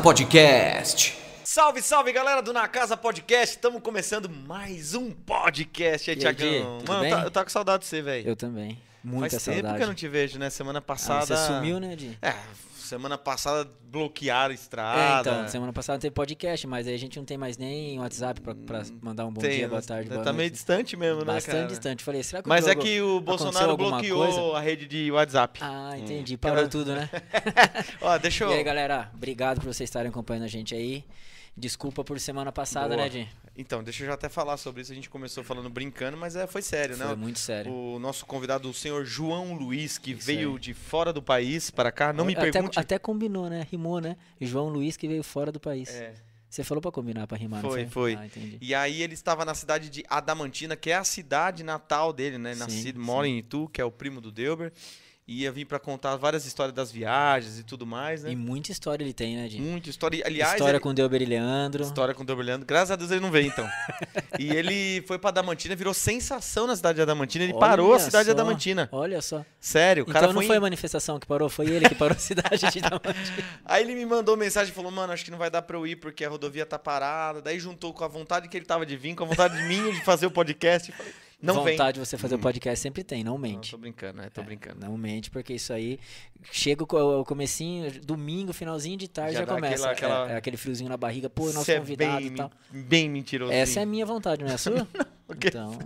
Podcast. Salve, salve, galera do Na Casa Podcast. Estamos começando mais um podcast aí, Thiagão. Mano, eu tava com saudade de você, velho. Eu também. Muita Faz saudade. tempo que eu não te vejo, né? Semana passada... Você sumiu, né, Di? Semana passada bloquearam a estrada. Então, semana passada não teve podcast, mas aí a gente não tem mais nem WhatsApp pra mandar um bom dia, boa tarde, boa Tá noite. meio distante mesmo, né, Bastante cara? distante. Falei, será que Mas o é jogo que o Bolsonaro bloqueou a rede de WhatsApp. Ah, entendi. Parou tudo, né? Ó, deixa eu... E aí, galera, obrigado por vocês estarem acompanhando a gente aí. Desculpa por semana passada, Boa. né, Di? Então, deixa eu já até falar sobre isso. A gente começou falando brincando, mas foi sério, né? Foi muito sério. O nosso convidado, o senhor João Luiz, que Isso veio aí. de fora do país para cá. Não me pergunte... Até combinou, né? Rimou, né? João Luiz que veio fora do país. É. Você falou pra combinar, pra rimar, não foi? Foi. Ah, entendi. E aí ele estava na cidade de Adamantina, que é a cidade natal dele, né? Sim, Nascido, sim. mora em Itu, que é o primo do Delber. Ia vir para contar várias histórias das viagens e tudo mais, né? E muita história ele tem, né, Di? Muita história. Aliás, História com Delber e Leandro. História com o Delber Leandro. Graças a Deus ele não veio, então. E ele foi pra Adamantina, virou sensação na cidade de Adamantina. Ele parou a cidade de Adamantina. Olha só. Sério, o cara Então não foi a manifestação que parou, foi ele que parou a cidade de Adamantina. Aí ele me mandou mensagem e falou, mano, acho que não vai dar pra eu ir porque a rodovia tá parada. Daí juntou com a vontade que ele tava de vir, com a vontade minha de fazer o podcast. Falei, não vem. Vontade de você fazer o podcast sempre tem, não Não, mente. tô brincando, né? Tô brincando. Não mente, porque isso aí chega o comecinho, domingo, finalzinho de tarde Já já dá começa. aquela- Aquele friozinho na barriga, pô, nosso Você é convidado e tal. bem mentiroso. Essa é a minha vontade, não é a sua? quê? Então,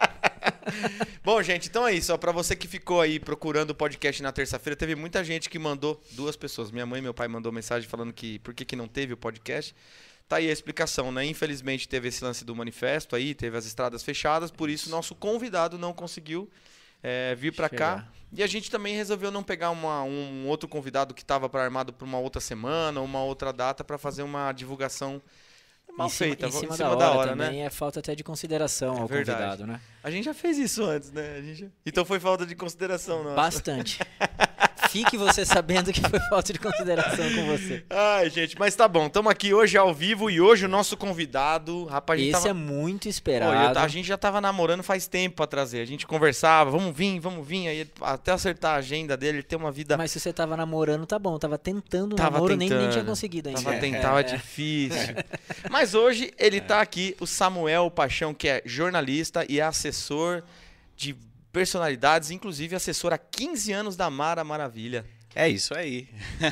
Bom, gente, então é isso. Ó, pra você que ficou aí procurando o podcast na terça-feira, teve muita gente que mandou, 2 pessoas. Minha mãe e meu pai mandou mensagem falando que por que não teve o podcast. Tá aí a explicação, né? Infelizmente teve esse lance do manifesto aí, teve as estradas fechadas, por isso nosso convidado não conseguiu vir pra cá. Chegar. E a gente também resolveu não pegar um outro convidado que estava armado para uma outra semana, uma outra data, para fazer uma divulgação mal feita, em cima da hora, também né? é falta até de consideração ao verdade. convidado, né? A gente já fez isso antes, né? Então foi falta de consideração, nossa. Bastante. Fique você sabendo que foi falta de consideração com você. Ai, gente, mas tá bom. Estamos aqui hoje ao vivo e hoje o nosso convidado, rapaz, a gente Esse tava... é muito Pô, esperado. a gente já tava namorando faz tempo pra trazer. A gente conversava, vamos vir. Aí até acertar a agenda dele, ele tem uma vida... Mas se você tava namorando, tá bom. Tava tentando Tava namoro, nem tentando. tinha conseguido ainda. Tava difícil. Mas hoje ele tá aqui, o Samuel Paixão, que é jornalista e assessor de personalidades, inclusive assessor há 15 anos da Mara Maravilha. É isso aí.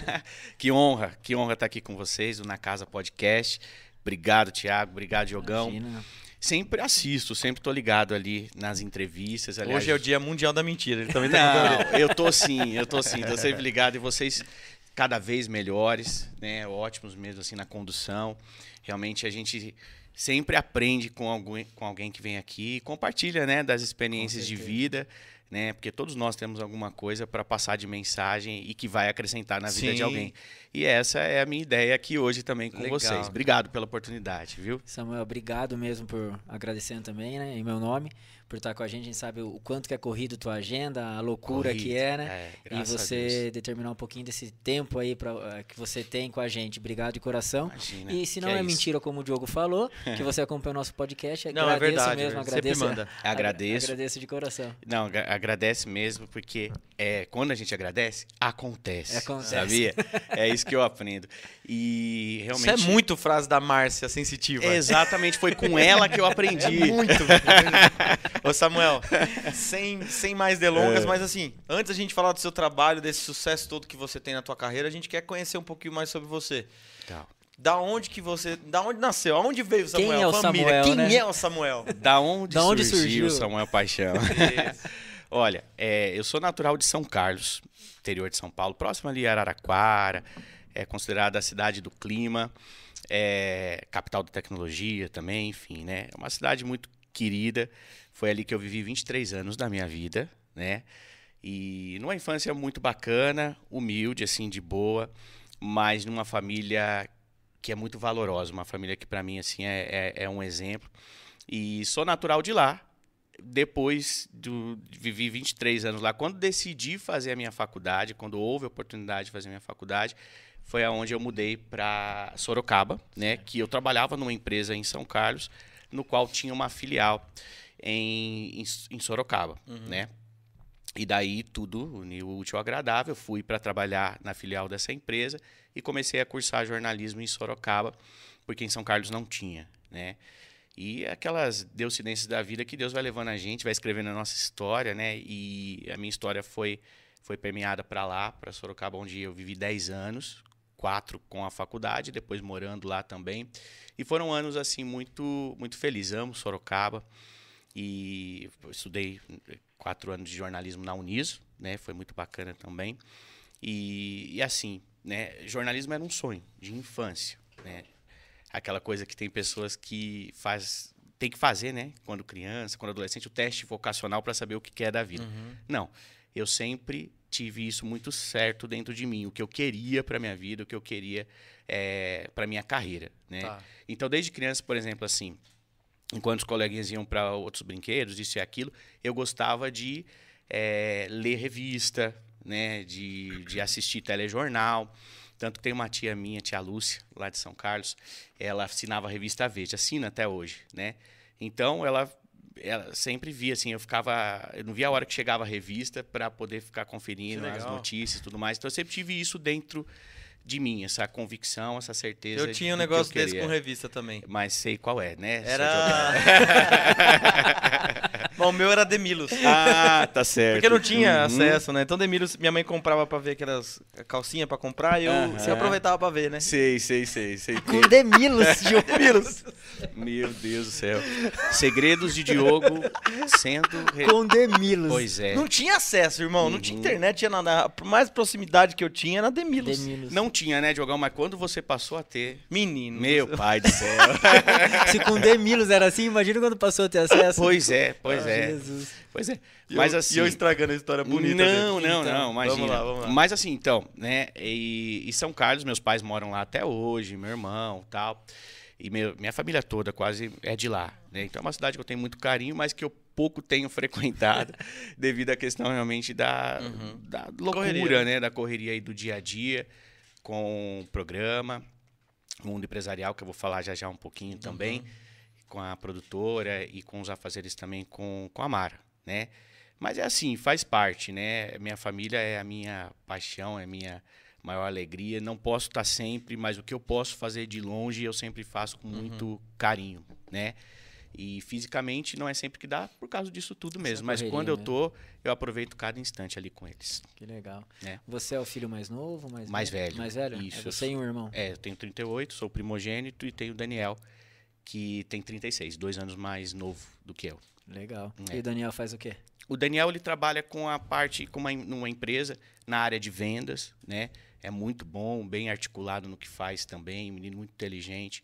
Que honra estar aqui com vocês no Na Casa Podcast. Obrigado, Thiago. Obrigado, Diogão. Imagina. Sempre assisto, sempre tô ligado ali nas entrevistas. Aliás, Hoje é o Dia Mundial da Mentira. Ele também tá Não, eu tô sim. Tô sempre ligado. E vocês cada vez melhores, né? Ótimos mesmo assim na condução. Realmente a gente sempre aprende com alguém que vem aqui e compartilha, né, das experiências de vida, né? Porque todos nós temos alguma coisa para passar de mensagem e que vai acrescentar na vida de alguém. E essa é a minha ideia aqui hoje também com vocês. Obrigado pela oportunidade, viu? Samuel, obrigado mesmo por agradecendo também, né, em meu nome, por estar com a gente. A gente sabe o quanto que é corrido tua agenda, a loucura que é, né? E graças a você Deus. determinar um pouquinho desse tempo aí que você tem com a gente. Obrigado de coração. Imagina, E se não que é isso. mentira, como o Diogo falou, que você acompanha o nosso podcast, Não, é agradeço verdade, mesmo, sempre agradeço. manda. Agradeço. Agradeço de coração. Não, agradece mesmo, porque quando a gente agradece, acontece. Acontece. Sabia? É isso que eu aprendo. E realmente. Isso é muito frase da Márcia Sensitiva. Exatamente, foi com ela que eu aprendi. Muito. Ô Samuel, sem mais delongas, mas assim, antes a gente falar do seu trabalho, desse sucesso todo que você tem na tua carreira, a gente quer conhecer um pouquinho mais sobre você. Então, Da onde nasceu? Aonde veio o Samuel? Quem é o Família. Samuel, Quem né? é o Samuel? da onde surgiu surgiu? Samuel Paixão? Olha, eu sou natural de São Carlos, interior de São Paulo, próximo ali a Araraquara, é considerada a cidade do clima, capital da tecnologia também, enfim, né? É uma cidade muito querida. Foi ali que eu vivi 23 anos da minha vida, né? E numa infância muito bacana, humilde, assim, de boa, mas numa família que é muito valorosa, uma família que para mim assim é um exemplo. E sou natural de lá. Depois vivi 23 anos lá, quando decidi fazer a minha faculdade, quando houve a oportunidade de fazer a minha faculdade, foi aonde eu mudei para Sorocaba, né? Que eu trabalhava numa empresa em São Carlos, no qual tinha uma filial em Sorocaba, né? E daí tudo uniu o útil ao agradável. Fui para trabalhar na filial dessa empresa e comecei a cursar jornalismo em Sorocaba, porque em São Carlos não tinha, né? E aquelas deucidências da vida que Deus vai levando a gente, vai escrevendo a nossa história, né? E a minha história foi permeada para lá, para Sorocaba, onde eu vivi 10 anos, 4 com a faculdade, depois morando lá também. E foram anos assim muito muito felizes. Amo Sorocaba e estudei 4 anos de jornalismo na Uniso, né? Foi muito bacana também. E assim, né? Jornalismo era um sonho de infância, né? Aquela coisa que tem pessoas que tem que fazer, né? Quando criança, quando adolescente, o teste vocacional para saber o que quer da vida. Não, eu sempre tive isso muito certo dentro de mim, o que eu queria para minha vida, o que eu queria para minha carreira, né? Tá. Então, desde criança, por exemplo, assim, enquanto os coleguinhas iam para outros brinquedos, isso e aquilo, eu gostava de ler revista, né? De assistir telejornal. Tanto que tem uma tia minha, tia Lúcia, lá de São Carlos, ela assinava a revista Veja, assina até hoje, né? Então, ela sempre via, assim, eu não via a hora que chegava a revista para poder ficar conferindo as notícias e tudo mais. Então, eu sempre tive isso dentro de mim, essa convicção, essa certeza. Eu tinha um negócio desse com revista também. Mas sei qual é, né? Era... Bom, o meu era Demilos. Ah, tá certo. Porque não tinha acesso, né? Então Demilos, minha mãe comprava pra ver aquelas calcinhas pra comprar e eu você aproveitava pra ver, né? Sei. Com Demilos, Gil. Demilos. Meu Deus do céu. Segredos de Diogo sendo... Com Demilos. Pois é. Não tinha acesso, irmão. Não tinha internet, tinha nada. Por mais proximidade que eu tinha era Demilos. Não tinha, né, Diogão? Mas quando você passou a ter... Menino. Meu pai do céu. Se com Demilos era assim, imagina quando passou a ter acesso. Pois é. Jesus. Pois é. Mas assim... E eu estragando a história bonita Não, dele. não, imagina. Vamos lá. Mas assim, então, né? E São Carlos, meus pais moram lá até hoje, meu irmão e tal. E minha família toda quase é de lá, né? Então é uma cidade que eu tenho muito carinho, mas que eu pouco tenho frequentado devido à questão realmente da loucura, Correria. né? Da correria aí do dia a dia, com o programa, mundo empresarial, que eu vou falar já um pouquinho também, com a produtora e com os afazeres também com a Mara, né? Mas é assim, faz parte, né? Minha família é a minha paixão, é a minha maior alegria. Não posso estar sempre, mas o que eu posso fazer de longe, eu sempre faço com muito carinho, né? E fisicamente não é sempre que dá por causa disso tudo mesmo. Mas quando eu tô, eu aproveito cada instante ali com eles. Que legal. Né? Você é o filho mais novo? Mais velho. Mais velho? Isso. É você e um irmão? Eu tenho 38, sou primogênito e tenho o Daniel, que tem 36, 2 anos mais novo do que eu. Legal. E o Daniel faz o quê? O Daniel, ele trabalha com a parte, numa empresa, na área de vendas, né? É muito bom, bem articulado no que faz também, um menino muito inteligente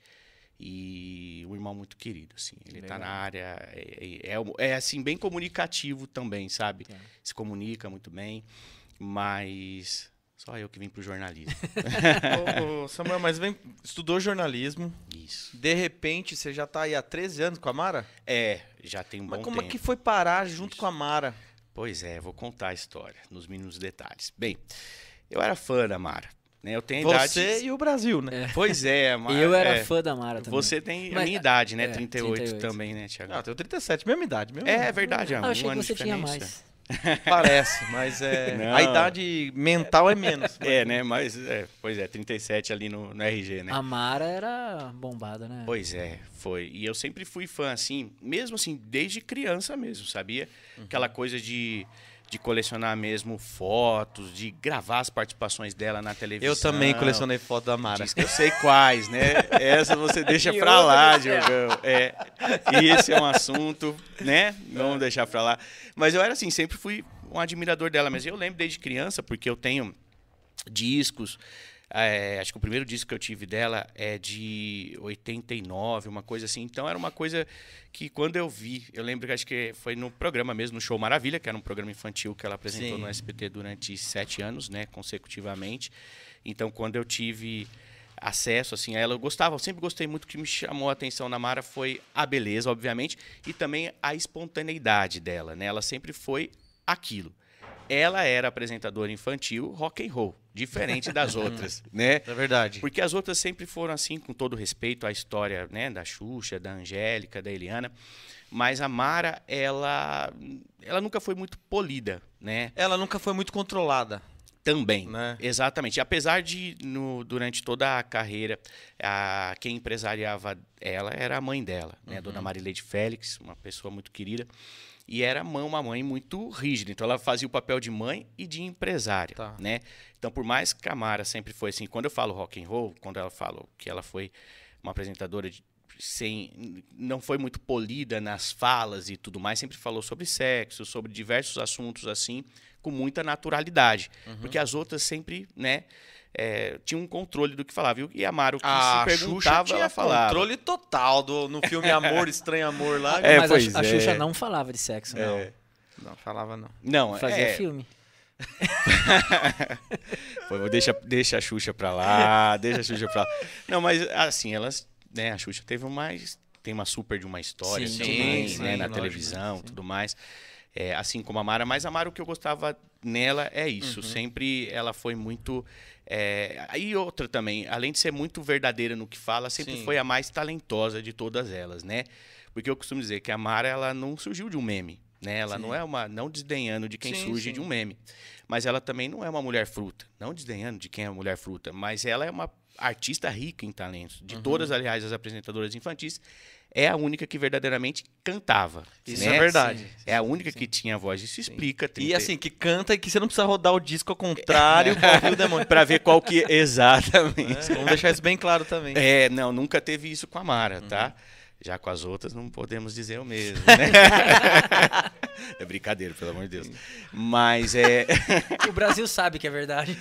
e um irmão muito querido, assim. Ele está na área, assim, bem comunicativo também, sabe? Se comunica muito bem, mas só eu que vim pro jornalismo. Ô, Samuel, mas estudou jornalismo. Isso. De repente, você já tá aí há 13 anos com a Mara? Já tem um bom Mas como tempo. é que foi parar junto com a Mara? Pois é, vou contar a história, nos mínimos detalhes. Bem, eu era fã da Mara, né? Eu tenho a idade... Você e o Brasil, né? Pois é, a Mara... Eu era fã da Mara também. Você tem a minha idade, né? 38 38 também, né, Thiago? Ah, eu tenho 37, mesma idade. É verdade, Eu achei um que ano você de tinha diferença. mais. Parece, mas Não. a idade mental é menos. Né? Mas, pois é, 37 ali no RG, né? A Mara era bombada, né? Pois é, foi. E eu sempre fui fã, assim, mesmo assim, desde criança mesmo, sabia? Aquela coisa de colecionar mesmo fotos, de gravar as participações dela na televisão. Eu também colecionei foto da Mara. Diz que eu sei quais, né? Essa você deixa pra lá, Diogão. E esse é um assunto, né? Vamos deixar pra lá. Mas eu era assim, sempre fui um admirador dela. Mas eu lembro desde criança, porque eu tenho discos. Acho que o primeiro disco que eu tive dela é de 89, uma coisa assim. Então era uma coisa que quando eu vi, eu lembro que acho que foi no programa mesmo, no Show Maravilha, que era um programa infantil que ela apresentou no SBT durante 7 anos, né, consecutivamente. Então quando eu tive acesso assim a ela, eu sempre gostei muito. O que me chamou a atenção na Mara foi a beleza, obviamente, e também a espontaneidade dela, né? Ela sempre foi aquilo. ela era apresentadora infantil rock and roll, diferente das outras, né? É verdade. Porque as outras sempre foram assim, com todo respeito à história, né, da Xuxa, da Angélica, da Eliana, mas a Mara, ela nunca foi muito polida, né? Ela nunca foi muito controlada. Também, Né? exatamente. Apesar de, durante toda a carreira, quem empresariava ela era a mãe dela, né? Dona Marileide Félix, uma pessoa muito querida. E era uma mãe muito rígida. Então, ela fazia o papel de mãe e de empresária, Tá. né? Então, por mais que a Mara sempre foi assim, quando eu falo rock and roll, quando ela fala que ela foi uma apresentadora não foi muito polida nas falas e tudo mais, sempre falou sobre sexo, sobre diversos assuntos assim, com muita naturalidade. Porque as outras sempre, né, tinham um controle do que falava. E a Mara, o que se perguntava, ela falava. Controle total no filme Amor, Estranho Amor lá. Mas pois a é. Xuxa não falava de sexo, não. Não, falava não. Não, Fazia filme. Deixa a Xuxa pra lá, deixa a Xuxa pra lá. Não, mas assim, elas, né, a Xuxa tem uma super de uma história Sim, também, sim, né, sim, na lógico, televisão, tudo mais. Assim como a Mara, mas a Mara, o que eu gostava nela é isso. Sempre ela foi muito. E outra também, além de ser muito verdadeira no que fala, sempre Sim. foi a mais talentosa de todas elas, né? Porque eu costumo dizer que a Mara, ela não surgiu de um meme, né? Ela não é não desdenhando de quem Sim, surge sim. de um meme. Mas ela também não é uma mulher fruta, não desdenhando de quem é a mulher fruta, mas ela é uma artista rica em talentos. De todas, aliás, as apresentadoras infantis, é a única que verdadeiramente cantava. Isso né? é verdade. Sim. É a única que tinha voz. Isso explica. E assim, que canta e que você não precisa rodar o disco ao contrário pra ouvir o demônio. Pra ver qual que... Exatamente. Vamos deixar isso bem claro também. Não, nunca teve isso com a Mara, tá? Já com as outras não podemos dizer o mesmo, né? É brincadeira, pelo amor de Deus. Mas O Brasil sabe que é verdade.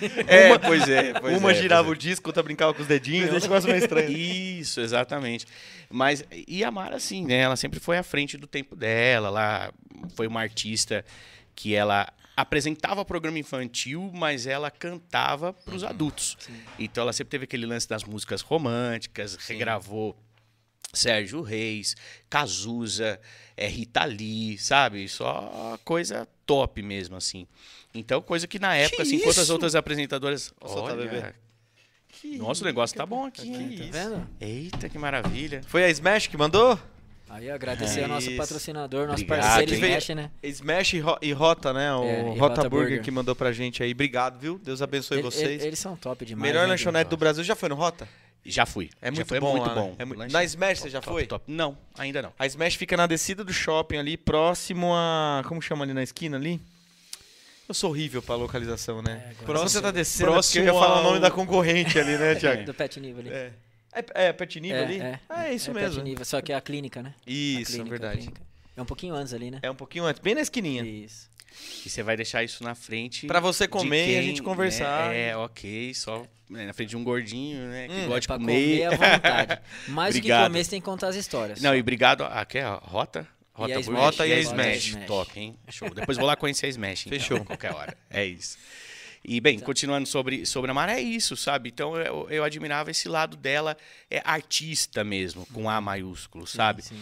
Uma girava o disco, outra brincava com os dedinhos. Esse negócio meio estranho. Isso, exatamente. Mas, e a Mara, assim, né? Ela sempre foi à frente do tempo dela. Ela foi uma artista que ela apresentava programa infantil, mas ela cantava para os adultos. Sim. Então, ela sempre teve aquele lance das músicas românticas, regravou Sérgio Reis, Cazuza, Rita Lee, sabe? Só coisa top mesmo, assim. Então, coisa que na época, assim, enquanto as isso? outras apresentadoras... Solta, bebê. Nossa, o negócio tá bom aqui, Tá hein? vendo? Eita, que maravilha. Foi a Smash que mandou? Aí agradecer ao nosso Isso. patrocinador, nosso Obrigado, parceiro hein? Smash, né? Smash e Rota, né? O E Rota Rota Burger Burger. que mandou pra gente aí. Obrigado, viu? Deus abençoe vocês. Eles são top demais. Melhor né, lanchonete do Brasil. Já foi no Rota? Já fui. É muito foi bom muito lá, né? bom. É muito- Lanche Na Smash você top, já top, foi? top. Não, ainda não. A Smash fica na descida do shopping ali, próximo a... Como chama ali na esquina ali? Eu sou horrível pra localização, né? agora Quando você tá descendo, próximo porque eu ia falar o nome ao- da concorrente ali, né, Thiago? Do Pet Nível ali. É Pet Nível ali? É isso Pet mesmo. Nível, só que é a clínica, né? A Isso, clínica, é a verdade. clínica. É um pouquinho antes ali, né? É um pouquinho antes, bem na esquininha. Isso. E você vai deixar isso na frente... Pra você de comer e a quem, gente conversar. né, ok, só na frente de um gordinho, né, que gosta de Pra comer. comer à vontade. Mais do que Obrigado. comer, você tem que contar as histórias. Não, e obrigado... Aqui é a Rota? E a Burger? Smash. Rota e a Smash. Top, hein? Show. Depois vou lá conhecer a Smash, então, Fechou. qualquer hora. É isso. E, bem, continuando sobre a Mara, é isso, sabe? Então, eu admirava esse lado dela, artista mesmo, com A maiúsculo, sabe? sim.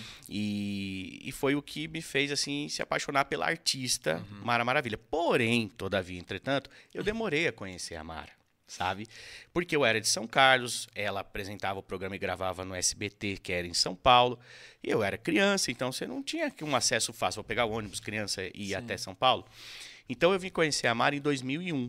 E foi o que me fez, assim, se apaixonar pela artista Mara Maravilha. Porém, todavia, entretanto, eu demorei a conhecer a Mara, sabe? Porque eu era de São Carlos, ela apresentava o programa e gravava no SBT, que era em São Paulo, e eu era criança, então você não tinha um acesso fácil. Vou pegar o ônibus, criança, e ir até São Paulo. Então, eu vim conhecer a Mara em 2001.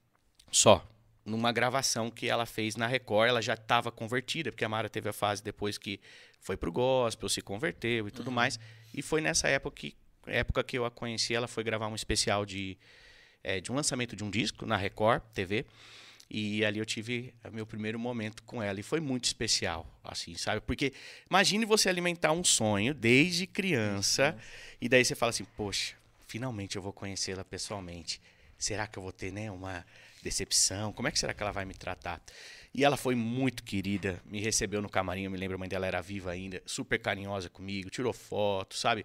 Só, numa gravação que ela fez na Record. Ela já estava convertida, porque a Mara teve a fase depois que foi pro gospel, se converteu e tudo mais. E foi nessa época que eu a conheci. Ela foi gravar um especial de um lançamento de um disco na Record TV. E ali eu tive meu primeiro momento com ela. E foi muito especial, assim, sabe? Porque imagine você alimentar um sonho desde criança. E daí você fala assim, poxa, finalmente eu vou conhecê-la pessoalmente. Será que eu vou ter, né, uma decepção? Como é que será que ela vai me tratar? E ela foi muito querida, me recebeu no camarim, eu me lembro, a mãe dela era viva ainda, super carinhosa comigo, tirou foto, sabe?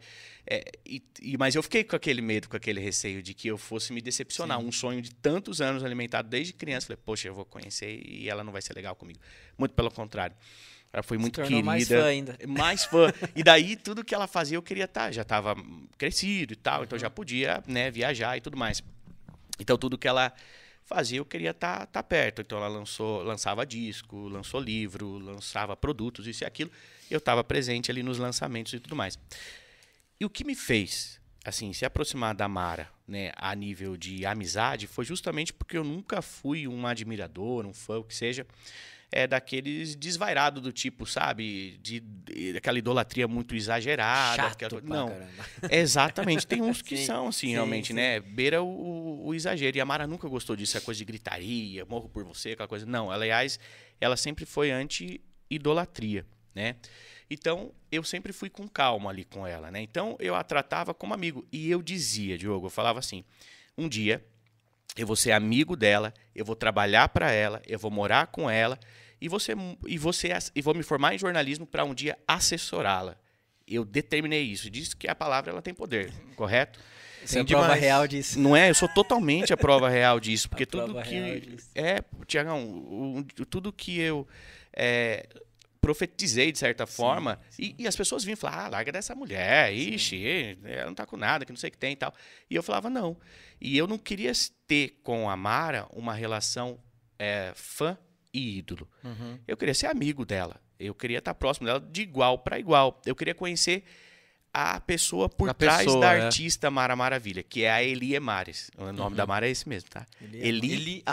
Mas eu fiquei com aquele medo, com aquele receio de que eu fosse me decepcionar. Um sonho de tantos anos alimentado desde criança. Falei, poxa, eu vou conhecer e ela não vai ser legal comigo. Muito pelo contrário. Ela foi muito tornou querida. mais fã ainda. Mais fã. E daí, tudo que ela fazia, eu queria estar. Já estava crescido e tal, então já podia, né, viajar e tudo mais. Então, tudo que ela fazia, eu queria estar perto. Então, ela lançava disco, lançou livro, lançava produtos, isso e aquilo. Eu estava presente ali nos lançamentos e tudo mais. E o que me fez, assim, se aproximar da Mara, né, a nível de amizade, foi justamente porque eu nunca fui um admirador, um fã, o que seja, daqueles desvairados do tipo, sabe, aquela idolatria muito exagerada. Chato Não, caramba. exatamente. Tem uns que Sim, são assim, sim, realmente, sim. né, beira o exagero. E a Mara nunca gostou disso, essa coisa de gritaria, morro por você, aquela coisa. Não, aliás, ela sempre foi anti-idolatria, né? Então, eu sempre fui com calma ali com ela, né? Então, eu a tratava como amigo. E eu dizia, Diogo, eu falava assim, um dia eu vou ser amigo dela, eu vou trabalhar para ela, eu vou morar com ela e vou me formar em jornalismo para um dia assessorá-la. Eu determinei isso. Disse que a palavra ela tem poder, correto? Você é a prova real disso. Não é? Eu sou totalmente a prova real disso, porque tudo prova que real disso. Tiagão, tudo que eu profetizei de certa forma, e as pessoas vinham falar, larga dessa mulher, ixi, ela não tá com nada, que não sei o que tem e tal. E eu falava, não. E eu não queria ter com a Mara uma relação fã e ídolo. Uhum. Eu queria ser amigo dela. Eu queria estar próximo dela de igual para igual. Eu queria conhecer a pessoa por trás da artista Mara Maravilha, que é a Eli Emares. O nome da Mara é esse mesmo, tá? Eli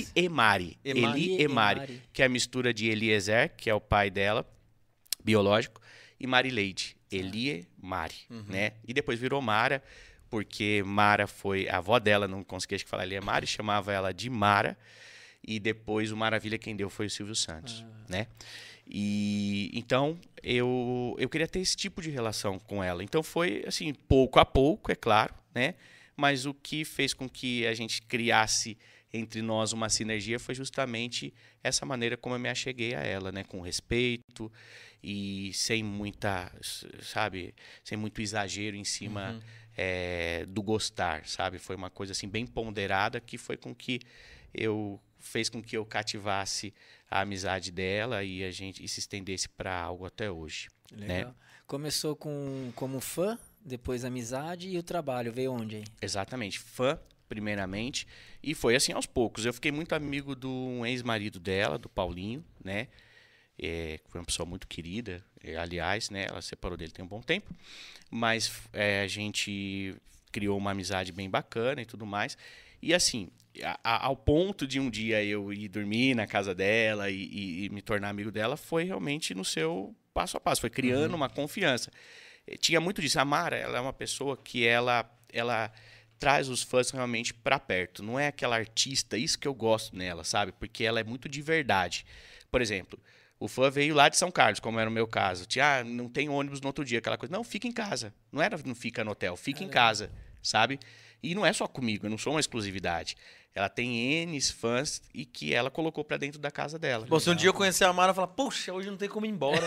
Emari, que é a mistura de Eliezer, que é o pai dela, biológico, e Marileide. Eli Emari, né? E depois virou Mara, porque Mara foi... A avó dela não conseguia falar Eli Emari, chamava ela de Mara, e depois o Maravilha quem deu foi o Silvio Santos, né? E então eu queria ter esse tipo de relação com ela. Então foi assim, pouco a pouco, é claro, né? Mas o que fez com que a gente criasse entre nós uma sinergia foi justamente essa maneira como eu me acheguei a ela, né? Com respeito e sem muita, sabe, sem muito exagero em cima do gostar, sabe? Foi uma coisa assim bem ponderada que foi com que fez com que eu cativasse a amizade dela e a gente se estendesse para algo até hoje. Legal. Né? Começou como fã, depois amizade e o trabalho veio onde aí? Exatamente, fã primeiramente e foi assim aos poucos. Eu fiquei muito amigo de um ex-marido dela, do Paulinho, né? Foi uma pessoa muito querida, aliás, né? Ela separou dele tem um bom tempo, mas a gente criou uma amizade bem bacana e tudo mais. E assim, ao ponto de um dia eu ir dormir na casa dela e me tornar amigo dela, foi realmente no seu passo a passo, foi criando uma confiança. Tinha muito disso. A Mara, ela é uma pessoa que ela traz os fãs realmente para perto. Não é aquela artista, isso que eu gosto nela, sabe? Porque ela é muito de verdade. Por exemplo, o fã veio lá de São Carlos, como era o meu caso. Não tem ônibus no outro dia, aquela coisa. Não, fica em casa. Não fica no hotel, fica em casa, sabe? E não é só comigo, eu não sou uma exclusividade. Ela tem N fãs e que ela colocou pra dentro da casa dela. Bom, se um dia eu conhecer a Mara, eu falar, poxa, hoje não tem como ir embora.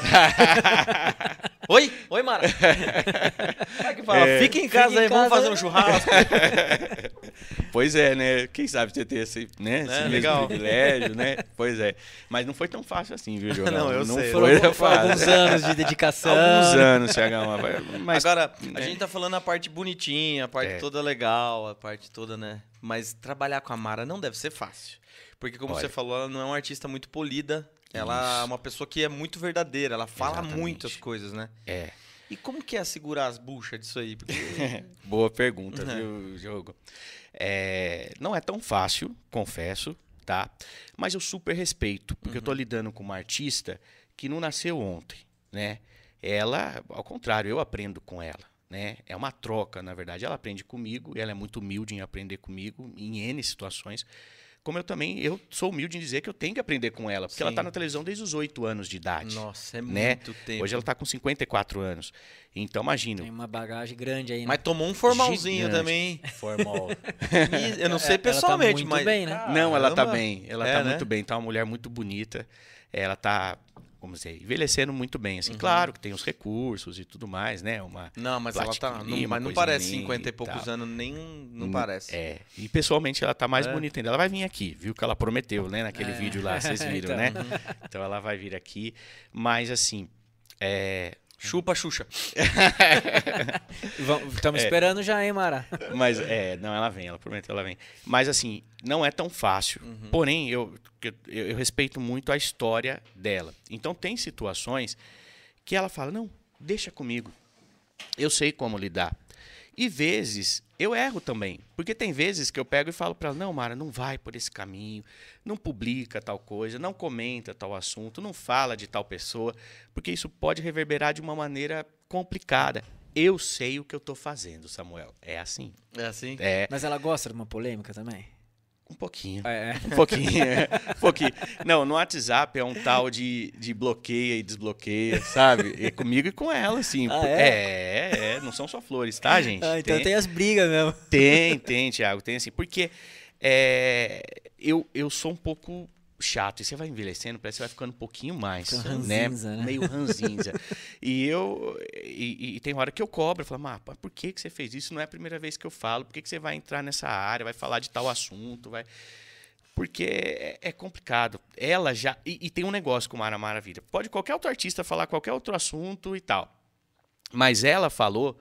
Oi, Mara. Como é que fala? Fica em casa aí, vamos fazer um churrasco. Pois é, né? Quem sabe você ter esse, né? Esse legal. Privilégio, né? Pois é. Mas não foi tão fácil assim, viu, Jornal? Não, eu sei. Foram alguns anos de dedicação. Alguns anos, Thiagão. Mas agora, a gente tá falando a parte bonitinha, a parte toda legal, a parte toda, né? Mas trabalhar com a Mara não deve ser fácil. Porque, como você falou, ela não é uma artista muito polida. Ela é uma pessoa que é muito verdadeira. Ela fala muito as coisas, né? E como que é segurar as buchas disso aí? Porque... Boa pergunta, viu, Diogo? Não é tão fácil, confesso, tá? Mas eu super respeito, porque eu tô lidando com uma artista que não nasceu ontem, né? Ela, ao contrário, eu aprendo com ela. Né? É uma troca, na verdade. Ela aprende comigo, e ela é muito humilde em aprender comigo em N situações. Como eu sou humilde em dizer que eu tenho que aprender com ela, porque ela está na televisão desde os 8 anos de idade. Nossa, é né? muito tempo. Hoje ela está com 54 anos. Então, imagina. Tem uma bagagem grande aí, né? Mas tomou um formalzinho Gigante. também. Formal. Eu não sei pessoalmente, ela tá muito mas... bem, né? Não, ela tá Caramba. bem. Ela tá muito bem. Tá uma mulher muito bonita. Ela tá, como dizer, envelhecendo muito bem. Assim, claro que tem os recursos e tudo mais, né? Não, mas ela tá... Mas não parece 50 e poucos anos, nem... Não parece. E pessoalmente ela tá mais bonita ainda. Ela vai vir aqui, viu? Que ela prometeu, né? Naquele vídeo lá, vocês viram, Então. né? Então ela vai vir aqui. Mas, assim, Chupa, Xuxa. Estamos esperando já, hein, Mara? Mas, não, ela vem, ela prometeu, ela vem. Mas, assim, não é tão fácil. Porém, eu respeito muito a história dela. Então, tem situações que ela fala, não, deixa comigo. Eu sei como lidar. E vezes eu erro também. Porque tem vezes que eu pego e falo para ela, não, Mara, não vai por esse caminho, não publica tal coisa, não comenta tal assunto, não fala de tal pessoa, porque isso pode reverberar de uma maneira complicada. Eu sei o que eu estou fazendo, Samuel. É assim. É assim? É. Mas ela gosta de uma polêmica também? Um pouquinho. É. Um pouquinho. Um pouquinho. Não, no WhatsApp é um tal de bloqueia e desbloqueia, sabe? E comigo e com ela, assim. Não são só flores, tá, gente? Então tem as brigas mesmo. Tem, Thiago. Tem assim. Porque eu sou um pouco chato. E você vai envelhecendo, parece que você vai ficando um pouquinho mais. Ranzinza, né? Meio ranzinza. E tem hora que eu cobro. Eu falo, mas por que você fez isso? Não é a primeira vez que eu falo. Por que você vai entrar nessa área? Vai falar de tal assunto? Porque é complicado. Ela já... E tem um negócio com Mara Maravilha. Pode qualquer outro artista falar qualquer outro assunto e tal. Mas ela falou...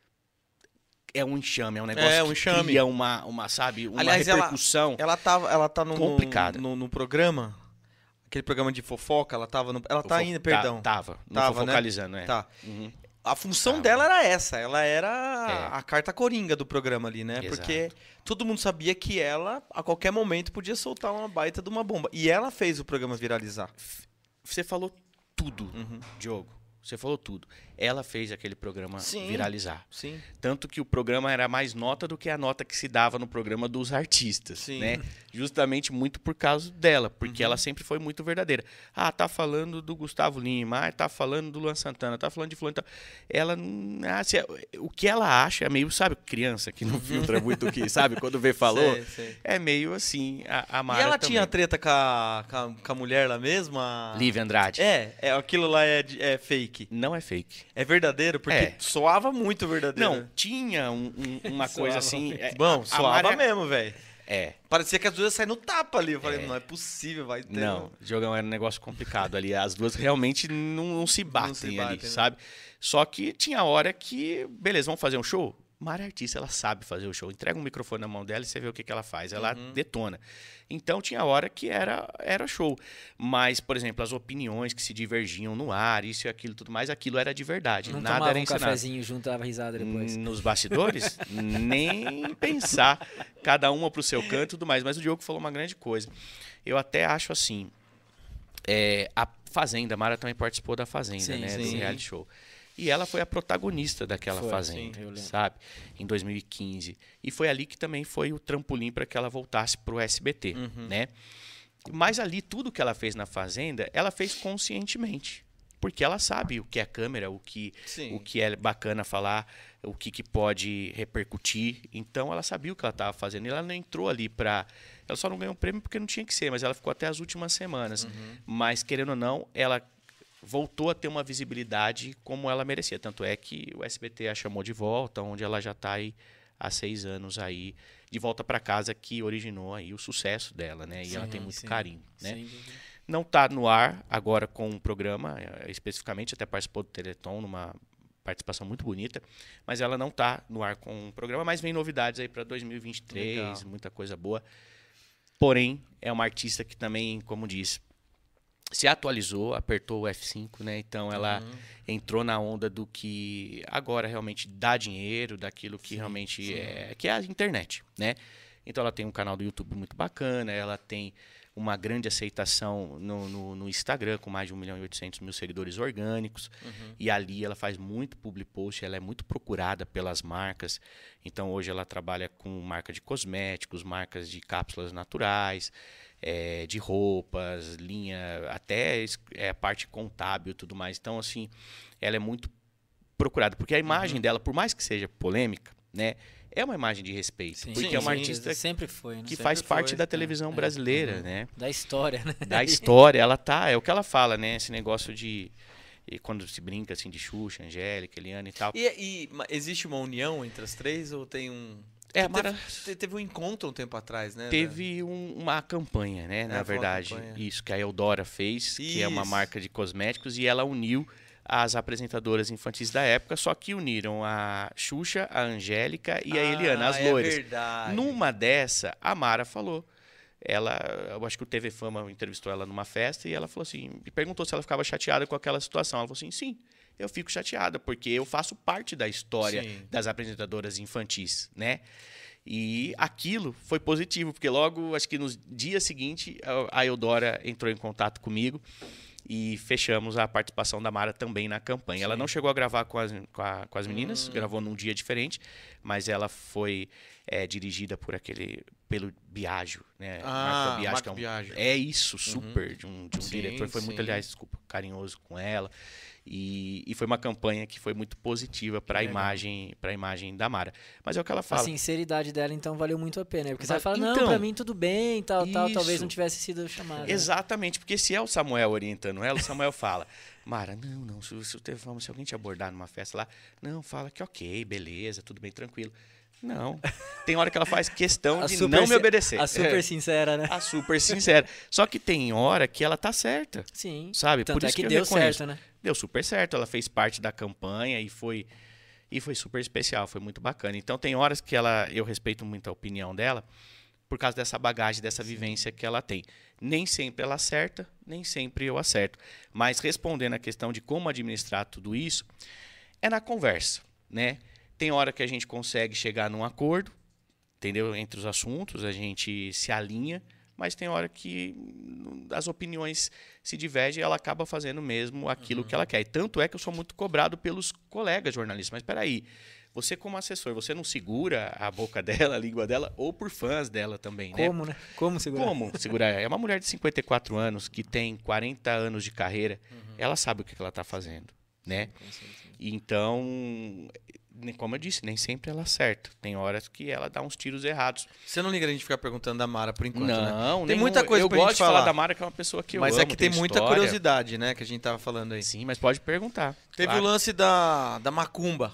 É um enxame, é um negócio que cria uma sabe, uma Aliás, repercussão ela tá complicada. No programa, aquele programa de fofoca, ela tá ainda, perdão. Tava, focalizando, né? Tá. A função dela era essa, ela era a carta coringa do programa ali, né? Exato. Porque todo mundo sabia que ela, a qualquer momento, podia soltar uma baita de uma bomba. E ela fez o programa viralizar. Você falou tudo, Diogo. Você falou tudo. Ela fez aquele programa viralizar. Sim. Tanto que o programa era mais nota do que a nota que se dava no programa dos artistas. Sim. Né? Justamente muito por causa dela, porque ela sempre foi muito verdadeira. Ah, tá falando do Gustavo Lima, tá falando do Luan Santana, tá falando de fulano. Ela, o que ela acha é meio, sabe, criança que não filtra muito o que, sabe, quando vê falou, sei. é meio assim, a Mara E ela também. tinha treta com a mulher lá mesmo? Lívia Andrade. Aquilo lá é fake. Não é fake. É verdadeiro? Porque soava muito verdadeiro. Não, tinha uma coisa assim... Bom, soava mesmo, velho. É. Parecia que as duas saíram no tapa ali. Eu falei, não é possível, vai ter... Não, Jogão, era um negócio complicado ali. As duas realmente não se batem ali, né? Sabe? Só que tinha hora que... Beleza, vamos fazer um show? Mara é artista, ela sabe fazer o show. Entrega um microfone na mão dela e você vê o que ela faz. Ela detona. Então, tinha hora que era show. Mas, por exemplo, as opiniões que se divergiam no ar, isso e aquilo, tudo mais, aquilo era de verdade. Não Nada tomava era um ensinado. cafezinho junto, dava risada depois. Nos bastidores, nem pensar. Cada uma pro seu canto e tudo mais. Mas o Diogo falou uma grande coisa. Eu até acho assim... a Fazenda, a Mara também participou da Fazenda, né? Do reality show. E ela foi a protagonista daquela Fazenda, sabe? Em 2015. E foi ali que também foi o trampolim para que ela voltasse pro SBT, né? Mas ali, tudo que ela fez na Fazenda, ela fez conscientemente. Porque ela sabe o que é câmera, o que é bacana falar, o que pode repercutir. Então, ela sabia o que ela estava fazendo. E ela não entrou ali para... Ela só não ganhou o prêmio porque não tinha que ser, mas ela ficou até as últimas semanas. Mas, querendo ou não, ela voltou a ter uma visibilidade como ela merecia. Tanto é que o SBT a chamou de volta, onde ela já está aí há 6 anos aí, de volta para casa, que originou aí o sucesso dela, né? E ela tem muito carinho, né? Não está no ar agora com um programa, especificamente, até participou do Teleton, numa participação muito bonita, mas ela não está no ar com um programa, mas vem novidades aí para 2023, legal. Muita coisa boa. Porém, é uma artista que também, como diz, se atualizou, apertou o F5, né? Então ela entrou na onda do que agora realmente dá dinheiro, daquilo que realmente que é a internet, né? Então ela tem um canal do YouTube muito bacana, ela tem uma grande aceitação no Instagram, com mais de 1.800.000 seguidores orgânicos. E ali ela faz muito public post, ela é muito procurada pelas marcas. Então hoje ela trabalha com marca de cosméticos, marcas de cápsulas naturais, de roupas, linha, até a parte contábil e tudo mais. Então, assim, ela é muito procurada. Porque a imagem dela, por mais que seja polêmica, né, é uma imagem de respeito. Porque é uma artista sempre foi, né? Que faz parte da televisão brasileira, né? Da história, né? Da história. Ela tá... É o que ela fala, né? Esse negócio de... E quando se brinca, assim, de Xuxa, Angélica, Eliana e tal. E existe uma união entre as três ou tem um... Teve um encontro um tempo atrás, né? Teve uma campanha, né? Na verdade. Isso, que a Eudora fez, que é uma marca de cosméticos, e ela uniu as apresentadoras infantis da época, só que uniram a Xuxa, a Angélica e a Eliana, as loiras. É verdade. Numa dessa, a Mara falou. Eu acho que o TV Fama entrevistou ela numa festa e ela falou assim, e perguntou se ela ficava chateada com aquela situação. Ela falou assim, sim, eu fico chateada, porque eu faço parte da história das apresentadoras infantis, né? E aquilo foi positivo, porque logo, acho que no dia seguinte, a Eudora entrou em contato comigo e fechamos a participação da Mara também na campanha. Ela não chegou a gravar com as meninas, gravou num dia diferente, mas ela foi dirigida pelo Biagio, né? Marco Biagio. É isso, super, de um diretor. Foi muito, aliás, desculpa, carinhoso com ela. E foi uma campanha que foi muito positiva para a imagem da Mara. Mas é o que ela fala. A sinceridade dela, então, valeu muito a pena. Porque você vai falar, não, então, pra mim tudo bem, tal, talvez não tivesse sido chamada. Exatamente, porque se é o Samuel orientando ela, o Samuel fala, Mara, não, se alguém te abordar numa festa lá, não, fala que ok, beleza, tudo bem, tranquilo. Não, tem hora que ela faz questão de não me obedecer. A super sincera, né? A super sincera. Só que tem hora que ela tá certa. Sim. Sabe? Tanto por isso que eu deu reconheço. certo, né? Deu super certo. Ela fez parte da campanha e foi super especial, foi muito bacana. Então tem horas que eu respeito muito a opinião dela por causa dessa bagagem, dessa vivência que ela tem. Nem sempre ela acerta, nem sempre eu acerto. Mas respondendo a questão de como administrar tudo isso, é na conversa, né? Tem hora que a gente consegue chegar num acordo, entendeu? Entre os assuntos, a gente se alinha, mas tem hora que as opiniões se divergem e ela acaba fazendo mesmo aquilo que ela quer. E tanto é que eu sou muito cobrado pelos colegas jornalistas. Mas espera aí, você como assessor, você não segura a boca dela, a língua dela, ou por fãs dela também, né? Como, né? Como segurar? Como segurar? É uma mulher de 54 anos, que tem 40 anos de carreira, ela sabe o que ela está fazendo, né? Então, como eu disse, nem sempre ela acerta. Tem horas que ela dá uns tiros errados. Você não liga a gente ficar perguntando da Mara por enquanto, não, né? Tem muita coisa pra gente gente gosto de falar da Mara, que é uma pessoa que eu amo. Mas é que tem muita história. curiosidade, né? Que a gente tava falando aí. Sim, mas pode perguntar. Teve claro. o lance da macumba.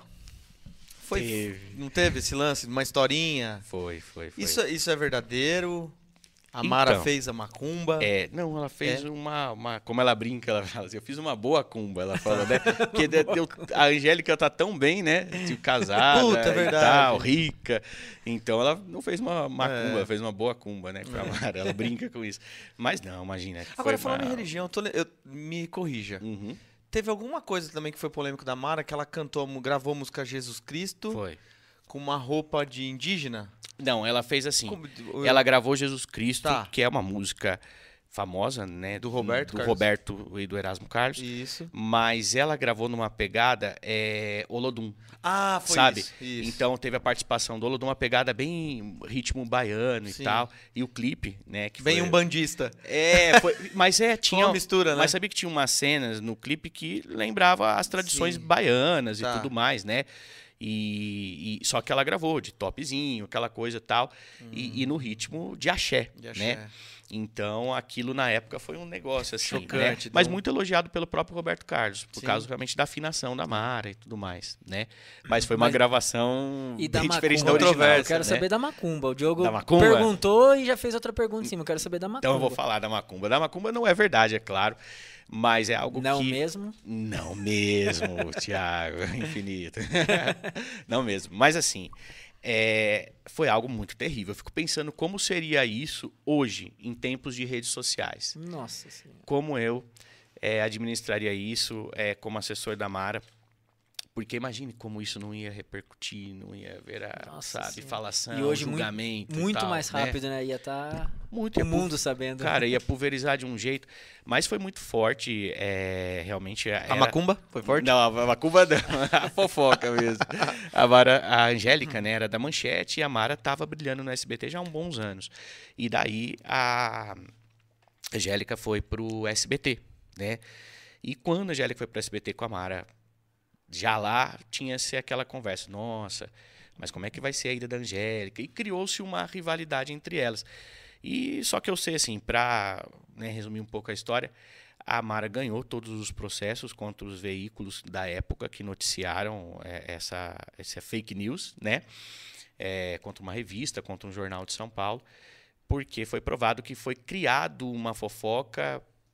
Teve. Não teve esse lance? Uma historinha? Foi. Isso é verdadeiro? A Mara fez a macumba? Não, ela fez uma... Como ela brinca, ela fala assim, eu fiz uma boa cumba, ela fala, né? Porque a Angélica tá tão bem, né? Casada Puta, verdade. e tal, rica. Então ela não fez uma macumba, fez uma boa cumba, né? Pra Mara, ela brinca com isso. Mas não, imagina. Agora, falando em religião, me corrija. Uhum. Teve alguma coisa também que foi polêmico da Mara, que ela gravou a música Jesus Cristo Foi. com uma roupa de indígena? Não, ela fez assim. Ela gravou Jesus Cristo, que é uma música famosa, né? Do Roberto Carlos. Roberto e do Erasmo Carlos. Isso. Mas ela gravou numa pegada Olodum. Foi sabe? Isso. Então teve a participação do Olodum, uma pegada bem ritmo baiano e tal. E o clipe, né? Que bem umbandista. Mas tinha uma mistura, né? Mas sabia que tinha umas cenas no clipe que lembrava as tradições baianas e tudo mais, né? Só que ela gravou de topzinho, aquela coisa e tal, e no ritmo de axé, né? Então, aquilo na época foi um negócio assim, chocante, né? Mas muito elogiado pelo próprio Roberto Carlos, por causa realmente da afinação da Mara e tudo mais, né? Mas foi uma gravação bem diferente da original. Eu quero saber da macumba. O Diogo da macumba? Perguntou e já fez outra pergunta em cima. Eu quero saber da macumba. Então eu vou falar da macumba. Da macumba não é verdade, é claro. Mas é algo não que... Mesmo? Não mesmo, Thiago, infinito. Não mesmo. Mas assim, foi algo muito terrível. Eu fico pensando como seria isso hoje, em tempos de redes sociais. Nossa Senhora. Como eu administraria isso como assessor da Mara. Porque imagine como isso não ia repercutir, não ia haver falação, e hoje julgamento. Muito tal, mais rápido, né? Ia estar o mundo sabendo. Cara, ia pulverizar de um jeito. Mas foi muito forte, realmente. A macumba foi forte? Não, a macumba não, a fofoca mesmo. A Angélica, né, era da Manchete e a Mara estava brilhando no SBT já há uns bons anos. E daí a Angélica foi pro SBT, né? E quando a Angélica foi pro SBT com a Mara, já lá tinha-se aquela conversa, nossa, mas como é que vai ser a ida da Angélica? E criou-se uma rivalidade entre elas. E só que eu sei, assim, para resumir um pouco a história, a Mara ganhou todos os processos contra os veículos da época que noticiaram essa fake news, né? Contra uma revista, contra um jornal de São Paulo, porque foi provado que foi criado uma fofoca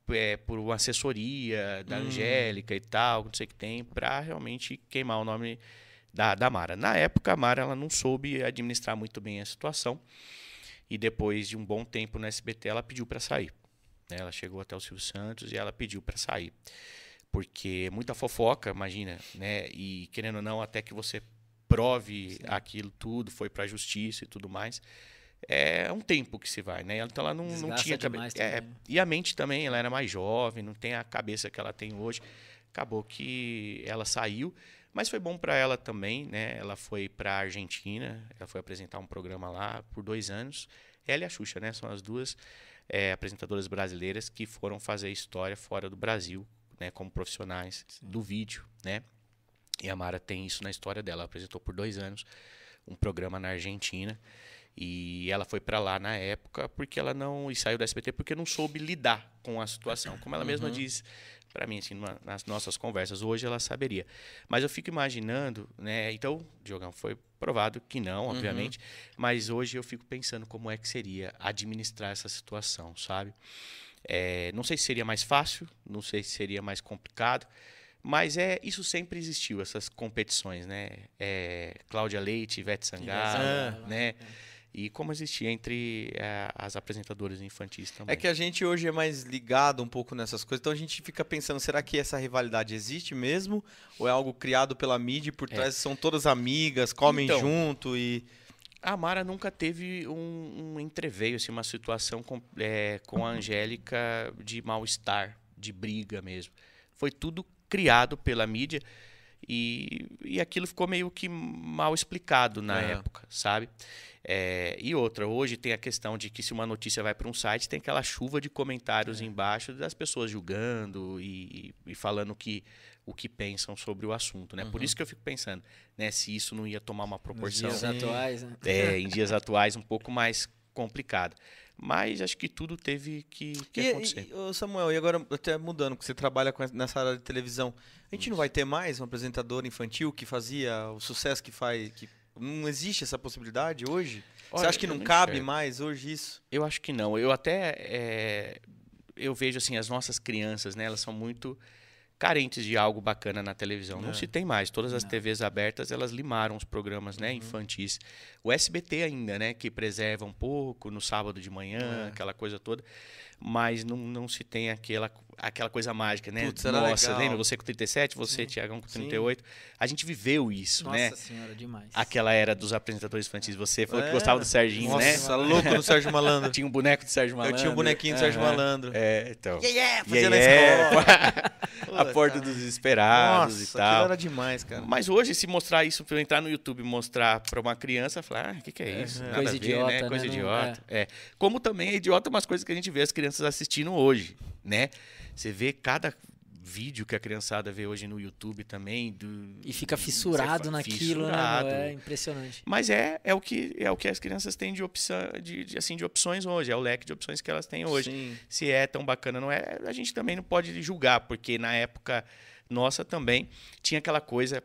por uma assessoria da Angélica e tal, não sei o que tem, para realmente queimar o nome da Mara. Na época, a Mara ela não soube administrar muito bem a situação e depois de um bom tempo no SBT, ela pediu para sair. Né? Ela chegou até o Silvio Santos e ela pediu para sair. Porque muita fofoca, imagina, né? E querendo ou não, até que você prove aquilo tudo, foi para a justiça e tudo mais, é um tempo que se vai, né? Então ela não tinha cabeça. E a mente também, ela era mais jovem, não tem a cabeça que ela tem hoje. Acabou que ela saiu, mas foi bom para ela também, né? Ela foi para a Argentina, ela foi apresentar um programa lá por 2 anos. Ela e a Xuxa, né? São as duas apresentadoras brasileiras que foram fazer história fora do Brasil, né? Como profissionais do vídeo, né? E a Mara tem isso na história dela. Ela apresentou por 2 anos um programa na Argentina. E ela foi para lá na época porque ela não... E saiu do SBT porque não soube lidar com a situação. Como ela mesma diz para mim, assim, nas nossas conversas. Hoje ela saberia. Mas eu fico imaginando, né? Então, Diogão, foi provado que não, obviamente. Mas hoje eu fico pensando como é que seria administrar essa situação, sabe? Não sei se seria mais fácil, não sei se seria mais complicado. Mas isso sempre existiu, essas competições, né? Cláudia Leite, Ivete Sangalo, né? E como existia entre as apresentadoras infantis também. É que a gente hoje é mais ligado um pouco nessas coisas, então a gente fica pensando, será que essa rivalidade existe mesmo? Ou é algo criado pela mídia e por trás são todas amigas, comem junto e... A Mara nunca teve um entreveio, assim, uma situação com a Angélica de mal-estar, de briga mesmo. Foi tudo criado pela mídia e aquilo ficou meio que mal explicado na época, sabe? E outra, hoje tem a questão de que se uma notícia vai para um site, tem aquela chuva de comentários embaixo das pessoas julgando e falando o que pensam sobre o assunto, né? Por isso que eu fico pensando, né, se isso não ia tomar uma proporção... Nos dias atuais, né? Em dias atuais, um pouco mais complicado. Mas acho que tudo teve que acontecer. Samuel, e agora até mudando, porque você trabalha nessa área de televisão, a gente não vai ter mais um apresentador infantil que fazia o sucesso que faz... Não existe essa possibilidade hoje? Olha, você acha que não cabe mais hoje isso? Eu acho que não. Eu até... eu vejo assim, as nossas crianças, né, elas são muito carentes de algo bacana na televisão. Não se tem mais. Todas as TVs abertas, elas limaram os programas, né, infantis. O SBT ainda, né, que preserva um pouco no sábado de manhã, aquela coisa toda. Mas não se tem aquela coisa mágica, né? Putz, era legal. Lembra? Você com 37, você, Tiagão, com 38. A gente viveu isso, né? Nossa senhora, demais. Aquela era dos apresentadores infantis. Você falou que gostava do Serginho, né? Nossa, louco no Sérgio Malandro. Tinha um boneco do Sérgio Malandro. Eu tinha um bonequinho do Sérgio Malandro. Então. Fazia na escola. A Porta dos Esperados e tal. Aquilo era demais, cara. Mas hoje, se mostrar isso, eu entrar no YouTube e mostrar pra uma criança, falar, o que é isso? Nada Coisa a ver, idiota, né? né? Coisa idiota. Como também é idiota umas coisas que a gente vê as crianças assistindo hoje, né? Você vê cada vídeo que a criançada vê hoje no YouTube também. E fica fissurado naquilo, né? É impressionante. Mas é o que as crianças têm de opção, de opções hoje. É o leque de opções que elas têm hoje. Sim. Se é tão bacana, não é, a gente também não pode julgar, porque na época nossa também tinha aquela coisa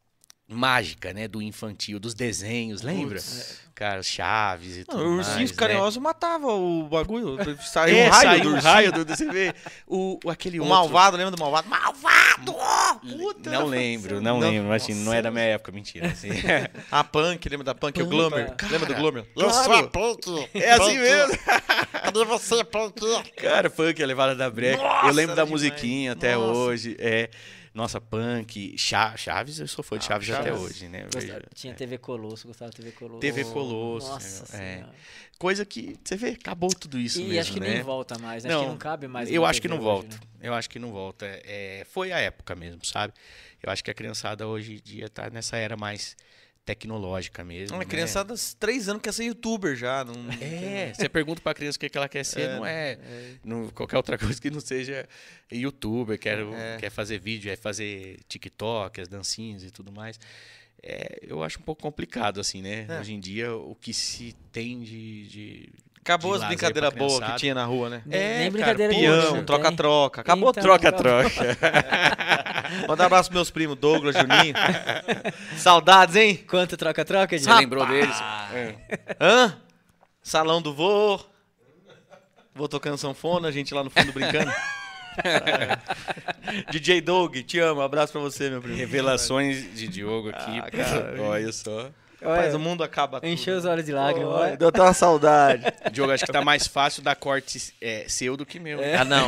mágica, né, do infantil, dos desenhos, lembra? Cara, Chaves e tudo mais. Os ursinhos carinhosos matavam o bagulho. Saiu um raio do você vê aquele o outro. Malvado, lembra do Malvado? Malvado! Puta, não lembro, assim, não é da minha época, mentira. Assim. A Punk, lembra da Punk? O Glomer. Lembra do Glomer? Eu sou a Punk. É assim mesmo. Cadê você, Punk? Cara, Punk, a levada da breca. Nossa, eu lembro da demais. musiquinha até hoje. Nossa, Punk, Chaves, eu sou fã de Chaves até hoje, né? Tinha TV Colosso, gostava de TV Colosso. TV Colosso. Nossa Senhora. Coisa que, você vê, acabou tudo isso mesmo, acho que né? nem volta mais, acho que não cabe mais. Eu acho que TV não hoje, volta, né? eu acho que não volta. Foi a época mesmo, sabe? Eu acho que a criançada hoje em dia tá nessa era mais tecnológica mesmo. A né? criançada, 3 anos, quer ser youtuber já. Não... Você pergunta pra criança o que ela quer ser, qualquer outra coisa que não seja youtuber, quer fazer vídeo, fazer TikTok, as dancinhas e tudo mais. Eu acho um pouco complicado, assim, né? Hoje em dia, o que se tem de Acabou de as brincadeiras lazer pra boas que tinha na rua, né? Nem brincadeira de Peão, hoje, troca-troca. Acabou Então, troca-troca. Manda um abraço pros meus primos, Douglas, Juninho. Saudades, hein? Quanto troca-troca, Você lembrou deles? Hã? Salão do vô. Vou tocando sanfona, a gente lá no fundo brincando. DJ Doug, te amo. Abraço pra você, meu primo. Revelações de Diogo aqui. cara. Olha só. Rapaz, o mundo acaba tudo. Encheu os olhos de lágrimas. Olha, deu até uma saudade. Diogo, acho que tá mais fácil dar corte seu do que meu. Ah, não.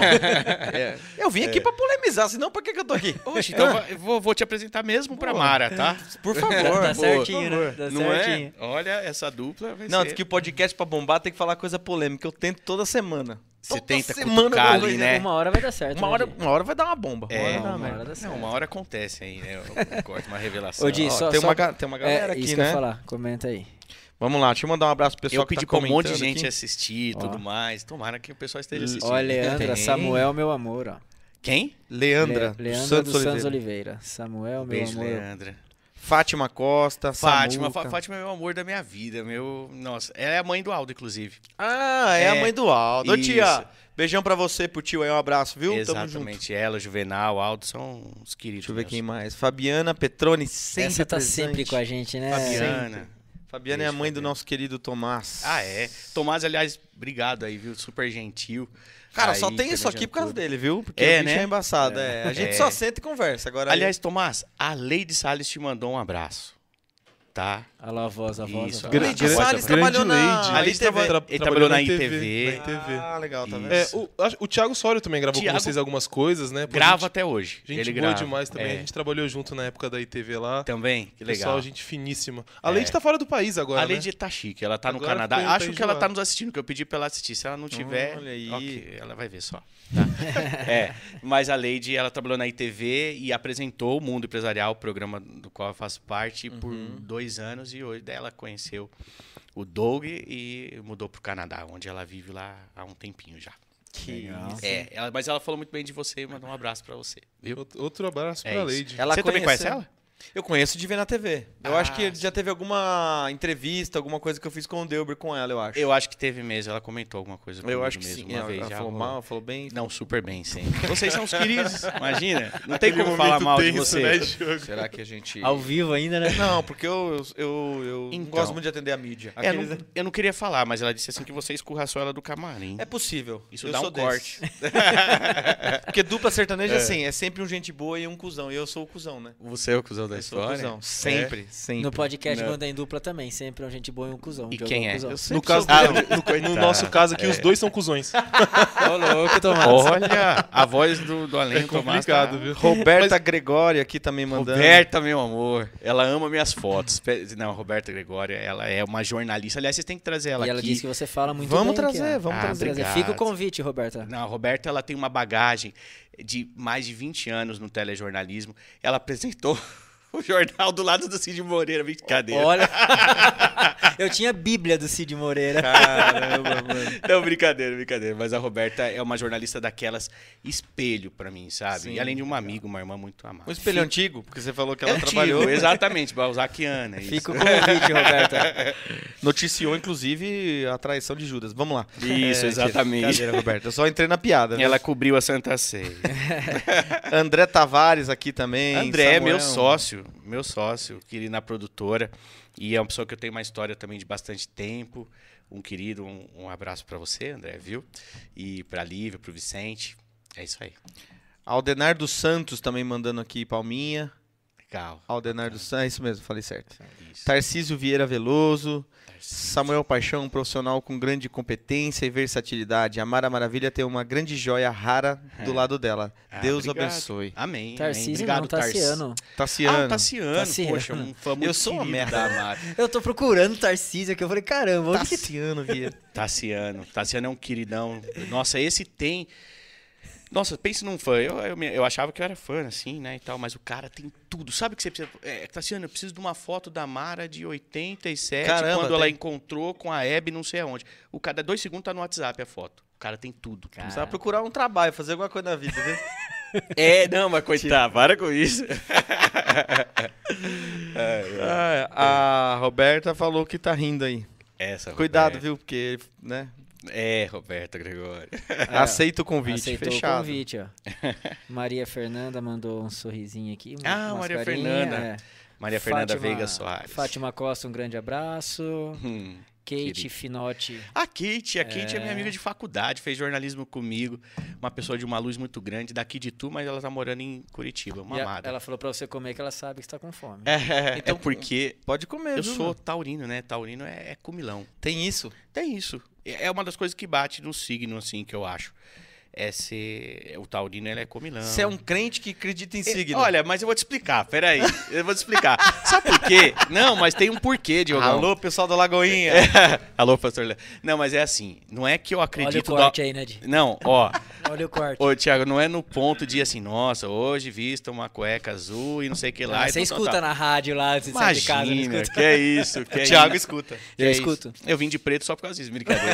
Eu vim aqui pra polemizar, senão pra que eu tô aqui? Oxe, então eu vou te apresentar mesmo pra Mara, tá? Por favor. Tá certinho, por favor. né? Tá Não certinho. é? Olha, essa dupla vai Não, ser... diz que o podcast pra bombar tem que falar coisa polêmica. Eu tento toda semana. Você Toda tenta semana cutucar eu ali, vou- né? Uma hora vai dar certo. Uma né, hora, Di? uma hora vai dar uma bomba. Uma hora É, vai dar uma uma merda. hora dá certo. Não, uma hora acontece aí, né? Um corte, uma revelação. Ô, Di, Ó, só- tem, só- tem uma galera aqui, isso que eu ia né? falar. Comenta aí. Vamos lá, deixa eu mandar um abraço pro pessoal Eu que pedi tá pra um monte de comentando gente aqui. assistir e tudo mais. Tomara que o pessoal esteja assistindo. Ó, Leandra, Tem. Samuel, meu amor, ó. Quem? Leandra, Leandra dos dos Santos Oliveira. Oliveira. Samuel, meu Beijo, amor. Leandra. Fátima Costa, Fátima, Samuca. Fátima é o amor da minha vida, Nossa, ela é a mãe do Aldo, inclusive. Ah, é a É, mãe do Aldo. Ô, tia, isso. beijão pra você, pro tio aí, um abraço, viu? Tamo junto. Exatamente. Ela, o Juvenal, o Aldo são os queridos. Deixa eu ver meus. quem mais. Fabiana Petrone, sempre Essa tá presente. sempre com a gente, né? Fabiana. Fabiana é a Beijo, mãe do Fabiana. nosso querido Tomás. Ah, é. Tomás, aliás, obrigado aí, viu? Super gentil. Cara, Aí, só tem isso aqui por causa dele, viu? Porque É, o bicho né? é embaçado. É. A gente É. só senta e conversa. Agora Aliás, Tomás, a Leide Salles te mandou um abraço. Tá? Olha lá a voz, a voz. Isso, a a voz. Leide Grande Salles trabalhou na Leide. A Leide ITV. ele trabalhou na ITV. Na ITV. Ah, legal, tá vendo? É, Isso. o Thiago Sório também gravou Thiago com vocês algumas coisas, né? Pô, Grava até hoje. Gente Ele boa grava. demais também. É. A gente trabalhou junto na época da ITV lá. Também, que legal. Pessoal, gente finíssima. A Leide tá fora do país agora, A né? Leide tá chique, ela tá no Agora Canadá. ficou um Acho país que ela de tá lá. nos assistindo, que eu pedi pra ela assistir. Se ela não tiver, Olha aí. ok, ela vai ver só. Tá? Mas a Leide, ela trabalhou na ITV e apresentou o Mundo Empresarial, o programa do qual eu faço parte, por 2 anos. E hoje ela conheceu o Doug e mudou pro Canadá, onde ela vive lá há um tempinho já. Que Legal. isso. Mas ela falou muito bem de você e mandou um abraço pra você, viu? Outro abraço É pra isso. Leide. Ela Você também conhece conheceu- ela? Eu conheço de ver na TV. Eu Ah, acho que já teve alguma entrevista, alguma coisa que eu fiz com o Delber com ela, eu acho. Eu acho que teve mesmo, ela comentou alguma coisa Eu comigo acho que mesmo, sim. uma vez Ela já falou rolou. mal, falou bem. Não, super bem, sim. Vocês são os queridos, imagina. Não tem Aquele como falar momento mal de tenso, você. né, Diogo? Será que a gente... Ao vivo ainda, né? Não, porque eu não Então. gosto muito de atender a mídia. É, Aqueles- eu não queria falar, mas ela disse assim que você escorraçou ela do camarim. É possível. Isso eu dá sou um desse. corte. Porque dupla sertaneja, assim, é sempre um gente boa e um cuzão. E eu sou o cuzão, né? Você é o cuzão da Eu sou o história? cuzão. Sempre, sempre. No podcast Não. Manda em Dupla também, sempre um gente boa e um cuzão. E Diogo quem é? cuzão. Eu sempre No caso sou dele, no nosso caso aqui, os dois são cuzões. Ô, louco, Tomás. Olha, a voz do além É do Tomás complicado, tá- viu? Roberta Gregório aqui também mandando. Roberta, meu amor, ela ama minhas fotos. Não, Roberta Gregório, ela é uma jornalista. Aliás, vocês têm que trazer ela E ela aqui. disse que você fala muito Vamos bem. trazer, aqui, ó. vamos trazer. obrigado. Fica o convite, Roberta. Não, a Roberta, ela tem uma bagagem de mais de 20 anos no telejornalismo. Ela apresentou o jornal do lado do Cid Moreira, brincadeira. Olha, eu tinha a Bíblia do Cid Moreira. Caramba, mano. Não, brincadeira. Mas a Roberta é uma jornalista daquelas espelho pra mim, sabe? Sim. E além de uma amiga, uma irmã muito amada. Um espelho antigo, porque você falou que ela É antigo, trabalhou. exatamente, Balzaciana. Isso. Fica o convite, Roberta. Noticiou, inclusive, a traição de Judas. Vamos lá. Isso, exatamente. Brincadeira, Roberta. Eu só entrei na piada. né? Ela cobriu a Santa Ceia. André Tavares aqui também. André é meu Samuel. sócio, querido na produtora. E é uma pessoa que eu tenho uma história também de bastante tempo. Um querido, um abraço pra você, André, viu? E pra Lívia, pro Vicente. É isso aí. Aldenar dos Santos também mandando aqui palminha. Legal. Aldenar dos Santos, é isso mesmo, falei certo. Isso. Tarcísio Vieira Veloso. Tarcísio. Samuel Paixão, um profissional com grande competência e versatilidade. A Mara Maravilha tem uma grande joia rara do lado dela. Deus obrigado. abençoe. Amém. Tarcísio Obrigado, não, Tassiano. Tassiano. Ah, Tassiano. Tassiano. Poxa, um fã muito Eu sou uma querido merda. da Mara. Eu tô procurando Tarcísio aqui. Eu falei, caramba, onde que... Tassiano Vieira. Tassiano é um queridão. Nossa, esse tem... Nossa, pense num fã. Eu achava que eu era fã, assim, né, e tal, mas o cara tem tudo. Sabe o que você precisa? Tassiano, eu preciso de uma foto da Mara de 87, Caramba, quando ela tem. encontrou com a Hebe não sei aonde. O cara, 2 segundos, tá no WhatsApp a foto. O cara tem tudo. Precisava procurar um trabalho, fazer alguma coisa na vida, viu? Não, mas coitado, para com isso. A Roberta falou que tá rindo aí. Essa, Cuidado, Roberta. viu? Porque, né? Roberta Gregório. Aceita o convite. Aceitou Fechado. o convite, ó. Maria Fernanda mandou um sorrisinho aqui. Ah, umas Maria carinhas, Fernanda. Maria Fernanda Veiga Soares. Fátima Costa, um grande abraço. Kate Querido. Finotti. A Kate é minha amiga de faculdade, fez jornalismo comigo, uma pessoa de uma luz muito grande, daqui de Tu, mas ela tá morando em Curitiba, uma E amada. ela falou pra você comer que ela sabe que você tá com fome. Então, é porque pode comer, eu viu, sou mano? taurino, né? Taurino é comilão. Tem isso? Tem isso. É uma das coisas que bate no signo, assim, que eu acho. O taurino, ele é comilão. Você é um crente que acredita em signo. Olha, mas eu vou te explicar, peraí. Eu vou te explicar. Sabe por quê? Não, mas tem um porquê, Diogão. Alô, pessoal da Lagoinha. Alô, pastor Léo. Não, mas é assim, não é que eu Olha o acredito... corte aí, Ned. Não, ó... Olha o corte. Ô, Thiago, não é no ponto de assim, nossa, hoje vista uma cueca azul e não sei o que lá. Você e escuta na rádio lá, você sai de casa, não Imagina, escuta? que é isso, que é Thiago isso. escuta. Que Eu é escuto. isso. Eu vim de preto só por causa disso, brincadeira.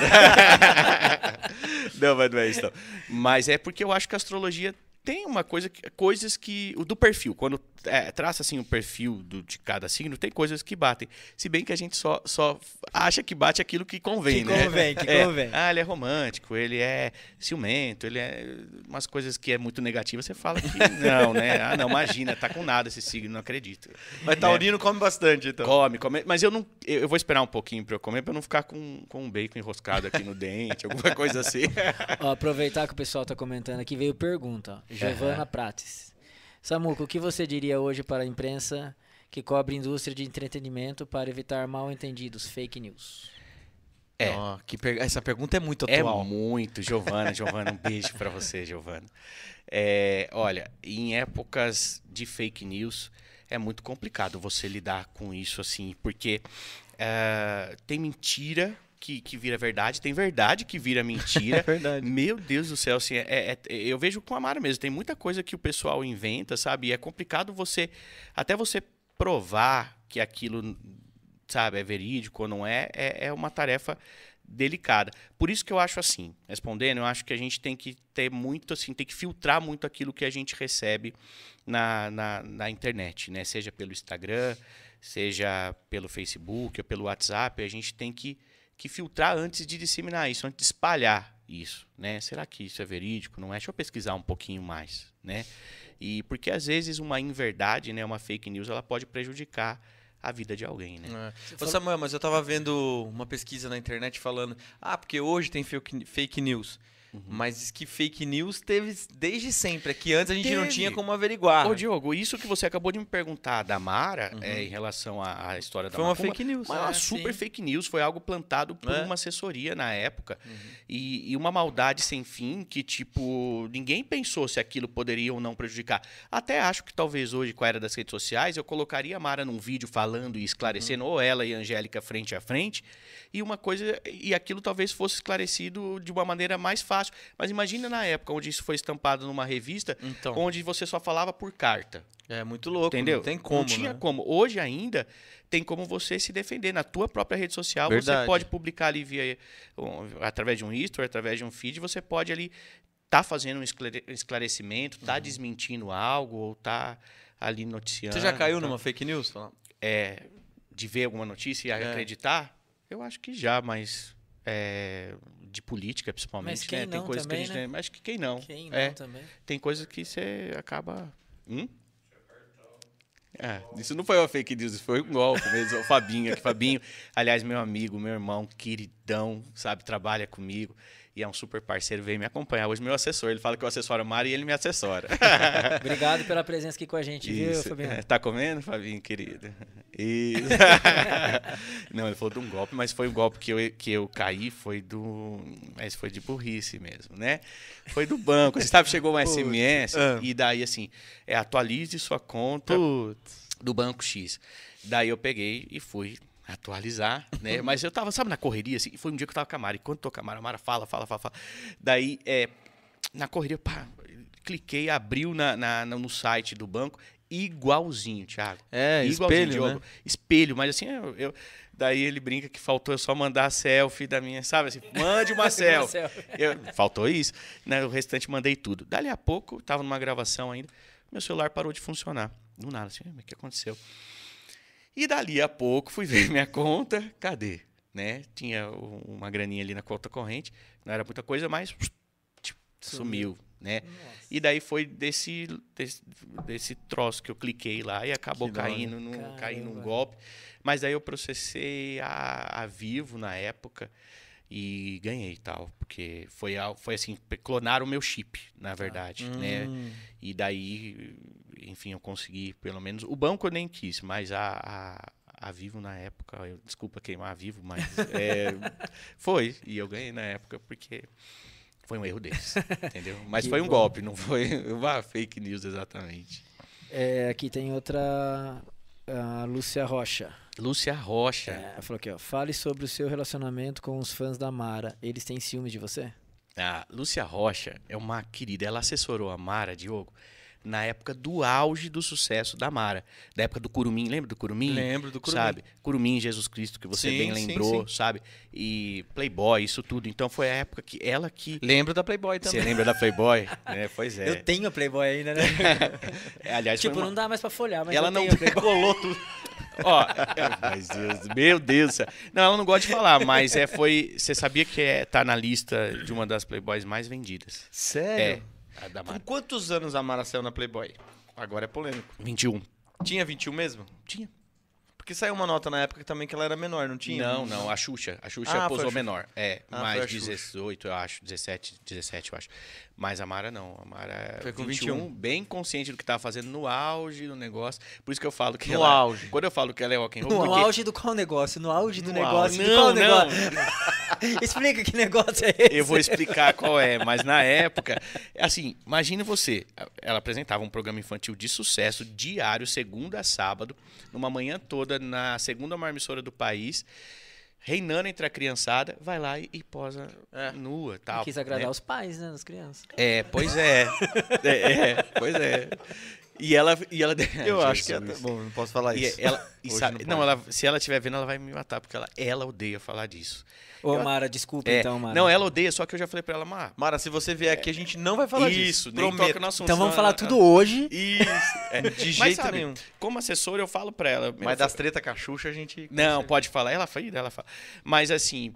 Não, mas não é isso não. Mas é porque eu acho que a astrologia tem uma coisa, coisas que... Do perfil, quando traça assim o perfil de cada signo, tem coisas que batem. Se bem que a gente só acha que bate aquilo que convém, Que né? convém, que convém. Ah, ele é romântico, ele é ciumento, ele é... Umas coisas que é muito negativa, você fala que não, né? Ah, não, imagina, tá com nada esse signo, não acredito. Mas taurino come bastante, então. Come, mas eu não... Eu vou esperar um pouquinho pra eu comer, pra eu não ficar com um bacon enroscado aqui no dente, alguma coisa assim. Ó, aproveitar que o pessoal tá comentando aqui, veio pergunta, ó. Giovana Prates. Samuco, o que você diria hoje para a imprensa que cobre indústria de entretenimento para evitar mal entendidos, fake news? Ó, essa pergunta é muito É atual. muito, Giovana, um beijo pra você, Giovana. Olha, em épocas de fake news, é muito complicado você lidar com isso, assim, porque tem mentira que vira verdade, tem verdade que vira mentira. É verdade. Meu Deus do céu, assim, eu vejo com a Mara mesmo, tem muita coisa que o pessoal inventa, sabe? E é complicado até você provar que aquilo, sabe, é verídico ou não é uma tarefa delicada. Por isso que eu acho assim, respondendo, eu acho que a gente tem que ter muito, assim, tem que filtrar muito aquilo que a gente recebe na internet, né? Seja pelo Instagram, seja pelo Facebook ou pelo WhatsApp, a gente tem que filtrar antes de disseminar isso, antes de espalhar isso, né? Será que isso é verídico? Não é? Deixa eu pesquisar um pouquinho mais, né? E porque às vezes uma inverdade, né, uma fake news, ela pode prejudicar a vida de alguém, né? Ô, Samuel, mas eu tava vendo uma pesquisa na internet falando, porque hoje tem fake news. Mas diz que fake news teve desde sempre, que antes a gente não Teve. tinha como averiguar. Ô, Diogo, isso que você acabou de me perguntar da Mara, em relação à história da Foi uma macumba, fake news. Mas uma super sim. fake news, foi algo plantado por uma assessoria na época. E uma maldade sem fim que, tipo, ninguém pensou se aquilo poderia ou não prejudicar. Até acho que talvez hoje, com a era das redes sociais, eu colocaria a Mara num vídeo falando e esclarecendo, ou ela e a Angélica frente a frente, e aquilo talvez fosse esclarecido de uma maneira mais fácil. Mas imagina na época onde isso foi estampado numa revista, Então. onde você só falava por carta. É muito louco, Entendeu? não tem como, Não tinha né? como. Hoje ainda tem como você se defender. Na tua própria rede social, Verdade. você pode publicar ali através de um history, através de um feed, você pode ali tá fazendo um esclarecimento, tá desmentindo algo, ou tá ali noticiando. Você já caiu tá? numa fake news? Fala. De ver alguma notícia e acreditar? Eu acho que já, mas de política, principalmente. Mas quem né? Tem não coisas também, que a gente né? acho que quem não. Quem não também? Tem coisas que você acaba. Isso não foi uma fake news, isso foi um golpe mesmo. O Fabinho aqui, Fabinho, aliás, meu amigo, meu irmão, queridão, sabe, trabalha comigo e é um super parceiro, veio me acompanhar. Hoje meu assessor, ele fala que eu assessoro a Mari e ele me assessora. Obrigado pela presença aqui com a gente, viu, Isso. Fabiano? Tá comendo, Fabinho, querido? Isso. Não, ele falou de um golpe, mas foi um golpe que eu caí, mas foi de burrice mesmo, né? Foi do banco. Você sabe, chegou um SMS e daí assim, atualize sua conta do banco X. Daí eu peguei e fui atualizar, né? Mas eu tava, sabe, na correria, assim, foi um dia que eu tava com a Mara, e quando tô com a Mara fala. Daí, na correria, cliquei, abriu no site do banco, igualzinho, Thiago. Espelho, Diogo. né? Espelho, mas assim, daí ele brinca que faltou eu só mandar a selfie da minha, sabe, assim, mande uma selfie. Faltou isso, né? O restante mandei tudo. Dali a pouco, tava numa gravação ainda, meu celular parou de funcionar. Do nada, assim, o que aconteceu? E dali a pouco fui ver minha conta, cadê? Né? Tinha uma graninha ali na conta corrente, não era muita coisa, mas sumiu. né? E daí foi desse troço que eu cliquei lá e acabou Que da hora. caindo num Caramba. golpe. Mas daí eu processei a Vivo na época e ganhei e tal. Porque foi assim, clonaram o meu chip, na verdade, né? E daí, enfim, eu consegui pelo menos... O banco eu nem quis, mas a Vivo na época... Desculpa queimar a Vivo, mas foi. E eu ganhei na época porque... Foi um erro deles, entendeu? Mas Que foi um bom. golpe, não foi uma fake news exatamente. Aqui tem outra, a Lúcia Rocha. Lúcia Rocha. Ela falou aqui, ó. Fale sobre o seu relacionamento com os fãs da Mara. Eles têm ciúmes de você? A Lúcia Rocha é uma querida. Ela assessorou a Mara, Diogo, na época do auge do sucesso da Mara. Da época do Curumim, lembra do Curumim? Lembro do Curumim. Sabe? Curumim, Jesus Cristo, que você Sim, bem sim, lembrou, sim. sabe? E Playboy, isso tudo. Então foi a época que ela que... Lembro da Playboy Você também. lembra da Playboy? Pois é. Eu tenho a Playboy ainda, né? Aliás, foi Tipo, não dá mais pra folhar, mas ela eu não tenho a Playboy. colou tudo. Ó, meu Deus do céu. Não, ela não gosta de falar, mas você sabia que tá na lista de uma das Playboys mais vendidas? Sério? A da Com Mara. quantos anos a Mara saiu na Playboy? Agora é polêmico. 21. Tinha 21 mesmo? Tinha. Porque saiu uma nota na época também que ela era menor, não tinha? Não, a Xuxa. A Xuxa Ah, foi a posou Xuxa. menor. Ah, foi a mais Xuxa. 18, eu acho. 17, eu acho. Mas a Mara não. A Mara Foi com 21, bem consciente do que tava fazendo no auge do negócio. Por isso que eu falo que No ela... auge. Quando eu falo que ela é rock'n'roll, No porque... auge do qual negócio? No auge do No negócio? auge. De qual Não, não. negócio? Explica que negócio é esse. Eu vou explicar qual é, mas na época, assim, imagine você, ela apresentava um programa infantil de sucesso diário, segunda a sábado, numa manhã toda, na segunda maior emissora do país, reinando entre a criançada, vai lá e posa nua, tal. Quis agradar né? os pais, né, das crianças. Pois é. Pois é. E ela Eu acho que é Jesus. até... Bom, não posso falar E isso. ela, e Hoje sabe, não não, pode. se ela estiver vendo, ela vai me matar, porque ela odeia falar disso. Ô, Mara, desculpa então, Mara. Não, ela odeia, só que eu já falei pra ela, Mar, Mara, se você vier aqui, a gente não vai falar disso. isso, nem toca no assunto. Então vamos senão falar ela- tudo hoje. Isso. De Mas, jeito sabe, nenhum. como assessor, eu falo pra ela. Mas das treta com a Xuxa, a gente... Não, pode falar. Ela fala. Mas assim,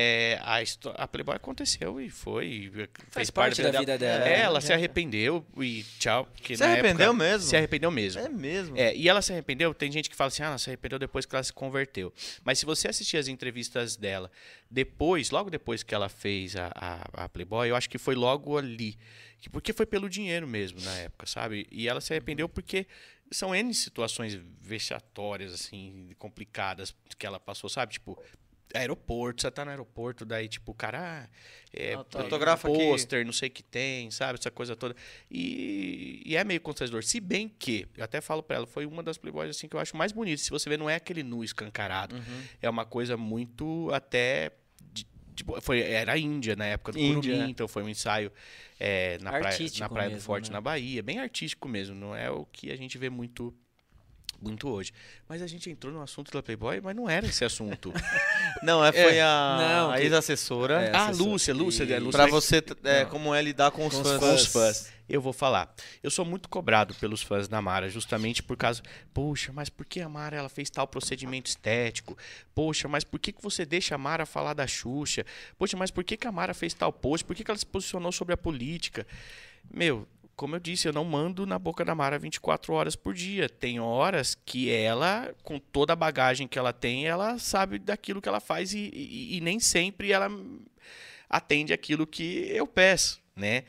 a Playboy aconteceu e foi. E Faz fez parte da vida dela. Ela se arrependeu e tchau. Porque Se na arrependeu época- mesmo? Se arrependeu mesmo. É mesmo? E ela se arrependeu, tem gente que fala assim, ela se arrependeu depois que ela se converteu. Mas se você assistir as entrevistas dela, logo depois que ela fez a Playboy, eu acho que foi logo ali. Porque foi pelo dinheiro mesmo na época, sabe? E ela se arrependeu porque são N situações vexatórias, assim, complicadas que ela passou, sabe? Tipo, aeroporto, você tá no aeroporto, daí tipo, o cara, Fotografa aqui. pôster, não sei o que tem, sabe? Essa coisa toda. E é meio constrangedor. Se bem que, eu até falo pra ela, foi uma das Playboys assim que eu acho mais bonita. Se você ver, não é aquele nu escancarado. É uma coisa muito até... Tipo, era Índia na época do Índia, Curumim, então foi um ensaio na Artístico praia do mesmo, Forte, né? na Bahia. Bem artístico mesmo, não é o que a gente vê muito hoje. Mas a gente entrou no assunto da Playboy, mas não era esse assunto. Não, foi Não, a que- ex-assessora. É. Lúcia. Pra você, como é lidar com os Com os fãs. Com os fãs. Eu vou falar. Eu sou muito cobrado pelos fãs da Mara, justamente por causa... Poxa, mas por que a Mara ela fez tal procedimento estético? Poxa, mas por que você deixa a Mara falar da Xuxa? Poxa, mas por que a Mara fez tal post? Por que ela se posicionou sobre a política? Meu, como eu disse, eu não mando na boca da Mara 24 horas por dia. Tem horas que ela, com toda a bagagem que ela tem, ela sabe daquilo que ela faz e nem sempre ela atende aquilo que eu peço, né?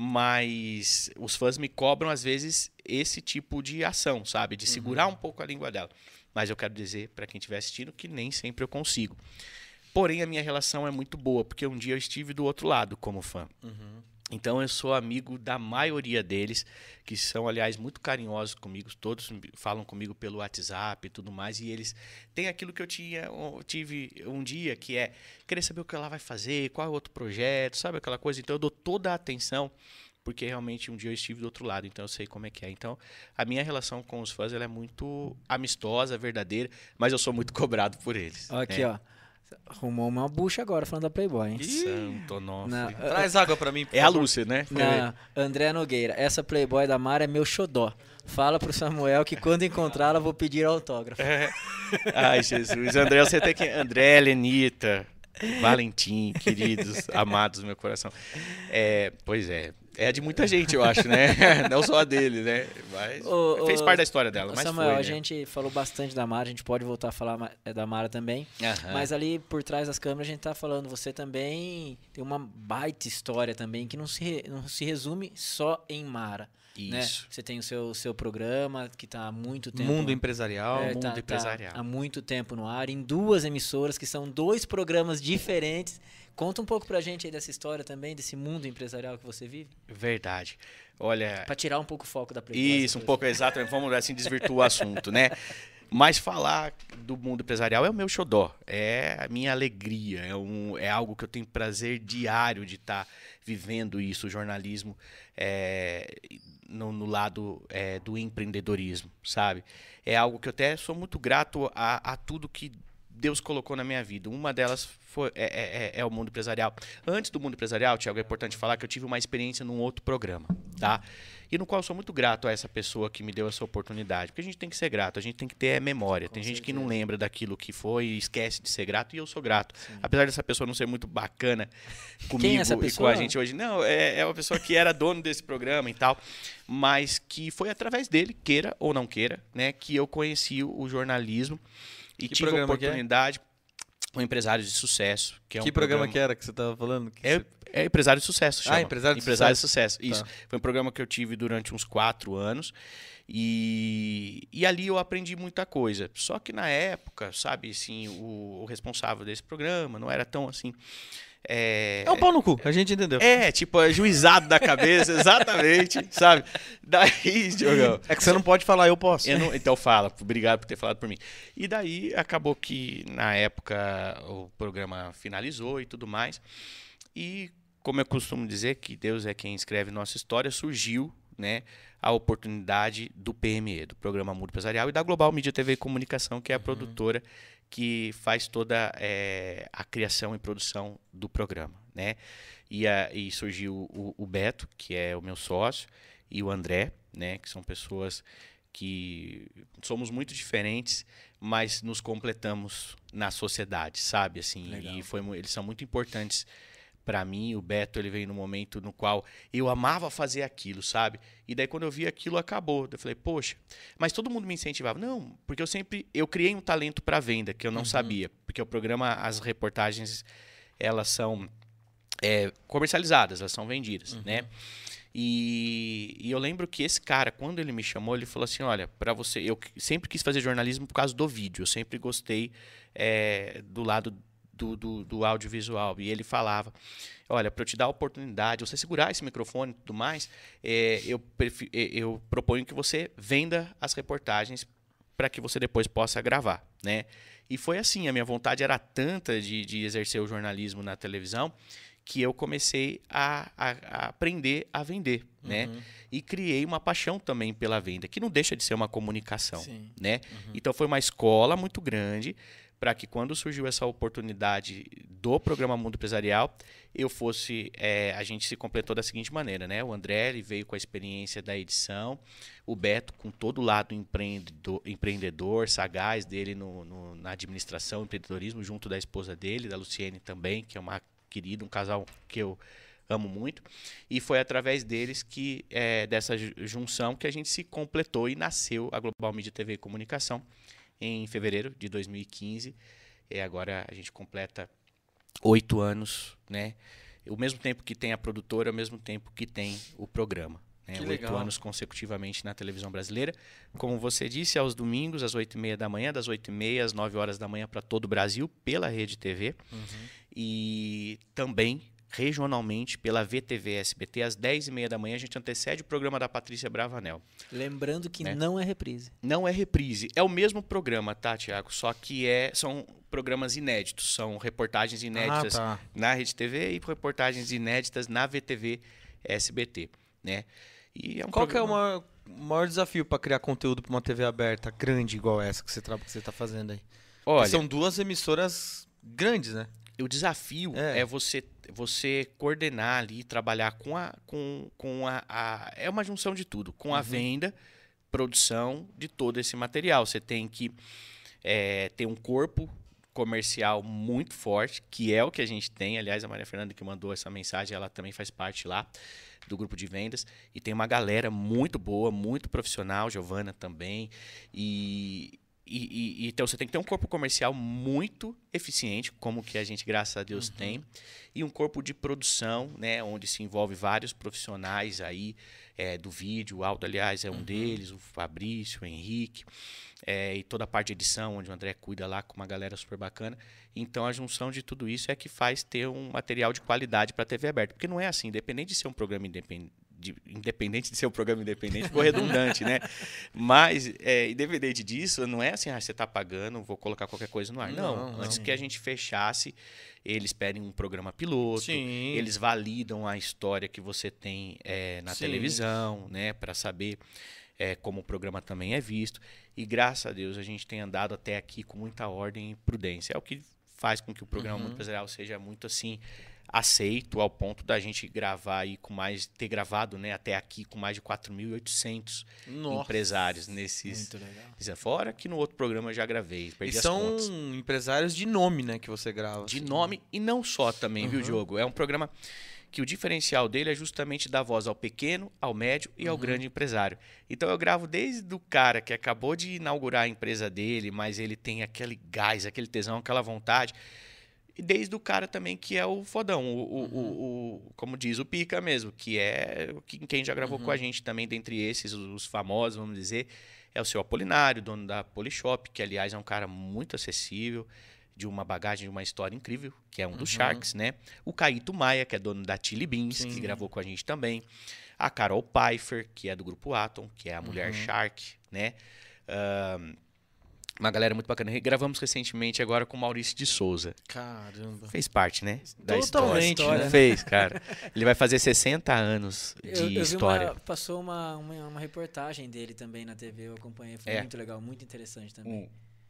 Mas os fãs me cobram, às vezes, esse tipo de ação, sabe? De segurar um pouco a língua dela. Mas eu quero dizer, para quem estiver assistindo, que nem sempre eu consigo. Porém, a minha relação é muito boa, porque um dia eu estive do outro lado como fã. Então, eu sou amigo da maioria deles, que são, aliás, muito carinhosos comigo. Todos falam comigo pelo WhatsApp e tudo mais. E eles têm aquilo que eu tive um dia, que é querer saber o que ela vai fazer, qual é o outro projeto, sabe aquela coisa? Então, eu dou toda a atenção, porque realmente um dia eu estive do outro lado, então eu sei como é que é. Então, a minha relação com os fãs ela é muito amistosa, verdadeira, mas eu sou muito cobrado por eles. Ó, aqui, ó. Arrumou uma bucha agora falando da Playboy, hein? Santo Onofre. Na- Traz água pra mim, por É a favor. Lúcia, né? Na André Nogueira, essa Playboy da Mara é meu xodó. Fala pro Samuel que quando encontrá-la vou pedir autógrafo. Ai, Jesus. André, você tem que... André, Lenita, Valentim, queridos, amados do meu coração. Pois é. É a de muita gente, eu acho, né? Não só a dele, né? Mas fez parte da história dela. Mas Samuel, foi, né? a gente falou bastante da Mara, a gente pode voltar a falar da Mara também. Aham. Mas ali por trás das câmeras a gente tá falando, você também tem uma baita história também, que não se resume só em Mara. Né? Isso. Você tem o seu programa, que tá há muito tempo... Mundo empresarial. É, Mundo empresarial. há muito tempo no ar, em 2 emissoras, que são 2 programas diferentes. Conta um pouco pra gente aí dessa história também, desse mundo empresarial que você vive. Verdade. Olha... Pra tirar um pouco o foco da preocupação. Isso, um pouco, exatamente. Vamos assim, desvirtuar o assunto, né? Mas falar do mundo empresarial é o meu xodó, é a minha alegria, é algo que eu tenho prazer diário de estar vivendo isso, o jornalismo no lado do empreendedorismo, sabe? É algo que eu até sou muito grato a tudo que Deus colocou na minha vida. Uma delas é o mundo empresarial. Antes do mundo empresarial, Thiago, é importante falar que eu tive uma experiência num outro programa, tá? E no qual eu sou muito grato a essa pessoa que me deu essa oportunidade. Porque a gente tem que ser grato, a gente tem que ter memória. Tem gente que não lembra daquilo que foi e esquece de ser grato, e eu sou grato. Sim. Apesar dessa pessoa não ser muito bacana comigo e com a gente hoje. Não, é uma pessoa que era dono desse programa e tal, mas que foi através dele, queira ou não queira, né, que eu conheci o jornalismo e tive a oportunidade... O Empresários de Sucesso. Que programa que era que você estava falando? É Empresário de Sucesso, chama. Empresário de Sucesso. Isso. Tá. Foi um programa que eu tive durante uns 4 anos. E ali eu aprendi muita coisa. Só que na época, sabe, assim, o responsável desse programa não era tão assim... É um pau no cu, a gente entendeu. Tipo, ajuizado da cabeça, exatamente, sabe? Daí, Diogão... É que você não pode falar, eu posso. Então fala, obrigado por ter falado por mim. E daí acabou que, na época, o programa finalizou e tudo mais. E, como eu costumo dizer, que Deus é quem escreve nossa história, surgiu, né, a oportunidade do PME, do Programa Mundo Empresarial, e da Global Mídia TV e Comunicação, que é a produtora que faz toda a criação e produção do programa, né? E surgiu o Beto, que é o meu sócio, e o André, né? Que são pessoas que somos muito diferentes, mas nos completamos na sociedade, sabe? Assim, legal. Eles são muito importantes para mim. O Beto, ele veio num momento no qual eu amava fazer aquilo, sabe? E daí quando eu vi aquilo, acabou. Eu falei, poxa, mas todo mundo me incentivava. Não, porque eu criei um talento para venda que eu não sabia, porque o programa, as reportagens, elas são comercializadas, elas são vendidas, né? E eu lembro que esse cara, quando ele me chamou, ele falou assim, olha, para você, eu sempre quis fazer jornalismo por causa do vídeo, eu sempre gostei do lado do audiovisual. E ele falava, olha, para eu te dar a oportunidade, você segurar esse microfone e tudo mais, eu proponho que você venda as reportagens para que você depois possa gravar, né? E foi assim, a minha vontade era tanta de exercer o jornalismo na televisão, que eu comecei a aprender a vender, né? E criei uma paixão também pela venda, que não deixa de ser uma comunicação, né? Então foi uma escola muito grande, para que quando surgiu essa oportunidade do programa Mundo Empresarial, a gente se completou da seguinte maneira, né? O André, ele veio com a experiência da edição, o Beto com todo o lado empreendedor, sagaz dele na administração, empreendedorismo, junto da esposa dele, da Luciene também, que é uma querida, um casal que eu amo muito. E foi através deles dessa junção que a gente se completou e nasceu a Global Mídia TV e Comunicação, em fevereiro de 2015, e agora a gente completa 8 anos, né? O mesmo tempo que tem a produtora, ao mesmo tempo que tem o programa. Né? 8 anos consecutivamente na televisão brasileira. Como você disse, aos domingos, às 8h30 da manhã, das 8h30 às 9 horas da manhã para todo o Brasil, pela Rede TV. E também regionalmente pela VTV SBT, às 10h30 da manhã, a gente antecede o programa da Patrícia Bravanel. Lembrando que não é reprise. Não é reprise. É o mesmo programa, tá, Thiago? Só que são programas inéditos. São reportagens inéditas na Rede TV e reportagens inéditas na VTV SBT, né? E Qual que é o maior desafio para criar conteúdo para uma TV aberta grande igual essa que você está fazendo aí? Olha, são 2 emissoras grandes, né? O desafio é você coordenar ali, trabalhar é uma junção de tudo, com a venda, produção de todo esse material. Você tem que ter um corpo comercial muito forte, que é o que a gente tem. Aliás, a Maria Fernanda que mandou essa mensagem, ela também faz parte lá do grupo de vendas. E tem uma galera muito boa, muito profissional, Giovana também. Então você tem que ter um corpo comercial muito eficiente, como que a gente, graças a Deus, tem. E um corpo de produção, né, onde se envolve vários profissionais aí do vídeo. O Aldo, aliás, é um deles, o Fabrício, o Henrique. E toda a parte de edição, onde o André cuida lá com uma galera super bacana. Então, a junção de tudo isso é que faz ter um material de qualidade para a TV aberta. Porque não é assim, independente de ser um programa independente de ser um programa independente, ficou redundante, né? Mas, independente disso, não é assim, você está pagando, vou colocar qualquer coisa no ar. Não. Antes que a gente fechasse, eles pedem um programa piloto, Sim. eles validam a história que você tem na televisão, né? Para saber como o programa também é visto. E, graças a Deus, a gente tem andado até aqui com muita ordem e prudência. É o que faz com que o programa Mundo Empresarial seja muito assim aceito, ao ponto da gente gravar aí ter gravado, né, até aqui com mais de 4.800 empresários nesses. Muito legal. Fora que no outro programa eu já gravei, perdi E as são contas. empresários de nome, né, que você grava. De assim. nome e não só também, viu, Diogo? É um programa que o diferencial dele é justamente dar voz ao pequeno, ao médio e ao grande empresário. Então eu gravo desde o cara que acabou de inaugurar a empresa dele, mas ele tem aquele gás, aquele tesão, aquela vontade. E desde o cara também que é o fodão, como diz o pica mesmo, que é quem já gravou com a gente também, dentre esses, os famosos, vamos dizer, é o seu Apolinário, dono da Polishop, que aliás é um cara muito acessível, de uma bagagem, de uma história incrível, que é um dos Sharks, né? O Caíto Maia, que é dono da Chili Beans, que gravou com a gente também. A Carol Pfeiffer, que é do Grupo Atom, que é a mulher Shark, né? Uma galera muito bacana. Gravamos recentemente agora com o Maurício de Souza. Caramba. Fez parte, né? Da Totalmente, história. né? Fez, cara. Ele vai fazer 60 anos de eu história. Passou uma reportagem dele também na TV, eu acompanhei, foi muito legal, muito interessante também.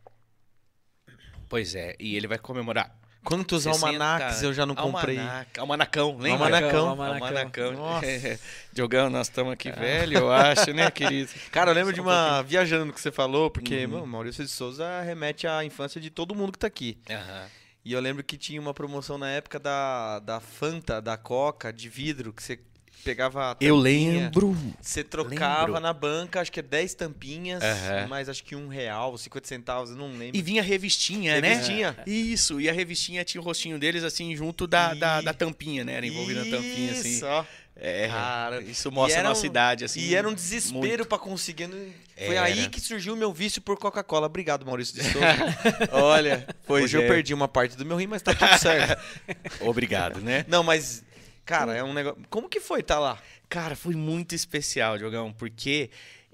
Pois é, e ele vai comemorar. Quantos 60 almanacs eu já não comprei? Almanacão, lembra? Almanacão. Nossa. Diogão, nós estamos aqui velho, eu acho, né, querido? Cara, eu lembro de uma... Viajando no que você falou, porque, Maurício de Souza remete à infância de todo mundo que tá aqui. E eu lembro que tinha uma promoção na época da Fanta, da Coca, de vidro, que você pegava a tampinha, Eu lembro. Você trocava Lembro. na banca, acho que é 10 tampinhas, mais acho que R$1, 50 centavos, eu não lembro. E vinha revistinha, né? Revistinha. Isso, e a revistinha tinha o rostinho deles assim, junto da tampinha, né? Era envolvido na tampinha, assim. Isso, ó. Cara, isso mostra a nossa idade, assim. E era um desespero pra conseguir. Foi aí que surgiu o meu vício por Coca-Cola. Obrigado, Maurício de Souza. Olha, Hoje eu perdi uma parte do meu rim, mas tá tudo certo. Obrigado, né? Não, mas, cara, é um negócio... Como que foi tá lá? Cara, foi muito especial, Diogão, porque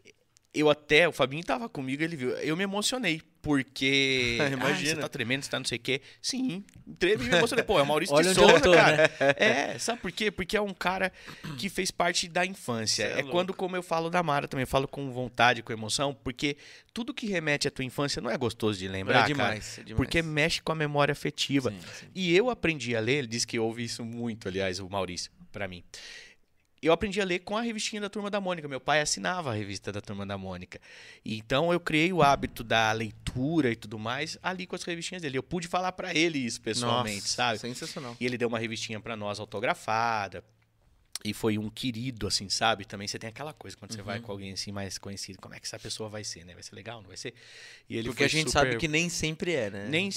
o Fabinho tava comigo, ele viu, eu me emocionei, porque... Imagina. Você tá tremendo, você tá não sei o quê. Sim, treme e me emocionei. Pô, é o Maurício Olha de onde eu Souza, tô, cara. né? Sabe por quê? Porque é um cara que fez parte da infância. É quando, como eu falo da Mara também, eu falo com vontade, com emoção, porque tudo que remete à tua infância não é gostoso de lembrar, É demais, cara, é demais. porque mexe com a memória afetiva. Sim. E eu aprendi a ler, ele disse que ouve isso muito, aliás, o Maurício, pra mim. Eu aprendi a ler com a revistinha da Turma da Mônica. Meu pai assinava a revista da Turma da Mônica. Então eu criei o hábito da leitura e tudo mais ali com as revistinhas dele. Eu pude falar pra ele isso pessoalmente, Nossa, sabe? sensacional. E ele deu uma revistinha pra nós autografada. E foi um querido, assim, sabe? Também você tem aquela coisa, quando você vai com alguém assim mais conhecido, como é que essa pessoa vai ser, né? Vai ser legal, não vai ser? E ele Porque foi a gente super... sabe que nem sempre é, né? Nem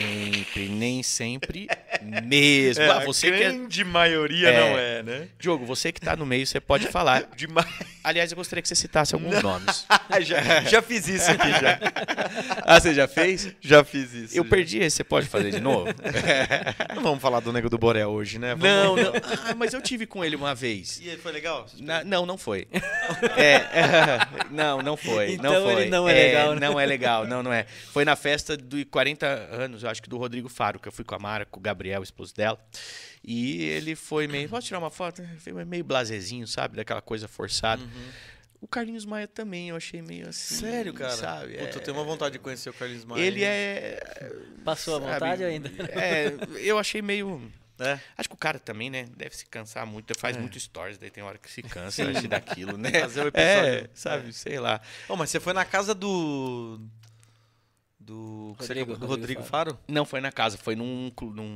sempre mesmo. Você que é... grande maioria não é, né? Diogo, você que tá no meio, você pode falar. Demais. Aliás, eu gostaria que você citasse alguns nomes. já fiz isso aqui, já. Ah, você já fez? Já fiz isso. Eu já. perdi esse, você pode fazer de novo? Não vamos falar do Nego do Borel hoje, né? Não. Ah, mas eu tive com ele uma vez. E aí, foi legal? Não foi. Não foi. Então não foi. ele não é legal, né? Não é legal, não é. Foi na festa de 40 anos, eu acho que do Rodrigo Faro, que eu fui com a Mara, com o Gabriel, o esposo dela. E ele foi meio... Posso tirar uma foto? Foi meio blazezinho, sabe? Daquela coisa forçada. O Carlinhos Maia também, eu achei meio assim. Sério, cara? Sabe? Puta, eu tenho uma vontade de conhecer o Carlinhos Maia. Ele é... Passou a sabe, vontade ou ainda? Eu achei meio... É. Acho que o cara também, né? Deve se cansar muito. Faz muito stories, daí tem hora que se cansa acho, daquilo, né? Fazer o episódio. Sabe? Sei lá. Oh, mas você foi na casa do Do Rodrigo Rodrigo Faro? Não, foi na casa, foi num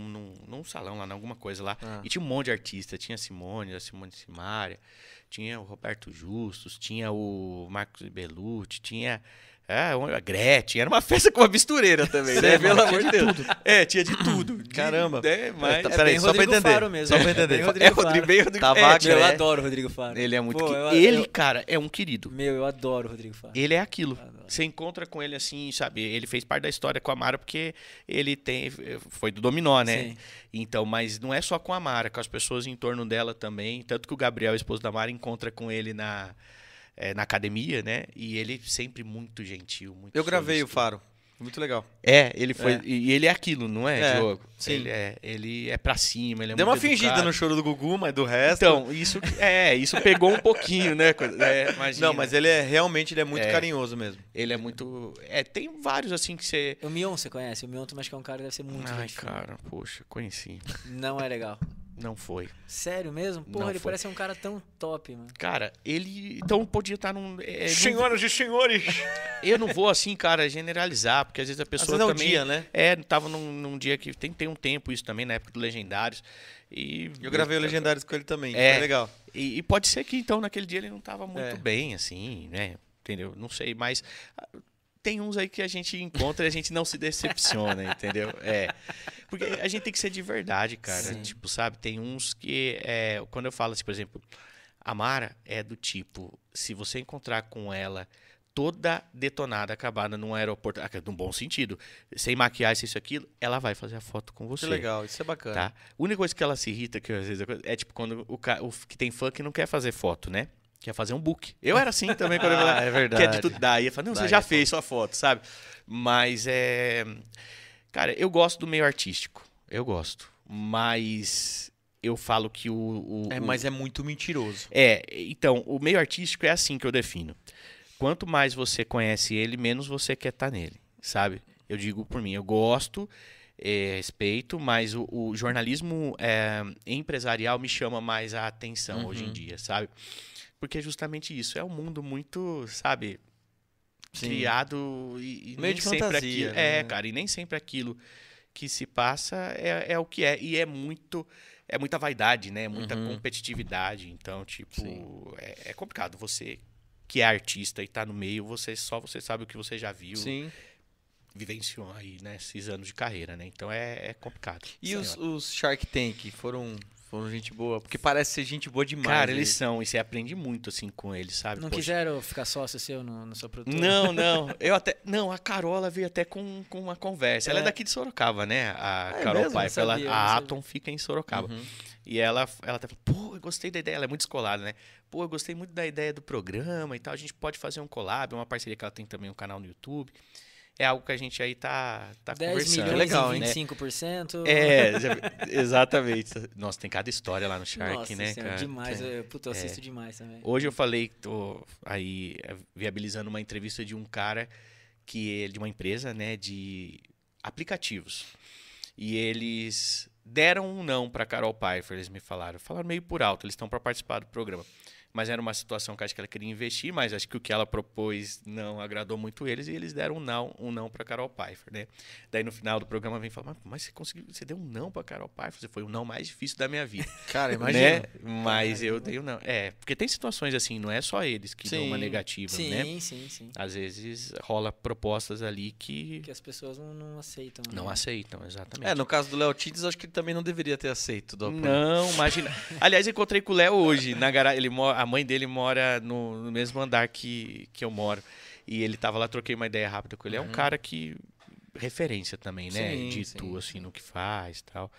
salão lá, alguma coisa lá. Ah. E tinha um monte de artista. Tinha a Simone Simaria, tinha o Roberto Justus, tinha o Marcos Bellucci, tinha a Gretchen. Era uma festa com uma mistureira também, né? Pelo amor de Deus. Tinha de tudo. Caramba. Mas... Peraí, bem só pra Rodrigo entender. Faro mesmo. Só pra entender. Bem Rodrigo bem Faro. Rodrigo Tava Eu É. adoro o Rodrigo Faro. Ele é muito Pô, ele, cara, é um querido. Eu adoro o Rodrigo Faro. Ele é aquilo. Adoro. Você encontra com ele assim, sabe? Ele fez parte da história com a Mara porque ele foi do Dominó, né? Sim. Então, mas não é só com a Mara, com as pessoas em torno dela também. Tanto que o Gabriel, esposo da Mara, encontra com ele na academia, né? E ele sempre muito gentil, muito Eu gravei o solícito. Faro. Muito legal. Ele foi. É. E ele é aquilo, não é, É, Diogo? sim. Ele é pra cima, ele é Deu muito uma fingida educado. no choro do Gugu, mas do resto... Então, isso pegou um pouquinho, né? Imagina. Não, mas ele é muito carinhoso mesmo. Ele é muito. Tem vários assim que você. O Mion, você conhece? O Mion, mas que é um cara que deve ser muito Ai, gente fina. cara, poxa, conheci. Não é legal. Não foi. Sério mesmo? Porra, Não ele foi. parece um cara tão top, mano. Cara, ele. Então podia estar num. Senhoras e senhores! Eu não vou assim, cara, generalizar, porque às vezes a Às pessoa vezes é o também. dia, né? Tava num dia que tem um tempo isso também, na época do Legendários. E Eu gravei o Legendários com ele também. É. Foi legal. E pode ser que então naquele dia ele não tava muito É. bem, assim, né? Entendeu? Não sei, mas tem uns aí que a gente encontra e a gente não se decepciona, entendeu? Porque a gente tem que ser de verdade, cara. Sim. Tipo, sabe? Tem uns que, quando eu falo assim, por exemplo, a Mara é do tipo, se você encontrar com ela toda detonada, acabada num aeroporto, num bom sentido, sem maquiagem, sem isso, aquilo, ela vai fazer a foto com você. Que legal, isso é bacana. Tá? A única coisa que ela se irrita, que às vezes é tipo quando o que tem fã que não quer fazer foto, né? Quer fazer um book. Eu era assim também quando eu falava, é verdade. quer de tudo. Daí eu falo, não, você Daí já é fez sua foto, sabe? Mas cara, eu gosto do meio artístico. Eu gosto. Mas eu falo que Mas é muito mentiroso. Então, o meio artístico é assim que eu defino. Quanto mais você conhece ele, menos você quer estar nele, sabe? Eu digo por mim, eu gosto, respeito, mas o jornalismo empresarial me chama mais a atenção hoje em dia, sabe? Porque é justamente isso, é um mundo muito, sabe, Sim. criado e Meio nem de sempre fantasia, aquilo. né? Cara, e nem sempre aquilo que se passa é o que é. E é muita vaidade, né? Muita competitividade. Então, tipo, Sim. é complicado. Você que é artista e tá no meio, você sabe o que você já viu, Sim. vivenciou aí, né? Esses anos de carreira, né? Então é complicado. E os Shark Tank foram gente boa? Porque parece ser gente boa demais. Cara, eles são, e você aprende muito assim com eles, sabe? Não Poxa. quiseram ficar sócio seu na sua produtora? Não. Não, a Carola veio até com uma conversa. Ela é daqui de Sorocaba, né? A É Carol mesmo? Pfeiffer, Não sabia, não a sabia. Atom fica em Sorocaba. Uhum. E ela até falou, pô, eu gostei da ideia. Ela é muito descolada, né? Pô, eu gostei muito da ideia do programa e tal. A gente pode fazer um collab, uma parceria que ela tem também um canal no YouTube. É algo que a gente aí tá 10 conversando. milhões Legal, e hein? 25%. Exatamente. Nossa, tem cada história lá no Shark, Nossa né, senhora, cara? demais. Eu assisto demais também. Hoje eu falei, tô aí viabilizando uma entrevista de um cara de uma empresa, né, de aplicativos. E eles deram um não para Carol Pfeiffer, eles me falaram meio por alto, eles estão para participar do programa. Mas era uma situação que acho que ela queria investir, mas acho que o que ela propôs não agradou muito eles e eles deram um não para Carol Pfeiffer, né? Daí no final do programa vem falar, mas você deu um não para Carol Pfeiffer, você foi o não mais difícil da minha vida. Cara, imagina. Né? Mas eu dei um não. Porque tem situações assim, não é só eles que dão uma Sim. negativa, Sim, né? sim. Às vezes rola propostas ali que Que as pessoas não aceitam. né? não aceitam, exatamente. No caso do Léo Tides, acho que ele também não deveria ter aceito. Não, imagina. Aliás, eu encontrei com o Léo hoje na garagem. A mãe dele mora no mesmo andar que eu moro. E ele tava lá, troquei uma ideia rápida com ele. É um cara que referência também, né? Sim, De sim, tu, assim, no que faz e tal.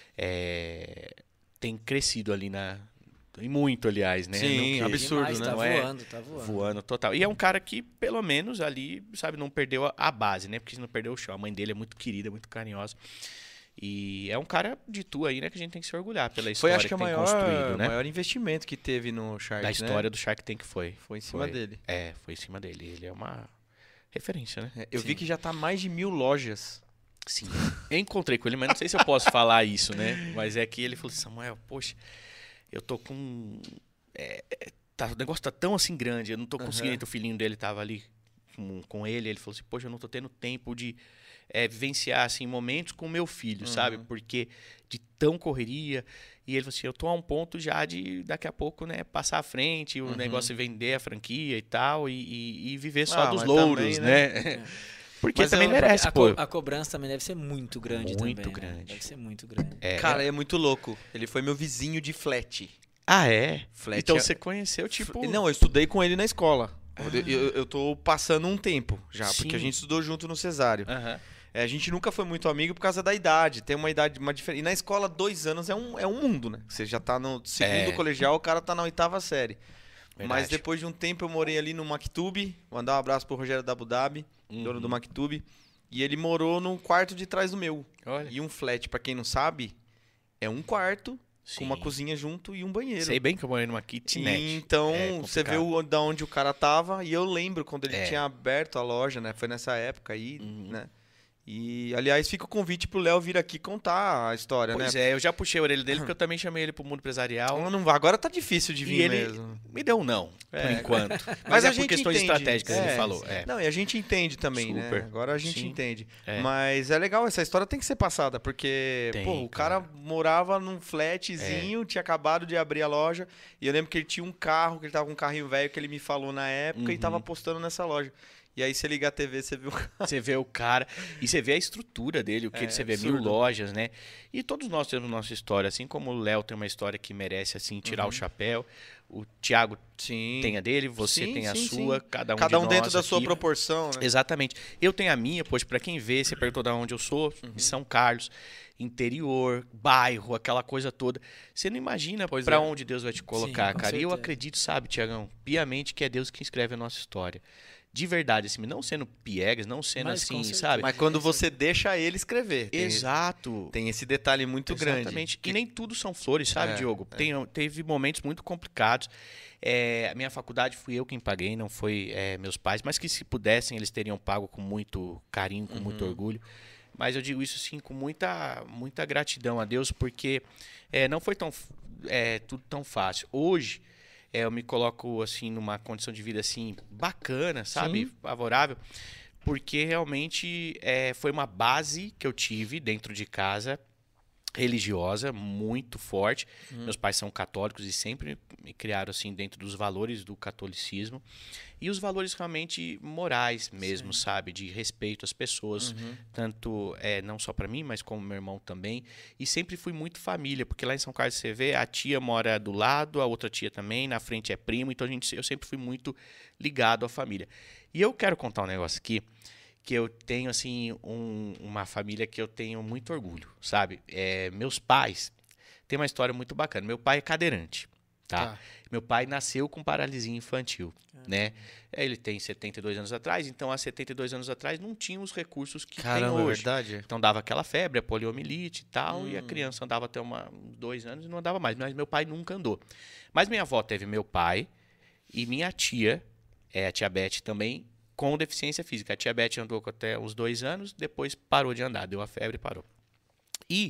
Tem crescido ali e muito, aliás, né? Sim, No que- absurdo, Demais, né? Tá Não é? voando, tá voando. Voando total. E é um cara que, pelo menos ali, sabe, não perdeu a base, né? Porque não perdeu o chão. A mãe dele é muito querida, muito carinhosa. E é um cara de tu aí, né, que a gente tem que se orgulhar pela Foi, história acho que, que o tem maior, construído, né? maior investimento que teve no Shark, Da história né? do Shark Tank foi. Foi em cima dele. Foi em cima dele. Ele é uma referência, né? Eu vi que já tá mais de 1000 lojas. Sim. Eu encontrei com ele, mas não sei se eu posso falar isso, né? Mas é que ele falou assim, Samuel, poxa, eu tô com... o negócio tá tão assim grande, eu não tô conseguindo. O filhinho dele tava ali com ele. Ele falou assim, poxa, eu não tô tendo tempo de vivenciar assim, momentos com meu filho, sabe? Porque de tão correria. E ele falou assim, eu tô a um ponto já de daqui a pouco, né, passar à frente, o negócio é vender a franquia e tal, e viver só dos mas louros, também, né? Porque Mas também merece, pô. A cobrança também deve ser muito grande Muito também. grande. Né? Deve ser muito grande. Cara, é muito louco. Ele foi meu vizinho de flat. Ah, é? Flat Então é- você conheceu, tipo... Não, eu estudei com ele na escola. Eu tô passando um tempo já, porque Sim. a gente estudou junto no Cesário. Aham. A gente nunca foi muito amigo por causa da idade. Tem uma idade, uma diferença. E na escola, 2 anos é um mundo, né? Você já tá no segundo colegial, o cara tá na 8ª série. Verdade. Mas depois de um tempo eu morei ali no Mactube. Mandar um abraço pro Rogério da Abu Dhabi, dono do Mactube. E ele morou no quarto de trás do meu. Olha. E um flat, pra quem não sabe, é um quarto Sim. com uma cozinha junto e um banheiro. Sei bem que eu morei numa kitnet. E então, É você vê complicado. da onde o cara tava. E eu lembro quando ele tinha aberto a loja, né? Foi nessa época aí, né? E, aliás, fica o convite pro Léo vir aqui contar a história, Pois né? eu já puxei a orelha dele, porque eu também chamei ele pro mundo empresarial. Não, agora tá difícil de E vir ele mesmo. me deu um não, por É. enquanto. Mas Mas a é por gente questões entende. estratégicas, ele falou. É. Não, e a gente entende também, né? Super. Agora a gente Sim. entende. É. Mas é legal, essa história tem que ser passada, porque, Tem, pô, o cara morava num flatzinho, tinha acabado de abrir a loja, e eu lembro que ele tinha um carro, que ele tava com um carrinho velho que ele me falou na época e tava postando nessa loja. E aí você liga a TV, você viu o cara. Você vê o cara e você vê a estrutura dele, você vê 1000 absurdo. lojas, né? E todos nós temos nossa história, assim como o Léo tem uma história que merece assim tirar o chapéu, o Thiago Sim. tem a dele, você Sim, tem a sim, sua, sim. cada um Cada de um dentro nós da sua aqui. proporção, né? Exatamente. Eu tenho a minha, pois para quem vê, você perguntou de onde eu sou, de São Carlos, interior, bairro, aquela coisa toda. Você não imagina Pois para é. onde Deus vai te colocar, com cara. E eu certeza. acredito, sabe, Tiagão, piamente que é Deus quem escreve a nossa história. De verdade, assim, não sendo piegas, não sendo Mas, com assim, certeza. sabe? Mas quando você deixa ele escrever. Exato. Tem esse detalhe muito grande. Exatamente. E nem tudo são flores, sabe, É, Diogo? Teve momentos muito complicados. A minha faculdade fui eu quem paguei, não foi meus pais, mas que se pudessem, eles teriam pago com muito carinho, com muito orgulho. Mas eu digo isso, sim, com muita, muita gratidão a Deus, porque não foi tudo tão fácil. Hoje, eu me coloco, assim, numa condição de vida, assim, bacana, sabe? Favorável. Porque realmente foi uma base que eu tive dentro de casa, religiosa, muito forte. Meus pais são católicos e sempre me criaram assim dentro dos valores do catolicismo e os valores realmente morais mesmo, sabe, de respeito às pessoas, tanto não só para mim, mas como meu irmão também. E sempre fui muito família, porque lá em São Carlos você vê, a tia mora do lado, a outra tia também, na frente é primo, então eu sempre fui muito ligado à família. E eu quero contar um negócio aqui, que eu tenho, assim, uma família que eu tenho muito orgulho, sabe? Meus pais têm uma história muito bacana. Meu pai é cadeirante, tá? Meu pai nasceu com paralisia infantil, né? Ele tem 72 anos atrás, então há 72 anos atrás não tinha os recursos que tem hoje. verdade? Então dava aquela febre, a poliomielite e tal, e a criança andava até uns 2 anos e não andava mais. Mas meu pai nunca andou. Mas minha avó teve meu pai e minha tia, a tia Beth também, com deficiência física. A tia Beth andou até os 2 anos, depois parou de andar, deu a febre e parou. E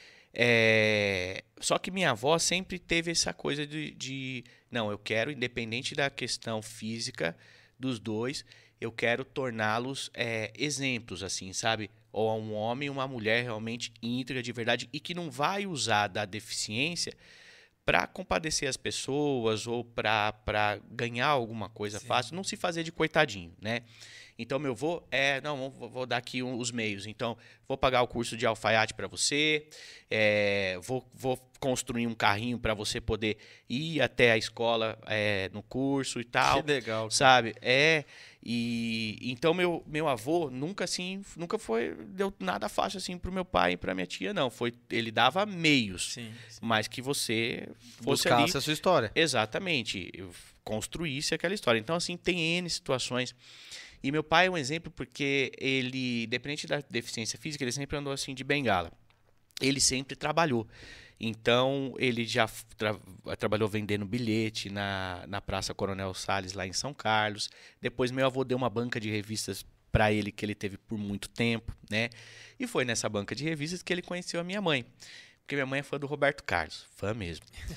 só que minha avó sempre teve essa coisa de não, eu quero, independente da questão física dos dois, eu quero torná-los exemplos, assim, sabe? Ou um homem e uma mulher realmente íntegra de verdade e que não vai usar da deficiência para compadecer as pessoas ou para ganhar alguma coisa fácil, não se fazer de coitadinho, né? Então, meu avô, não, vou dar aqui os meios. Então, vou pagar o curso de alfaiate para você, vou construir um carrinho para você poder ir até a escola no curso e tal. Que legal. Sabe? E então meu avô nunca deu nada fácil assim pro meu pai e pra minha tia, não. Ele dava meios, mas que você fosse ali, Buscasse a sua história. exatamente, construísse aquela história. Então, assim, tem N situações. E meu pai é um exemplo porque ele, independente da deficiência física, ele sempre andou assim de bengala. Ele sempre trabalhou. Então, ele já trabalhou vendendo bilhete na Praça Coronel Salles, lá em São Carlos. Depois, meu avô deu uma banca de revistas para ele, que ele teve por muito tempo, né? E foi nessa banca de revistas que ele conheceu a minha mãe. Porque minha mãe é fã do Roberto Carlos, fã mesmo.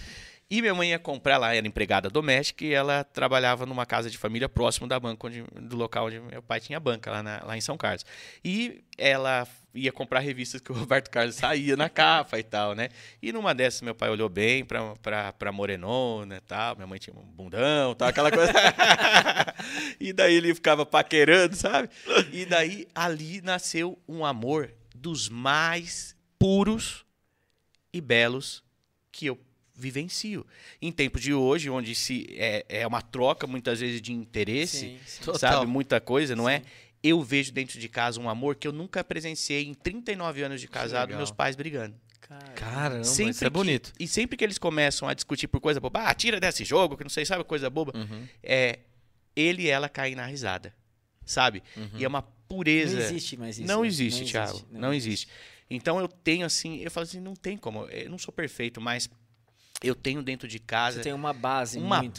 E minha mãe ia comprar, ela era empregada doméstica e ela trabalhava numa casa de família próximo da banca, do local onde meu pai tinha banca, lá em São Carlos. E ela ia comprar revistas que o Roberto Carlos saía na capa e tal, né? E numa dessas meu pai olhou bem pra morenona e tal, minha mãe tinha um bundão e tal, aquela coisa. E daí ele ficava paquerando, sabe? E daí ali nasceu um amor dos mais puros e belos que eu vivencio. Em tempos de hoje, onde é uma troca, muitas vezes, de interesse, Sim. sabe? Muita coisa, não é? Eu vejo dentro de casa um amor que eu nunca presenciei em 39 anos de casado, legal. meus pais brigando. Caramba, Sempre isso é bonito. E sempre que eles começam a discutir por coisa boba, tira desse jogo, que não sei, sabe, coisa boba, ele e ela caem na risada, sabe? E é uma pureza. Não existe mais isso. Não né? existe, Thiago. Não existe. Então eu tenho assim, eu falo assim, não tem como. Eu não sou perfeito, mas eu tenho dentro de casa Você tem uma base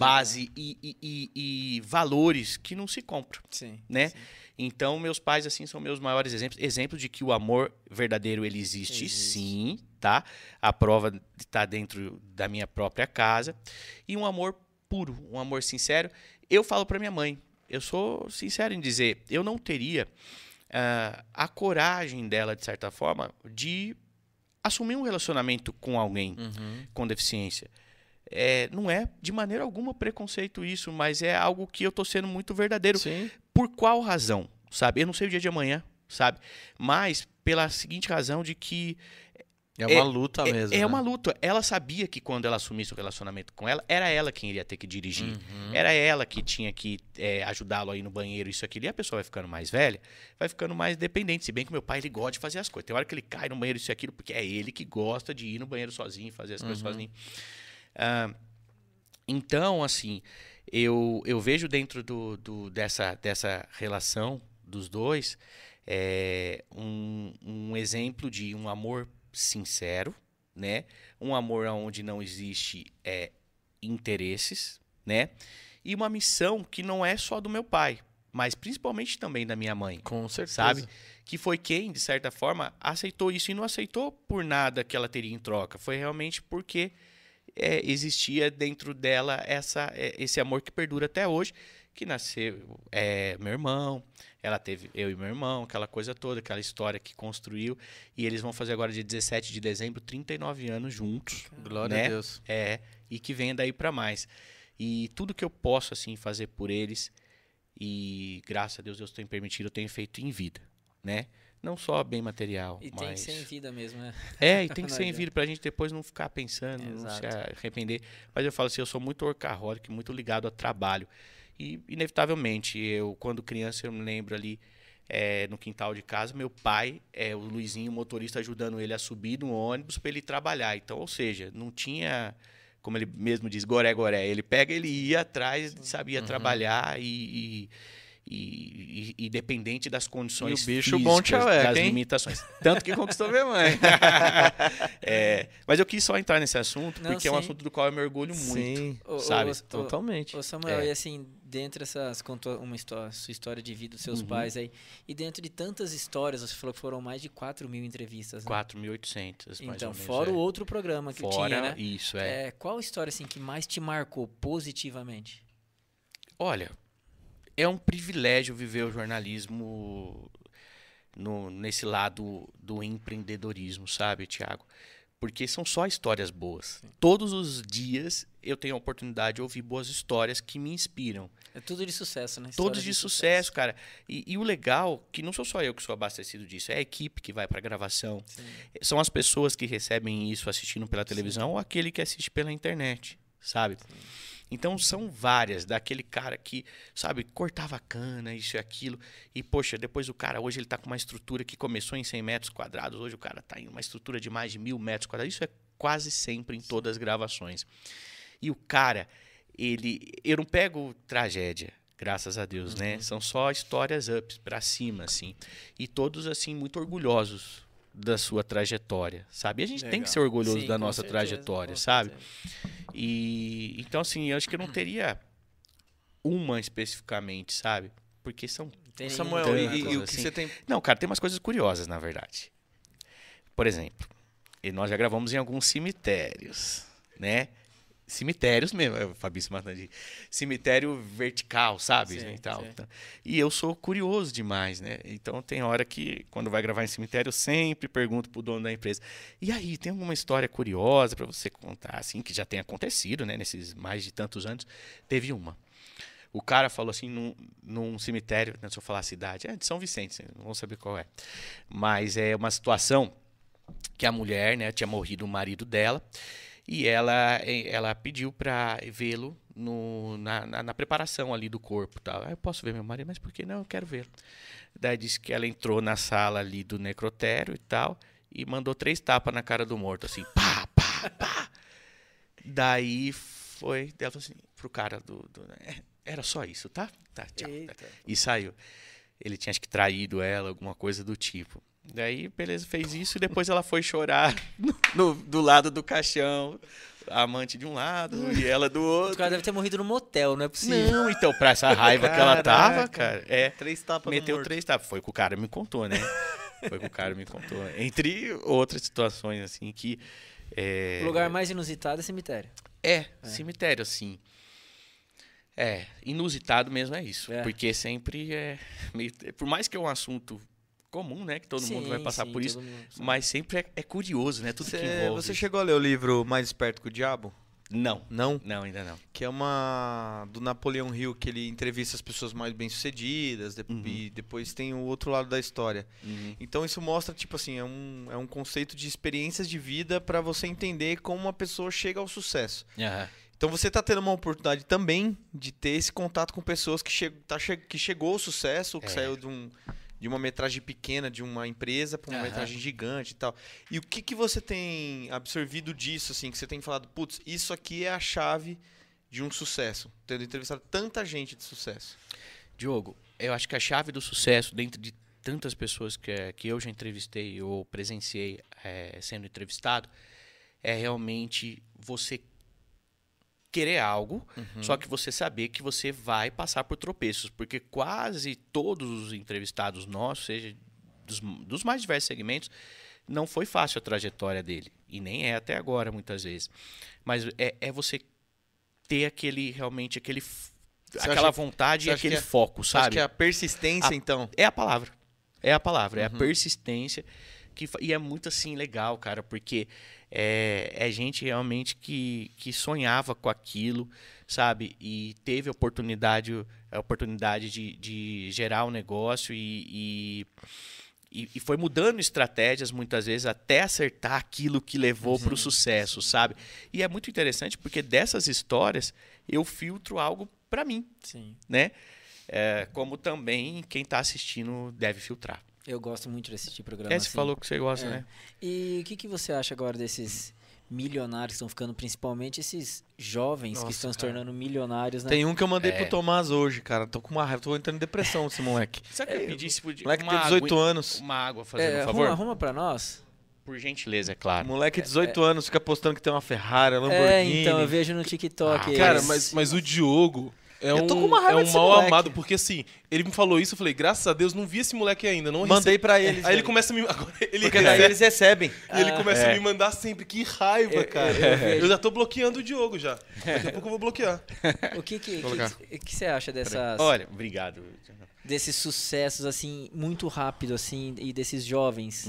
e valores que não se compram, Sim. né? Sim. Então meus pais assim são meus maiores exemplos de que o amor verdadeiro ele existe. Sim, tá? A prova está dentro da minha própria casa e um amor puro, um amor sincero. Eu falo para minha mãe, eu sou sincero em dizer, eu não teria a coragem dela, de certa forma, de assumir um relacionamento com alguém com deficiência. Não é de maneira alguma preconceito isso, mas é algo que eu tô sendo muito verdadeiro. Sim. Por qual razão, sabe? Eu não sei o dia de amanhã, sabe? Mas pela seguinte razão de que É uma luta mesmo. É uma luta. Ela sabia que quando ela assumisse o relacionamento com ela, era ela quem iria ter que dirigir. Era ela que tinha que ajudá-lo a ir no banheiro, isso, aquilo. E a pessoa vai ficando mais velha, vai ficando mais dependente. Se bem que meu pai, ele gosta de fazer as coisas. Tem hora que ele cai no banheiro, isso e aquilo, porque é ele que gosta de ir no banheiro sozinho, fazer as coisas sozinho. Então, assim, eu vejo dentro dessa relação dos dois um exemplo de um amor sincero, né? Um amor onde não existe interesses, né? E uma missão que não é só do meu pai, mas principalmente também da minha mãe. Com certeza. Sabe? Que foi quem, de certa forma, aceitou isso e não aceitou por nada que ela teria em troca. Foi realmente porque existia dentro dela esse amor que perdura até hoje, que nasceu meu irmão, ela teve eu e meu irmão, aquela coisa toda, aquela história que construiu, e eles vão fazer agora dia 17 de dezembro 39 anos juntos. Glória né? a Deus. E que venha daí para mais. E tudo que eu posso assim fazer por eles, e graças a Deus tem permitido, eu tenho feito em vida, né? Não só bem material, E mas... tem que ser em vida mesmo, né? e tem que Não ser em adianta. vida pra gente depois não ficar pensando, não se arrepender. Mas eu falo assim, eu sou muito workaholic, muito ligado a trabalho. E, inevitavelmente, quando criança, eu me lembro ali no quintal de casa, meu pai, o Luizinho, o motorista, ajudando ele a subir no ônibus para ele trabalhar. Então, ou seja, não tinha, como ele mesmo diz, goré. Ele ia atrás, sabia trabalhar e dependente das condições E o bicho físicas, bom tchaveco, das hein? limitações. Tanto que conquistou minha mãe. Mas eu quis só entrar nesse assunto, Não, porque é um sim. assunto do qual eu me orgulho muito. Sim, sabe? totalmente. Ô Samuel, e assim, dentro contou uma história, sua história de vida dos seus pais aí, e dentro de tantas histórias, você falou que foram mais de 4.000 entrevistas, né? 4.800, mais Então, ou menos. fora o outro programa que Fora, tinha, né? isso, Qual história assim que mais te marcou positivamente? Olha, é um privilégio viver o jornalismo nesse lado do empreendedorismo, sabe, Thiago? Porque são só histórias boas. Sim. Todos os dias eu tenho a oportunidade de ouvir boas histórias que me inspiram. É tudo de sucesso, né? Todos de sucesso, cara. E o legal, que não sou só eu que sou abastecido disso, é a equipe que vai para a gravação. Sim. São as pessoas que recebem isso assistindo pela televisão ou aquele que assiste pela internet, sabe? Sim. Então, são várias, daquele cara que, sabe, cortava cana, isso e aquilo. E, poxa, depois o cara, hoje ele tá com uma estrutura que começou em 100 metros quadrados, hoje o cara tá em uma estrutura de mais de 1.000 metros quadrados. Isso é quase sempre em todas as gravações. E o cara, eu não pego tragédia, graças a Deus, né? São só histórias ups, pra cima, assim. E todos, assim, muito orgulhosos da sua trajetória, sabe? E a gente tem que ser orgulhoso da nossa trajetória, sabe? E então, assim, eu acho que eu não teria uma especificamente, sabe? Porque são Samuel, e o que você tem... Não, cara, tem umas coisas curiosas, na verdade. Por exemplo, nós já gravamos em alguns cemitérios, né? cemitérios mesmo, o Fabrício matando de cemitério vertical, sabe? Sim, E tal. sim. Então, e eu sou curioso demais, né? Então tem hora que, quando vai gravar em cemitério, eu sempre pergunto pro dono da empresa: e aí, tem alguma história curiosa para você contar, assim, que já tenha acontecido, né? Nesses mais de tantos anos? Teve uma. O cara falou assim, num cemitério, não sei se eu falar a cidade, é de São Vicente, não vão saber qual é. Mas é uma situação que a mulher, né, tinha morrido o marido dela, e ela pediu para vê-lo na preparação ali do corpo. Tal. Eu posso ver meu marido, mas por que não? Eu quero vê-lo. Daí disse que ela entrou na sala ali do necrotério e tal, e mandou 3 tapas na cara do morto, assim, pá, pá, pá. Daí ela falou assim, pro cara era só isso, tá? Tá, tchau. Eita. E saiu. Ele tinha, acho que, traído ela, alguma coisa do tipo. Daí, beleza, fez isso e depois ela foi chorar do lado do caixão. A amante de um lado e ela do O outro. cara deve ter morrido no motel, não é possível. Não, então, pra essa raiva que ela tava, Caraca. cara, 3 tapas no meteu morto. 3 tapas. Foi o que o cara me contou, né? Foi o que o cara me contou. Entre outras situações, assim, que... O lugar mais inusitado é cemitério. Cemitério, assim. Inusitado mesmo é isso. É. Porque sempre é meio... Por mais que é um assunto comum, né? Que todo mundo vai passar por isso. Mas sempre é curioso, né? Tudo que envolve. Você chegou a ler o livro Mais Esperto que o Diabo? Não. Não? Não, ainda não. Que é uma do Napoleão Hill, que ele entrevista as pessoas mais bem-sucedidas, e depois tem o outro lado da história. Então isso mostra, tipo assim, é um conceito de experiências de vida para você entender como uma pessoa chega ao sucesso. Aham. Então você tá tendo uma oportunidade também de ter esse contato com pessoas que chegou ao sucesso, que saiu de uma metragem pequena de uma empresa para uma metragem gigante e tal. E o que você tem absorvido disso, assim, que você tem falado, putz, isso aqui é a chave de um sucesso, tendo entrevistado tanta gente de sucesso? Diogo, eu acho que a chave do sucesso, dentro de tantas pessoas que eu já entrevistei ou presenciei sendo entrevistado, é realmente você querer algo, só que você saber que você vai passar por tropeços, porque quase todos os entrevistados nossos, seja dos mais diversos segmentos, não foi fácil a trajetória dele, e nem é até agora, muitas vezes. Mas é você ter aquela vontade e aquele foco, sabe? Acho que é a persistência, então. É a palavra. É a palavra, é a persistência. E é muito assim legal, cara, porque é gente realmente que sonhava com aquilo, sabe? E teve a oportunidade de gerar um negócio e foi mudando estratégias muitas vezes até acertar aquilo que levou para o sucesso, sabe? E é muito interessante porque dessas histórias eu filtro algo para mim, Sim. né? Como também quem está assistindo deve filtrar. Eu gosto muito desse tipo de programa. Você falou que você gosta, né? E o que você acha agora desses milionários que estão ficando, principalmente esses jovens que estão se tornando milionários, né? Tem um que eu mandei pro Tomás hoje, cara. Tô com uma raiva, tô entrando em depressão desse moleque. Sabe que eu pedi se podia Moleque tem 18 anos. uma água, fazendo um favor? Arruma pra nós. Por gentileza, é claro. Moleque de 18 anos fica postando que tem uma Ferrari, Lamborghini. Então, eu vejo no TikTok. Cara, mas o Diogo Eu tô com uma raiva é um desse mal moleque. amado, porque assim, ele me falou isso, eu falei, graças a Deus, não vi esse moleque ainda. Não Mandei pra eles. Aí ele velho. começa a me... Agora ele Porque daí eles recebem. E ele começa a me mandar sempre. Que raiva, cara. Eu já tô bloqueando o Diogo já. Daqui a pouco eu vou bloquear. O que colocar. você acha dessas, Olha, obrigado. desses sucessos, assim, muito rápido, assim, e desses jovens?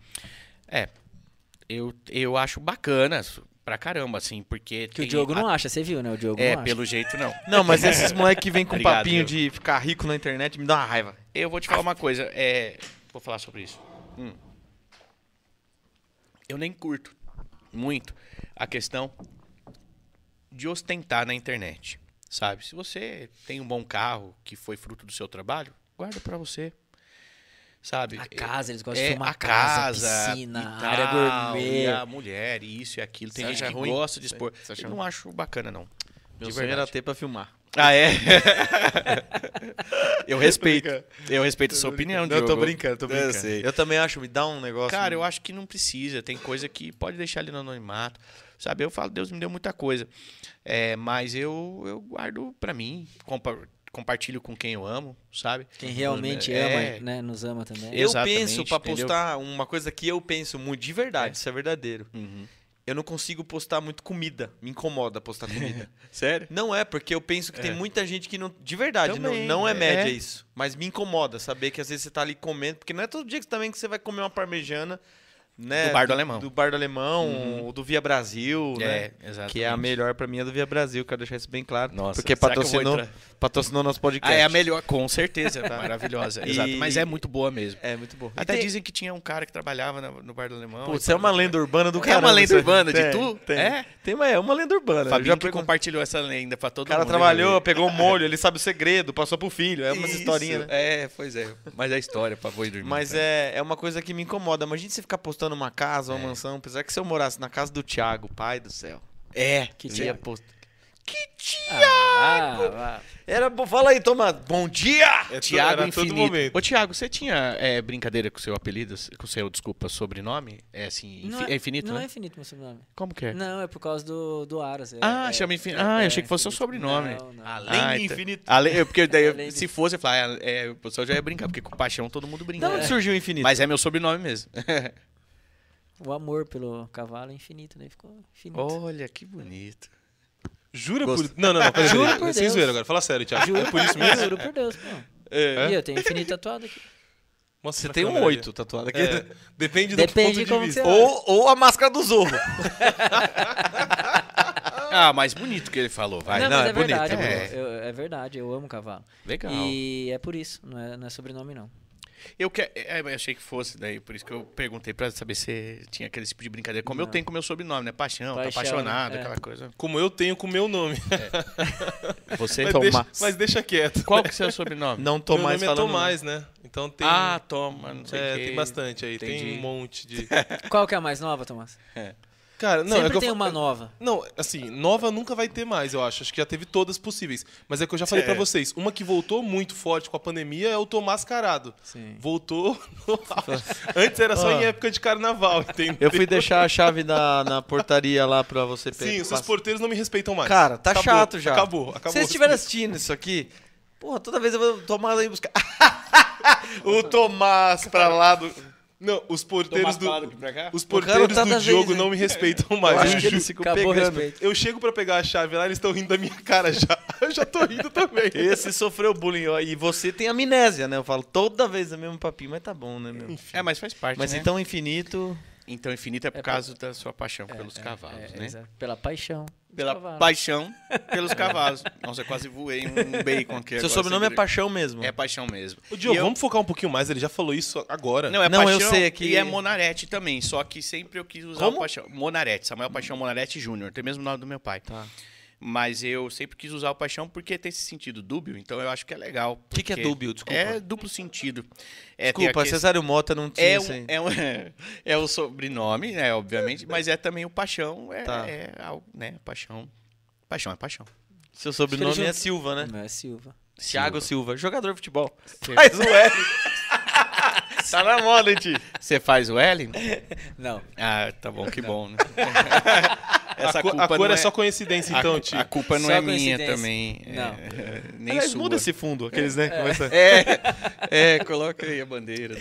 Eu acho bacana pra caramba, assim, porque... Que o Diogo não acha, você viu, né? O Diogo não acha. pelo jeito não. Não, mas esses moleques que vêm com Obrigado, papinho Diogo. de ficar rico na internet me dá uma raiva. Eu vou te falar uma coisa, vou falar sobre isso. Eu nem curto muito a questão de ostentar na internet, sabe? Se você tem um bom carro que foi fruto do seu trabalho, guarda pra você, sabe? A casa, eles gostam de filmar a casa, piscina, e tal, área gourmet. e a mulher, e isso e aquilo. Tem Você gente acha que ruim? gosta de expor. Você acha Eu ruim? não acho bacana, não. Meu De sonho verdade. era ter pra filmar. Ah, é? Eu respeito. Eu respeito a sua opinião, Não, Diogo. tô brincando, tô brincando. Eu sei. Eu também acho, me dá um negócio. Cara, eu acho que não precisa. Tem coisa que pode deixar ele no anonimato. Sabe, eu falo, Deus me deu muita coisa. Mas eu guardo pra mim. Compartilho com quem eu amo, sabe? Quem realmente ama, né? Nos ama também. Eu Exatamente, penso pra entendeu? postar uma coisa que eu penso muito, de verdade, isso é verdadeiro. Uhum. eu não consigo postar muito comida. Me incomoda postar comida. Sério? Não é, porque eu penso que tem muita gente que não... De verdade, Também, não é média é. isso. Mas me incomoda saber que às vezes você tá ali comendo, porque não é todo dia que também que você vai comer uma parmejana, né? Do Bar do Alemão. Do Bar do Alemão, ou do Via Brasil, né? Exatamente. Que é a melhor pra mim, é do Via Brasil, quero deixar isso bem claro. Nossa, porque será que eu vou patrocinou nosso podcast. é a melhor, com certeza. Maravilhosa. Exato. Mas é muito boa mesmo. É muito bom. Até dizem que tinha um cara que trabalhava no Bar do Alemão. Putz, é uma lenda urbana do É caramba. uma lenda isso aí. urbana de Tem, tu? Tem. É? Tem, mas é uma lenda urbana. Fabinho Já que compartilhou essa lenda pra todo O cara mundo. trabalhou, pegou o molho, ele sabe o segredo, passou pro filho. É umas Isso, historinhas, né? É, pois é. Mas é história pra vô e dormir. Mas é uma coisa que me incomoda. Imagina você ficar postando uma casa, uma mansão. Apesar que se eu morasse na casa do Thiago, pai do céu. É. Que Eu ia Thiago? postar. Que Ah, Era bom. Fala aí, Tomás. Bom dia! Thiago Era a todo Infinito. momento. Ô, Thiago, você tinha brincadeira com o seu apelido, com o seu, desculpa, sobrenome? É assim, não é infinito, não né? é infinito meu sobrenome. Como que é? Não, é por causa do Aras. Chama infinito. Eu achei que fosse seu sobrenome. Não. Além de então. infinito. Porque daí, Além de- se fosse, eu falava, o pessoal já ia brincar, porque com paixão todo mundo brinca. Da onde surgiu o infinito? Mas é meu sobrenome mesmo. O amor pelo cavalo é infinito, daí ficou infinito. Olha, que bonito. Jura Gosto. por... Não, peraí. Juro por Sem Deus. zoeira agora. Fala sério, Thiago. É por isso mesmo? Juro por Deus, pô. É? E eu tenho infinito tatuado aqui. Mostra Você na tem um câmera 8 tatuado aqui. ali. É, depende do Depende ponto de de como vista. você Ou a máscara do Zorro. Mas bonito que ele falou, vai. Não, não, mas é é verdade, bonito, pô. É verdade, eu amo cavalo. Legal. E é por isso, não é sobrenome não. Eu achei que fosse daí, por isso que eu perguntei pra saber se tinha aquele tipo de brincadeira. Como eu Não. tenho com o meu sobrenome, né? Paixão, tá Paixão, apaixonado, é. aquela coisa. Como eu tenho com o meu nome. Você, Mas deixa quieto. Qual que é o seu sobrenome? Não tô Meu mais nome é falando. Tomás, né? Então tem... Toma, não sei o quê. tem bastante aí. Entendi. Tem um monte de... Qual que é a mais nova, Tomás? Cara, não, Sempre é que eu tem fa- uma nova. Não, assim, nova nunca vai ter mais, eu acho. Acho que já teve todas possíveis. Mas é que eu já falei pra vocês. Uma que voltou muito forte com a pandemia é o Tomás Carado. Sim. Voltou no auge. Antes era só em época de carnaval, entendeu? Eu fui deixar a chave na portaria lá pra você pegar. Sim, os seus porteiros não me respeitam mais. Cara, tá Acabou, chato já. Acabou. Se vocês estiverem assistindo isso aqui, porra, toda vez eu vou tomar lá e buscar. O Tomás pra lá do. Não, os porteiros do... Os O porteiros cara tá do da Diogo vez, não me respeitam mais. Eu acho eu que eles juro. ficam Acabou o pegando. respeito. Eu chego pra pegar a chave lá, eles estão rindo da minha cara já. Eu já tô rindo também. Esse sofreu bullying, ó. E você tem amnésia, né? Eu falo toda vez o mesmo papinho, mas tá bom, né, meu? Mas faz parte, Mas né? então infinito. Então infinito é por causa da sua paixão pelos cavalos, né? Exato. Pela paixão. dos Pela cavalos. paixão pelos cavalos. Nossa, eu quase voei um bacon aqui Seu agora, sobrenome é sem paixão mesmo. querer. É paixão mesmo. Ô, Diogo, E eu- vamos focar um pouquinho mais. Ele já falou isso agora. Não, é Não, eu paixão sei, é que- e é Monarete também, só que sempre eu quis usar Como? o paixão. Monarete, Samuel Paixão Monarete Júnior, tem o mesmo nome do meu pai. Tá. Mas eu sempre quis usar o paixão porque tem esse sentido dúbio, então eu acho que é legal. O que é porque dúbio? Desculpa. É duplo sentido. tem Desculpa, aquele- Cesário Mota não tinha isso aí. é o sobrenome, né, obviamente, mas é também o paixão, Tá. algo, né, paixão. Paixão é paixão. Seu sobrenome Acho que ele é Silva, né? Não é Silva. Thiago Silva, jogador de futebol. Faz o L. Tá na moda, hein, tio? Você faz o L? Não. Ah, tá bom, que bom, né? A cor não é só coincidência, então, tio. A culpa não Só é minha coincidência. também. Não. Nem Aliás, sua. muda esse fundo, aqueles, né? Começa... Coloca aí a bandeira.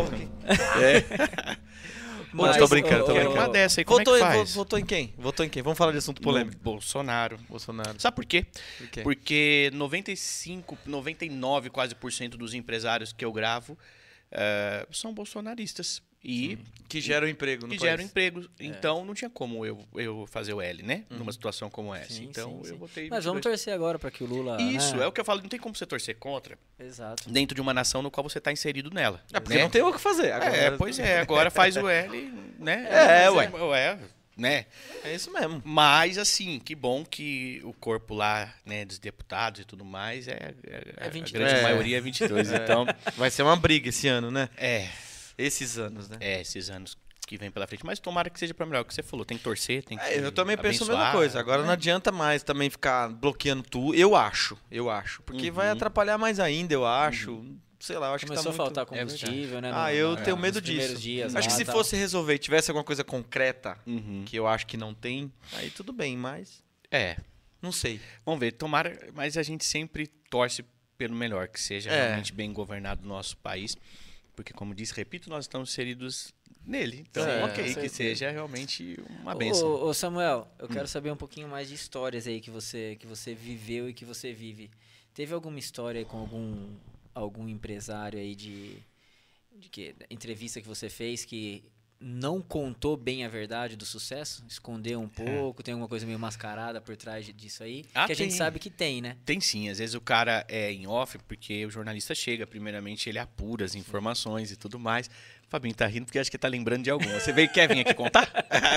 Mas tô brincando, tô Quero brincando. uma dessa aí, como Votou, é que faz? votou em quem? Votou em quem? Vamos falar de assunto polêmico. Bolsonaro. Bolsonaro. Sabe por quê? Por quê? Porque 95, 99 quase por cento dos empresários que eu gravo são bolsonaristas. E Que geram emprego no que país. geram empregos. Então não tinha como eu fazer o L, né? Numa situação como essa. Sim, então sim, sim. eu botei. Mas vamos 22. torcer agora para que o Lula. Isso, né? é o que eu falo. Não tem como você torcer contra Exato. dentro de uma nação no qual você está inserido nela. É porque né? não tem o que fazer. Agora, Pois é, agora faz o L, né? Ué. Né? É isso mesmo. Mas, assim, que bom que o corpo lá, né, dos deputados e tudo mais, a 22. grande maioria é 22. Então, Vai ser uma briga esse ano, né? esses anos que vem pela frente. Mas tomara que seja para melhor, o que você falou. Tem que torcer, tem que Eu também penso a mesma abençoar, coisa. Agora né? não adianta mais também ficar bloqueando tudo. Eu acho. Porque vai atrapalhar mais ainda, eu acho. Sei lá, eu acho Começou que tá a faltar muito... combustível, né? Eu tenho nos medo primeiros disso. dias Acho que lá, se tal. fosse resolver e tivesse alguma coisa concreta, Uhum. que eu acho que não tem, aí tudo bem, mas não sei. Vamos ver, tomara, mas a gente sempre torce pelo melhor, que seja realmente bem governado o nosso país. porque como disse, repito, nós estamos inseridos nele. Então, Sim, ok, com que certeza. seja realmente uma bênção. Ô, Samuel, eu quero saber um pouquinho mais de histórias aí que você viveu e que você vive. Teve alguma história aí com algum empresário aí de que entrevista que você fez que não contou bem a verdade do sucesso? Escondeu um pouco? Tem alguma coisa meio mascarada por trás disso aí? Ah, que a gente tem. sabe que tem, né? Tem sim, às vezes o cara é em off, porque o jornalista chega, primeiramente ele apura as informações e tudo mais. O Fabinho tá rindo porque acho que tá lembrando de alguma. Você quer vir aqui contar?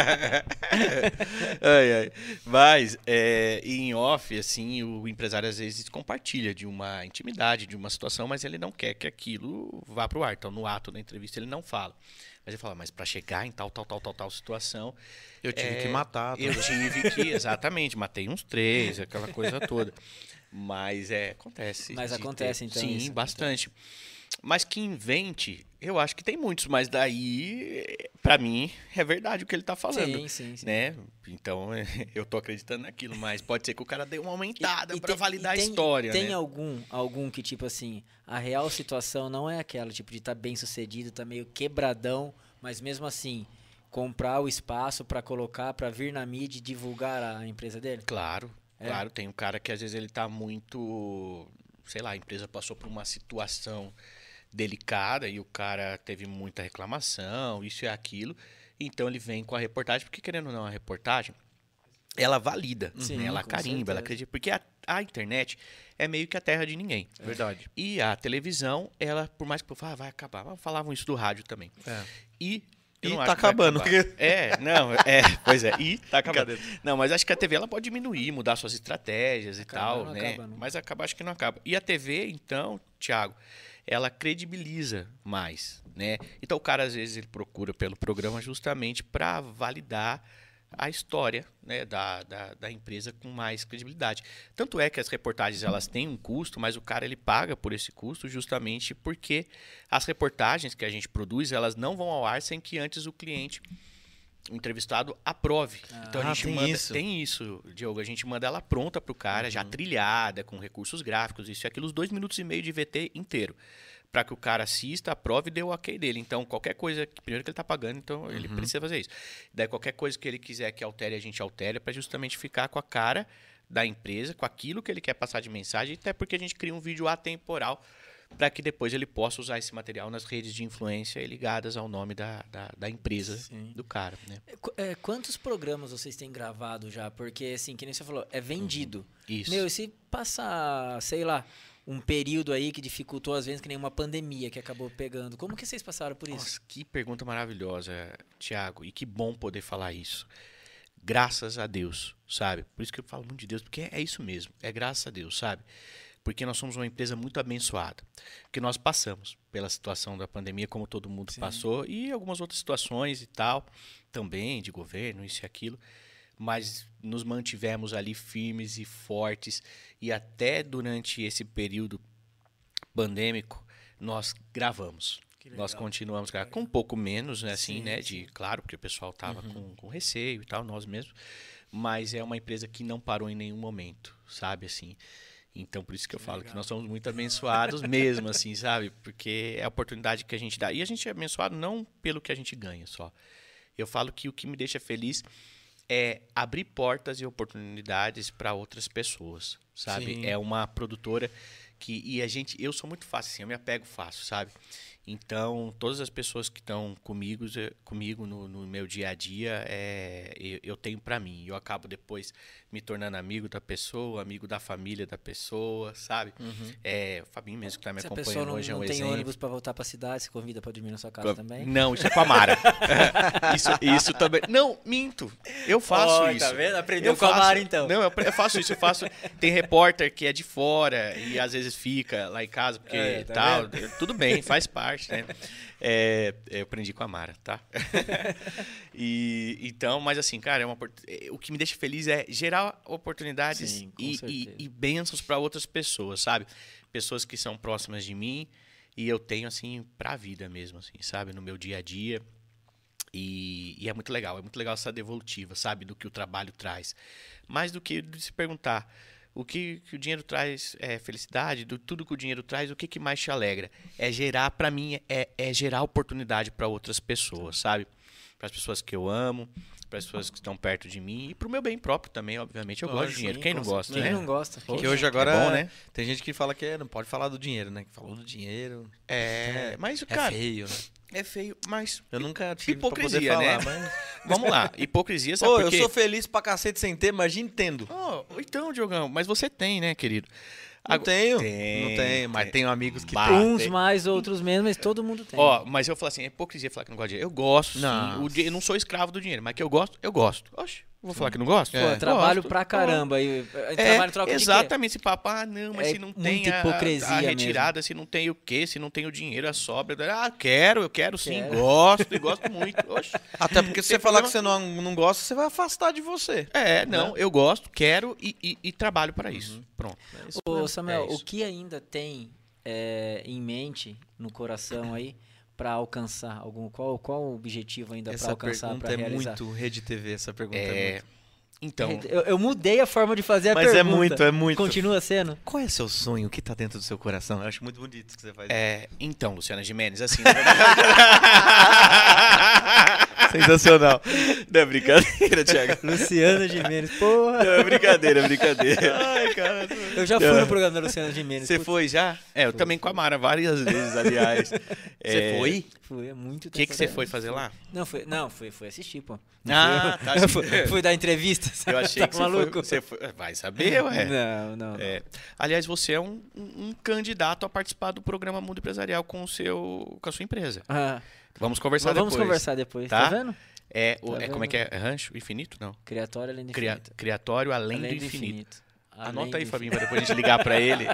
Ai. Mas, em off, assim, o empresário às vezes compartilha de uma intimidade, de uma situação, mas ele não quer que aquilo vá pro ar. Então, no ato da entrevista, ele não fala. Mas ele fala, mas para chegar em tal situação... Eu tive que matar. Eu tive que, exatamente, matei uns 3, aquela coisa toda. Mas acontece. Mas de acontece, então, Sim, isso. bastante. Mas que invente, eu acho que tem muitos, mas daí, pra mim, é verdade o que ele tá falando. Sim. Né? Então, eu tô acreditando naquilo, mas pode ser que o cara dê uma aumentada pra tem- validar e a história, tem né? algum que, tipo assim, a real situação não é aquela, tipo, de estar bem sucedido, tá meio quebradão, mas mesmo assim, comprar o espaço pra colocar, pra vir na mídia e divulgar a empresa dele? Claro, É. claro. Tem um cara que às vezes ele tá muito... Sei lá, a empresa passou por uma situação delicada e o cara teve muita reclamação, isso e aquilo. Então ele vem com a reportagem, porque querendo ou não, a reportagem, ela valida, Sim, né? Ela com carimba, certeza. ela acredita. Porque a internet é meio que a terra de ninguém. Verdade. E a televisão, ela, por mais que eu fale, vai acabar. Mas falavam isso do rádio também. É. E eu E não tá acho que vai acabando. acabar. Pois é, e tá acabando. Brincadeira. Não, mas acho que a TV ela pode diminuir, mudar suas estratégias e Acabar tal, não né? acaba, não. Mas acaba, acho que não acaba. E a TV, então, Thiago, ela credibiliza mais, né? Então o cara, às vezes, ele procura pelo programa justamente para validar a história, né, da empresa com mais credibilidade. Tanto é que as reportagens elas têm um custo, mas o cara ele paga por esse custo justamente porque as reportagens que a gente produz elas não vão ao ar sem que antes o cliente, o entrevistado, aprove. Então a gente tem manda, isso. tem isso, Diogo, a gente manda ela pronta pro cara, já trilhada, com recursos gráficos, isso e aquilo, os 2 minutos e meio de VT inteiro. Para que o cara assista, aprove e dê o ok dele. Então, qualquer coisa, primeiro que ele está pagando, então ele precisa fazer isso. Daí, qualquer coisa que ele quiser que altere, a gente altera para justamente ficar com a cara da empresa, com aquilo que ele quer passar de mensagem, até porque a gente cria um vídeo atemporal para que depois ele possa usar esse material nas redes de influência ligadas ao nome da empresa do cara, né? Quantos programas vocês têm gravado já? Porque, assim, que nem você falou, é vendido. Isso. Meu, e se passar, sei lá, um período aí que dificultou, às vezes, que nem uma pandemia que acabou pegando, como que vocês passaram por isso? Nossa, que pergunta maravilhosa, Thiago. E que bom poder falar isso. Graças a Deus, sabe? Por isso que eu falo muito de Deus, porque é isso mesmo. É graças a Deus, sabe? Porque nós somos uma empresa muito abençoada. Porque nós passamos pela situação da pandemia, como todo mundo passou, e algumas outras situações e tal, também de governo, isso e aquilo. Mas nos mantivemos ali firmes e fortes. E até durante esse período pandêmico, nós gravamos. Nós continuamos gravando com um pouco menos, né, assim, né, claro, porque o pessoal estava com receio e tal, nós mesmos. Mas é uma empresa que não parou em nenhum momento, sabe, assim. Então, por isso que eu falo que nós somos muito abençoados mesmo, assim, sabe? Porque é a oportunidade que a gente dá. E a gente é abençoado não pelo que a gente ganha só. Eu falo que o que me deixa feliz é abrir portas e oportunidades para outras pessoas, sabe? Sim. É uma produtora que... E eu sou muito fácil, assim, eu me apego fácil, sabe? Então, todas as pessoas que estão comigo no meu dia a dia, eu tenho para mim. Eu acabo depois me tornando amigo da pessoa, amigo da família da pessoa, sabe? O Fabinho mesmo que tá me Se a pessoa acompanhando hoje é um não tem exemplo. ônibus pra voltar pra cidade, você convida pra dormir na sua casa também? Não, isso é com a Mara. isso também. Não, minto. Eu faço isso. Tá vendo? Aprendeu Eu com a faço. Mara, então. Não, eu faço isso. Tem repórter que é de fora e às vezes fica lá em casa porque tá tal. Tudo bem, faz parte, né? Eu aprendi com a Mara, tá? Então, mas assim, cara, o que me deixa feliz é gerar oportunidades Sim, com certeza. e bênçãos para outras pessoas, sabe? Pessoas que são próximas de mim e eu tenho, assim, pra vida mesmo, assim, sabe? No meu dia a dia. E é muito legal essa devolutiva, sabe? Do que o trabalho traz. Mais do que de se perguntar o que o dinheiro traz é felicidade, tudo que o dinheiro traz, o que mais te alegra? É gerar, para mim, é gerar oportunidade para outras pessoas, sabe? Para as pessoas que eu amo, para as pessoas que estão perto de mim e para o meu bem próprio também, obviamente. Eu gosto de dinheiro. Quem não gosta, Quem né? não gosta? Que hoje agora é bom, né? Tem gente que fala que não pode falar do dinheiro, né? Que falou do dinheiro. Mas, É cara, feio, né? é feio, mas... Eu nunca tive Hipocrisia, pra poder né? falar, mas... Vamos lá, hipocrisia, sabe Pô, por eu quê? sou feliz pra cacete sem ter, mas entendo. Então, Diogão, mas você tem, né, querido? Não tenho. Tem, Não tenho, mas tenho amigos que Bah, têm. Uns tem. mais, outros menos, mas todo mundo tem. Ó, mas eu falo assim, é hipocrisia falar que não gosta de dinheiro. Eu gosto, Não. sim. Eu não sou escravo do dinheiro, mas que eu gosto, eu gosto. Oxe, vou falar que não gosto? Pô, trabalho Gosto. pra caramba. E, É, trabalho em troca de quê? exatamente esse papo. Ah, não, mas É se não tem muita hipocrisia a retirada, se não tem o quê, se não tem o dinheiro, a sobra. Ah, eu quero sim, Quero. gosto e gosto muito. Oxe. Até porque se Tem você falar que problema? você não gosta, você vai afastar de você. Não, eu gosto, quero e trabalho para isso. Pronto. É isso Ô, mesmo. Samuel, É o isso. que ainda tem em mente, no coração aí, pra alcançar algum... Qual o objetivo ainda pra Essa alcançar, pergunta pra é realizar? muito Rede TV, essa pergunta é É, muito. então, Eu mudei a forma de fazer a Mas pergunta. é muito. Continua sendo? Qual é seu sonho? O que tá dentro do seu coração? Eu acho muito bonito isso que você faz. então, Luciana Gimenez, assim, na verdade... Sensacional. Não é brincadeira, Thiago. Luciana Gimenez, porra. Não, é brincadeira, é brincadeira. Ai, cara. Eu já fui no programa da Luciana Gimenez. Você Putz, foi já? Eu também com a Mara várias vezes, aliás. Você foi? Fui, é muito O que tempo você atrás. foi fazer lá? Não, fui assistir, pô. Ah, tá. Eu fui dar entrevista. Eu achei Tá que maluco? você foi. Vai saber, ué. Não. Aliás, você é um candidato a participar do programa Mundo Empresarial com a sua empresa. Ah, Vamos conversar mas vamos depois. conversar depois, Tá? tá vendo? Como é que é? Rancho Infinito? Não. Criatório além do infinito. Criatório além, Além do infinito. Além Anota aí, do Fabinho, infinito. pra depois a gente ligar pra ele.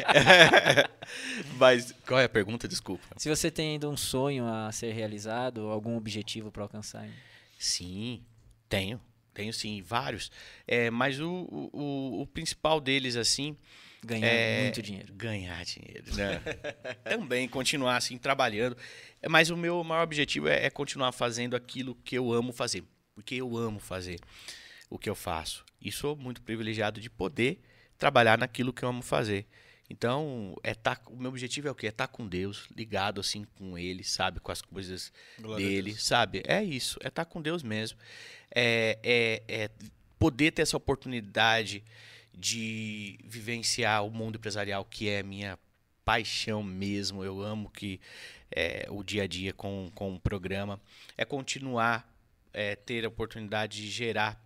Mas qual é a pergunta? Desculpa. Se você tem ainda um sonho a ser realizado, ou algum objetivo pra alcançar ainda. Sim, tenho sim, vários. Mas o principal deles, assim... Ganhar muito dinheiro. Ganhar dinheiro, né? Também continuar, assim, trabalhando. Mas o meu maior objetivo é continuar fazendo aquilo que eu amo fazer. Porque eu amo fazer o que eu faço. E sou muito privilegiado de poder trabalhar naquilo que eu amo fazer. Então, o meu objetivo é o quê? É estar com Deus, ligado assim com Ele, sabe? Com as coisas dele, sabe? É isso, é estar com Deus mesmo. É poder ter essa oportunidade de vivenciar o mundo empresarial, que é minha paixão mesmo. Eu amo o dia a dia com o programa. É continuar, ter a oportunidade de gerar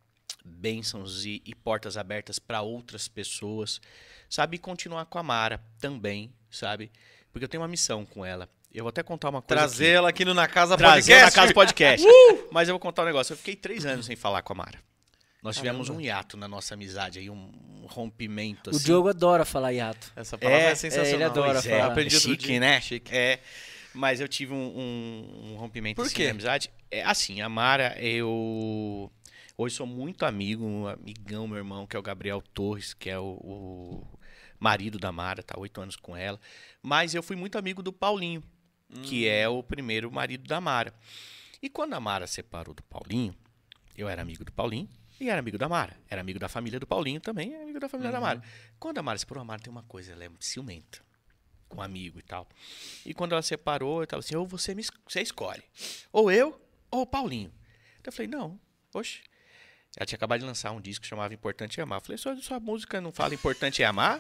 bênçãos e portas abertas para outras pessoas, sabe? E continuar com a Mara também, sabe? Porque eu tenho uma missão com ela. Eu vou até contar uma coisa. Trazer ela aqui no Na Casa Trazer Podcast. na Casa Podcast. Mas eu vou contar um negócio. Eu fiquei 3 anos sem falar com a Mara. Nós tivemos um hiato na nossa amizade aí, um rompimento O assim. Diogo adora falar hiato. Essa palavra é, ele sensacional. adora Pois falar. Aprendi outro chique, dia. né? Chique. Mas eu tive um rompimento Por assim, quê? na amizade. Assim, a Mara, eu hoje sou muito amigo, um amigão, meu irmão, que é o Gabriel Torres, que é o marido da Mara, tá 8 anos com ela. Mas eu fui muito amigo do Paulinho, que é o primeiro marido da Mara. E quando a Mara separou do Paulinho, eu era amigo do Paulinho e era amigo da Mara. Era amigo da família do Paulinho também, amigo da família da Mara. Quando a Mara separou, a Mara tem uma coisa, ela é ciumenta com amigo e tal. E quando ela separou, eu tava assim, ou você escolhe, ou eu, ou o Paulinho. Então eu falei, não, oxe. Ela tinha acabado de lançar um disco que chamava Importante é Amar. Eu falei, sua música não fala Importante é Amar?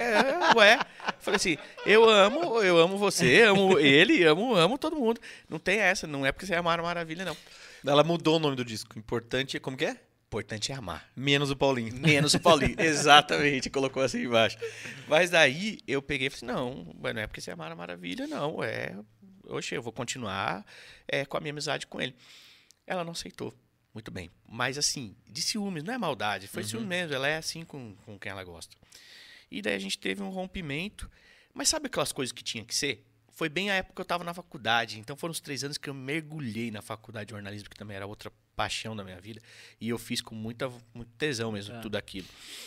Ué. Eu falei assim, eu amo você, amo ele, amo todo mundo. Não tem essa, não é porque você é Amar Maravilha, não. Ela mudou o nome do disco. Importante, como que é? Importante é amar. Menos o Paulinho. Menos o Paulinho. Exatamente, colocou assim embaixo. Mas daí eu peguei e falei, não é porque você é Amar Maravilha, não. Oxe, eu vou continuar com a minha amizade com ele. Ela não aceitou. Muito bem. Mas assim, de ciúmes, não é maldade. Foi ciúmes mesmo. Ela é assim com quem ela gosta. E daí a gente teve um rompimento. Mas sabe aquelas coisas que tinha que ser? Foi bem a época que eu estava na faculdade. Então foram os 3 anos que eu mergulhei na faculdade de jornalismo, que também era outra paixão da minha vida. E eu fiz com muito tesão mesmo tudo aquilo.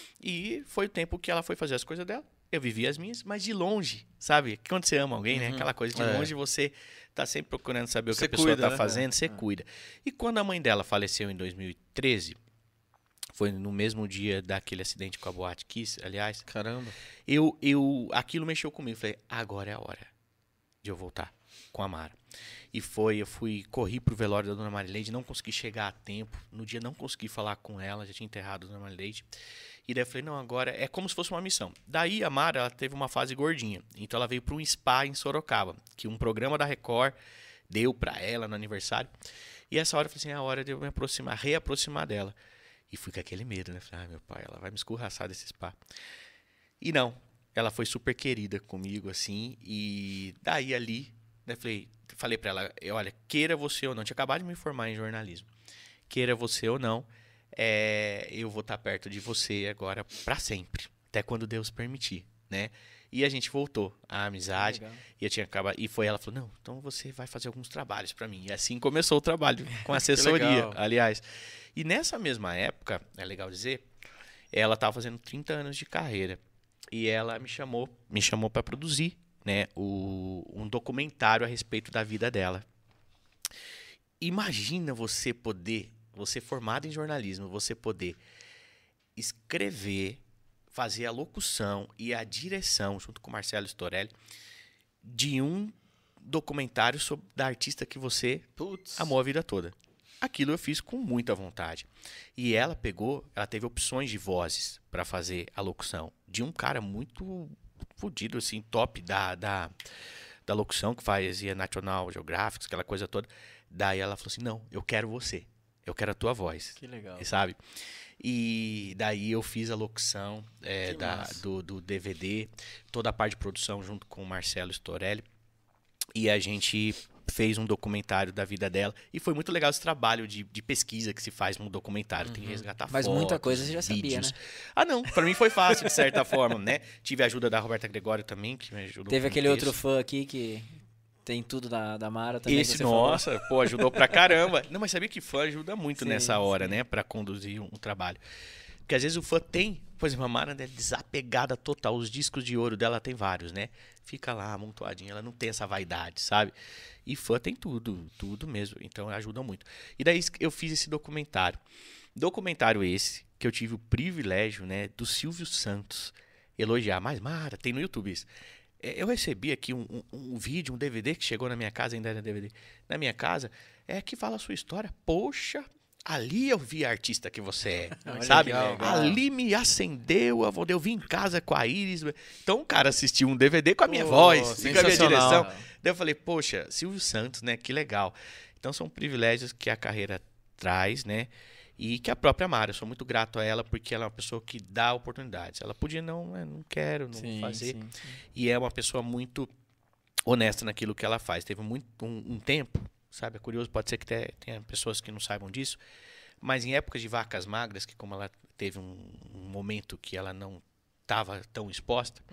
E foi o tempo que ela foi fazer as coisas dela. Eu vivi as minhas, mas de longe, sabe? Quando você ama alguém, né? Aquela coisa de longe, você tá sempre procurando saber o que a pessoa tá fazendo, você cuida. E quando a mãe dela faleceu em 2013, Foi no mesmo dia daquele acidente com a Boate Kiss, aliás. Caramba. Aquilo mexeu comigo. Falei, agora é a hora de eu voltar com a Mara. E corri pro velório da Dona Marileide, não consegui chegar a tempo. No dia não consegui falar com ela, já tinha enterrado a Dona Marileide. E daí eu falei, não, agora é como se fosse uma missão. Daí a Mara, ela teve uma fase gordinha. Então ela veio para um spa em Sorocaba, que um programa da Record deu para ela no aniversário. E essa hora eu falei assim, é a hora de eu me reaproximar dela. E fui com aquele medo, né? Falei, meu pai, ela vai me escorraçar desse spa. E não, ela foi super querida comigo, assim. E daí ali, né, falei pra ela, olha, queira você ou não, tinha acabado de me formar em jornalismo. Queira você ou não, eu vou estar perto de você agora pra sempre. Até quando Deus permitir, né? E a gente voltou à amizade. Legal. E eu tinha acabado. E foi ela falou: não, então você vai fazer alguns trabalhos pra mim. E assim começou o trabalho com assessoria, aliás. E nessa mesma época, é legal dizer, ela estava fazendo 30 anos de carreira. E ela me chamou para produzir, né, um documentário a respeito da vida dela. Imagina você formado em jornalismo, você poder escrever, fazer a locução e a direção, junto com o Marcelo Storelli, de um documentário da artista que você amou a vida toda. Aquilo eu fiz com muita vontade. E ela teve opções de vozes para fazer a locução de um cara muito fodido, assim, top da locução, que fazia National Geographic, aquela coisa toda. Daí ela falou assim, não, eu quero você. Eu quero a tua voz. Que legal. Sabe? E daí eu fiz a locução do DVD, toda a parte de produção junto com o Marcelo Storelli. E a gente fez um documentário da vida dela. E foi muito legal esse trabalho de pesquisa que se faz num documentário. Tem que resgatar Mas fotos, muita coisa você já vídeos. sabia, né? Ah, não. Pra mim foi fácil, de certa forma, né? Tive a ajuda da Roberta Gregório também, que me ajudou. Teve aquele texto. outro fã aqui que tem tudo da Mara também. Esse, que você nossa, pô, ajudou pra caramba. Não, mas sabia que fã ajuda muito Sim, nessa hora, sim. né? Pra conduzir um trabalho. Porque às vezes o fã tem, por exemplo, a Mara é desapegada total. Os discos de ouro dela tem vários, né? Fica lá amontoadinha, ela não tem essa vaidade, sabe? E fã tem tudo mesmo. Então ajuda muito. E daí eu fiz esse documentário. Documentário esse, que eu tive o privilégio, né, do Silvio Santos elogiar. Mas, Mara, tem no YouTube isso. Eu recebi aqui um vídeo, um DVD que chegou na minha casa, ainda era DVD, na minha casa, que fala a sua história. Poxa, ali eu vi a artista que você é, sabe? legal. Ali me acendeu, eu vim em casa com a Iris. Então o cara assistiu um DVD com a minha voz, e com a minha sensacional. direção. Daí eu falei, poxa, Silvio Santos, né? Que legal. Então são privilégios que a carreira traz, né? E que a própria Mara, eu sou muito grato a ela porque ela é uma pessoa que dá oportunidades. Ela podia não quero, não Sim, fazer. sim. E é uma pessoa muito honesta naquilo que ela faz. Teve um tempo, sabe? É curioso, pode ser que tenha pessoas que não saibam disso, mas em épocas de vacas magras, que como ela teve um momento que ela não estava tão exposta,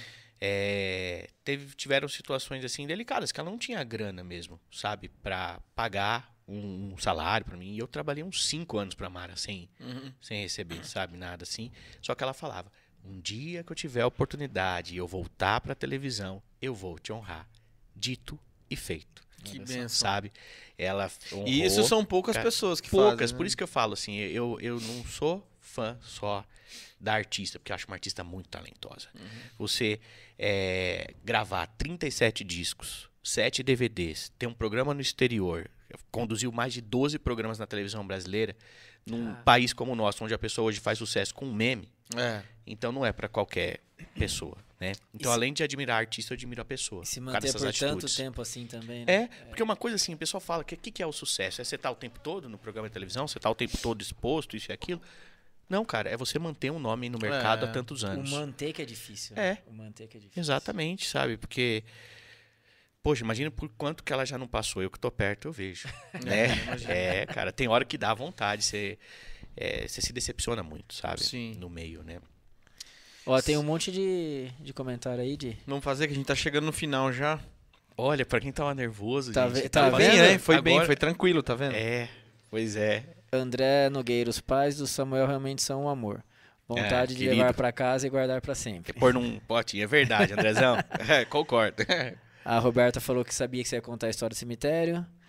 tiveram situações assim delicadas, que ela não tinha grana mesmo, sabe? Para pagar um salário para mim. E eu trabalhei uns 5 anos para Mara sem receber, sabe? Nada assim. Só que ela falava, um dia que eu tiver a oportunidade e eu voltar para a televisão, eu vou te honrar. Dito e feito. Que benção. Sabe? Ela honrou, E isso são poucas pessoas que poucas, fazem. por isso que eu falo assim, eu não sou fã só da artista, porque eu acho uma artista muito talentosa. Você gravar 37 discos, 7 DVDs, ter um programa no exterior, conduziu mais de 12 programas na televisão brasileira, num país como o nosso, onde a pessoa hoje faz sucesso com um meme, então não é pra qualquer pessoa, né? Então, além de admirar a artista, eu admiro a pessoa. E se por causa manter dessas por tanto atitudes. tempo assim também, né? Porque uma coisa assim, o pessoal fala que o que é o sucesso? É você estar o tempo todo no programa de televisão, você estar o tempo todo exposto, isso e aquilo. Não, cara, é você manter um nome no mercado há tantos anos. O manter que é difícil. Né? O manter que é difícil. Exatamente, sabe? Porque, poxa, imagina por quanto que ela já não passou. Eu que tô perto, eu vejo. Né? Cara, tem hora que dá vontade, você se decepciona muito, sabe? Sim. No meio, né? Ó, tem um monte de comentário aí de... Vamos fazer que a gente tá chegando no final já. Olha, pra quem tava nervoso, Tá gente... tá Bem, vendo? né? Foi Agora- bem, foi tranquilo, tá vendo? Pois é. André Nogueira, os pais do Samuel realmente são um amor. Vontade de querido. levar pra casa e guardar pra sempre. Quer pôr num potinho, é verdade, Andrezão. Concordo. A Roberta falou que sabia que você ia contar a história do cemitério.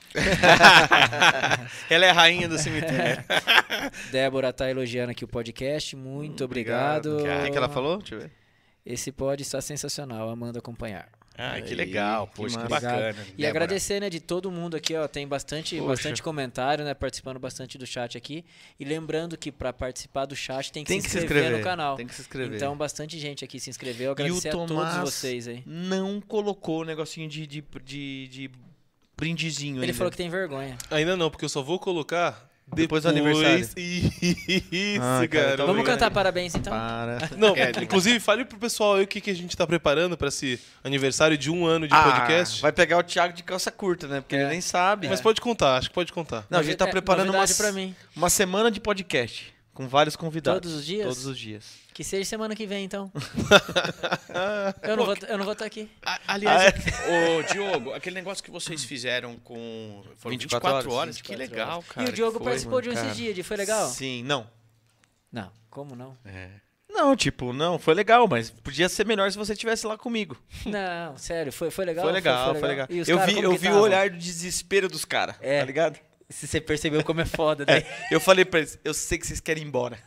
Ela é a rainha do cemitério. Débora tá elogiando aqui o podcast. Muito obrigado. O que ela falou? Deixa eu ver. Esse pod está sensacional. Amando acompanhar. Ah, que legal. Poxa, que bacana. E Débora. agradecer, né, de todo mundo aqui, ó, tem bastante comentário, né, participando bastante do chat aqui. E lembrando que para participar do chat tem que se inscrever no canal. Tem que se inscrever. Então, bastante gente aqui se inscreveu. Agradecer a todos vocês aí. Não colocou o negocinho de brindezinho Ele ainda. falou que tem vergonha. Ainda não, porque eu só vou colocar Depois do aniversário. Isso, Ah, cara, garoto. tá Vamos bem. cantar parabéns, então? Para. Não, inclusive, fale pro pessoal aí o que a gente tá preparando pra esse aniversário de 1 ano de podcast. Vai pegar o Thiago de calça curta, né? Porque ele nem sabe. Mas pode contar, acho que pode contar. Não, a gente tá preparando novidade pra mim. uma semana de podcast. Com vários convidados. Todos os dias? Todos os dias. Que seja semana que vem, então. eu não vou estar aqui. Aliás, ô Diogo, aquele negócio que vocês fizeram com... Foram 24 horas. Que 24 legal, horas. cara. E o Diogo foi, participou de um cara. esses dias, foi legal? Sim, não. Não, como não? Não, tipo, não, foi legal, mas podia ser melhor se você estivesse lá comigo. Não, sério, foi legal? Foi legal. E os Eu caras, vi, como eu que vi o tavam? olhar do desespero dos caras, É. tá ligado? Se você percebeu como é foda, né? Eu falei pra eles, eu sei que vocês querem ir embora.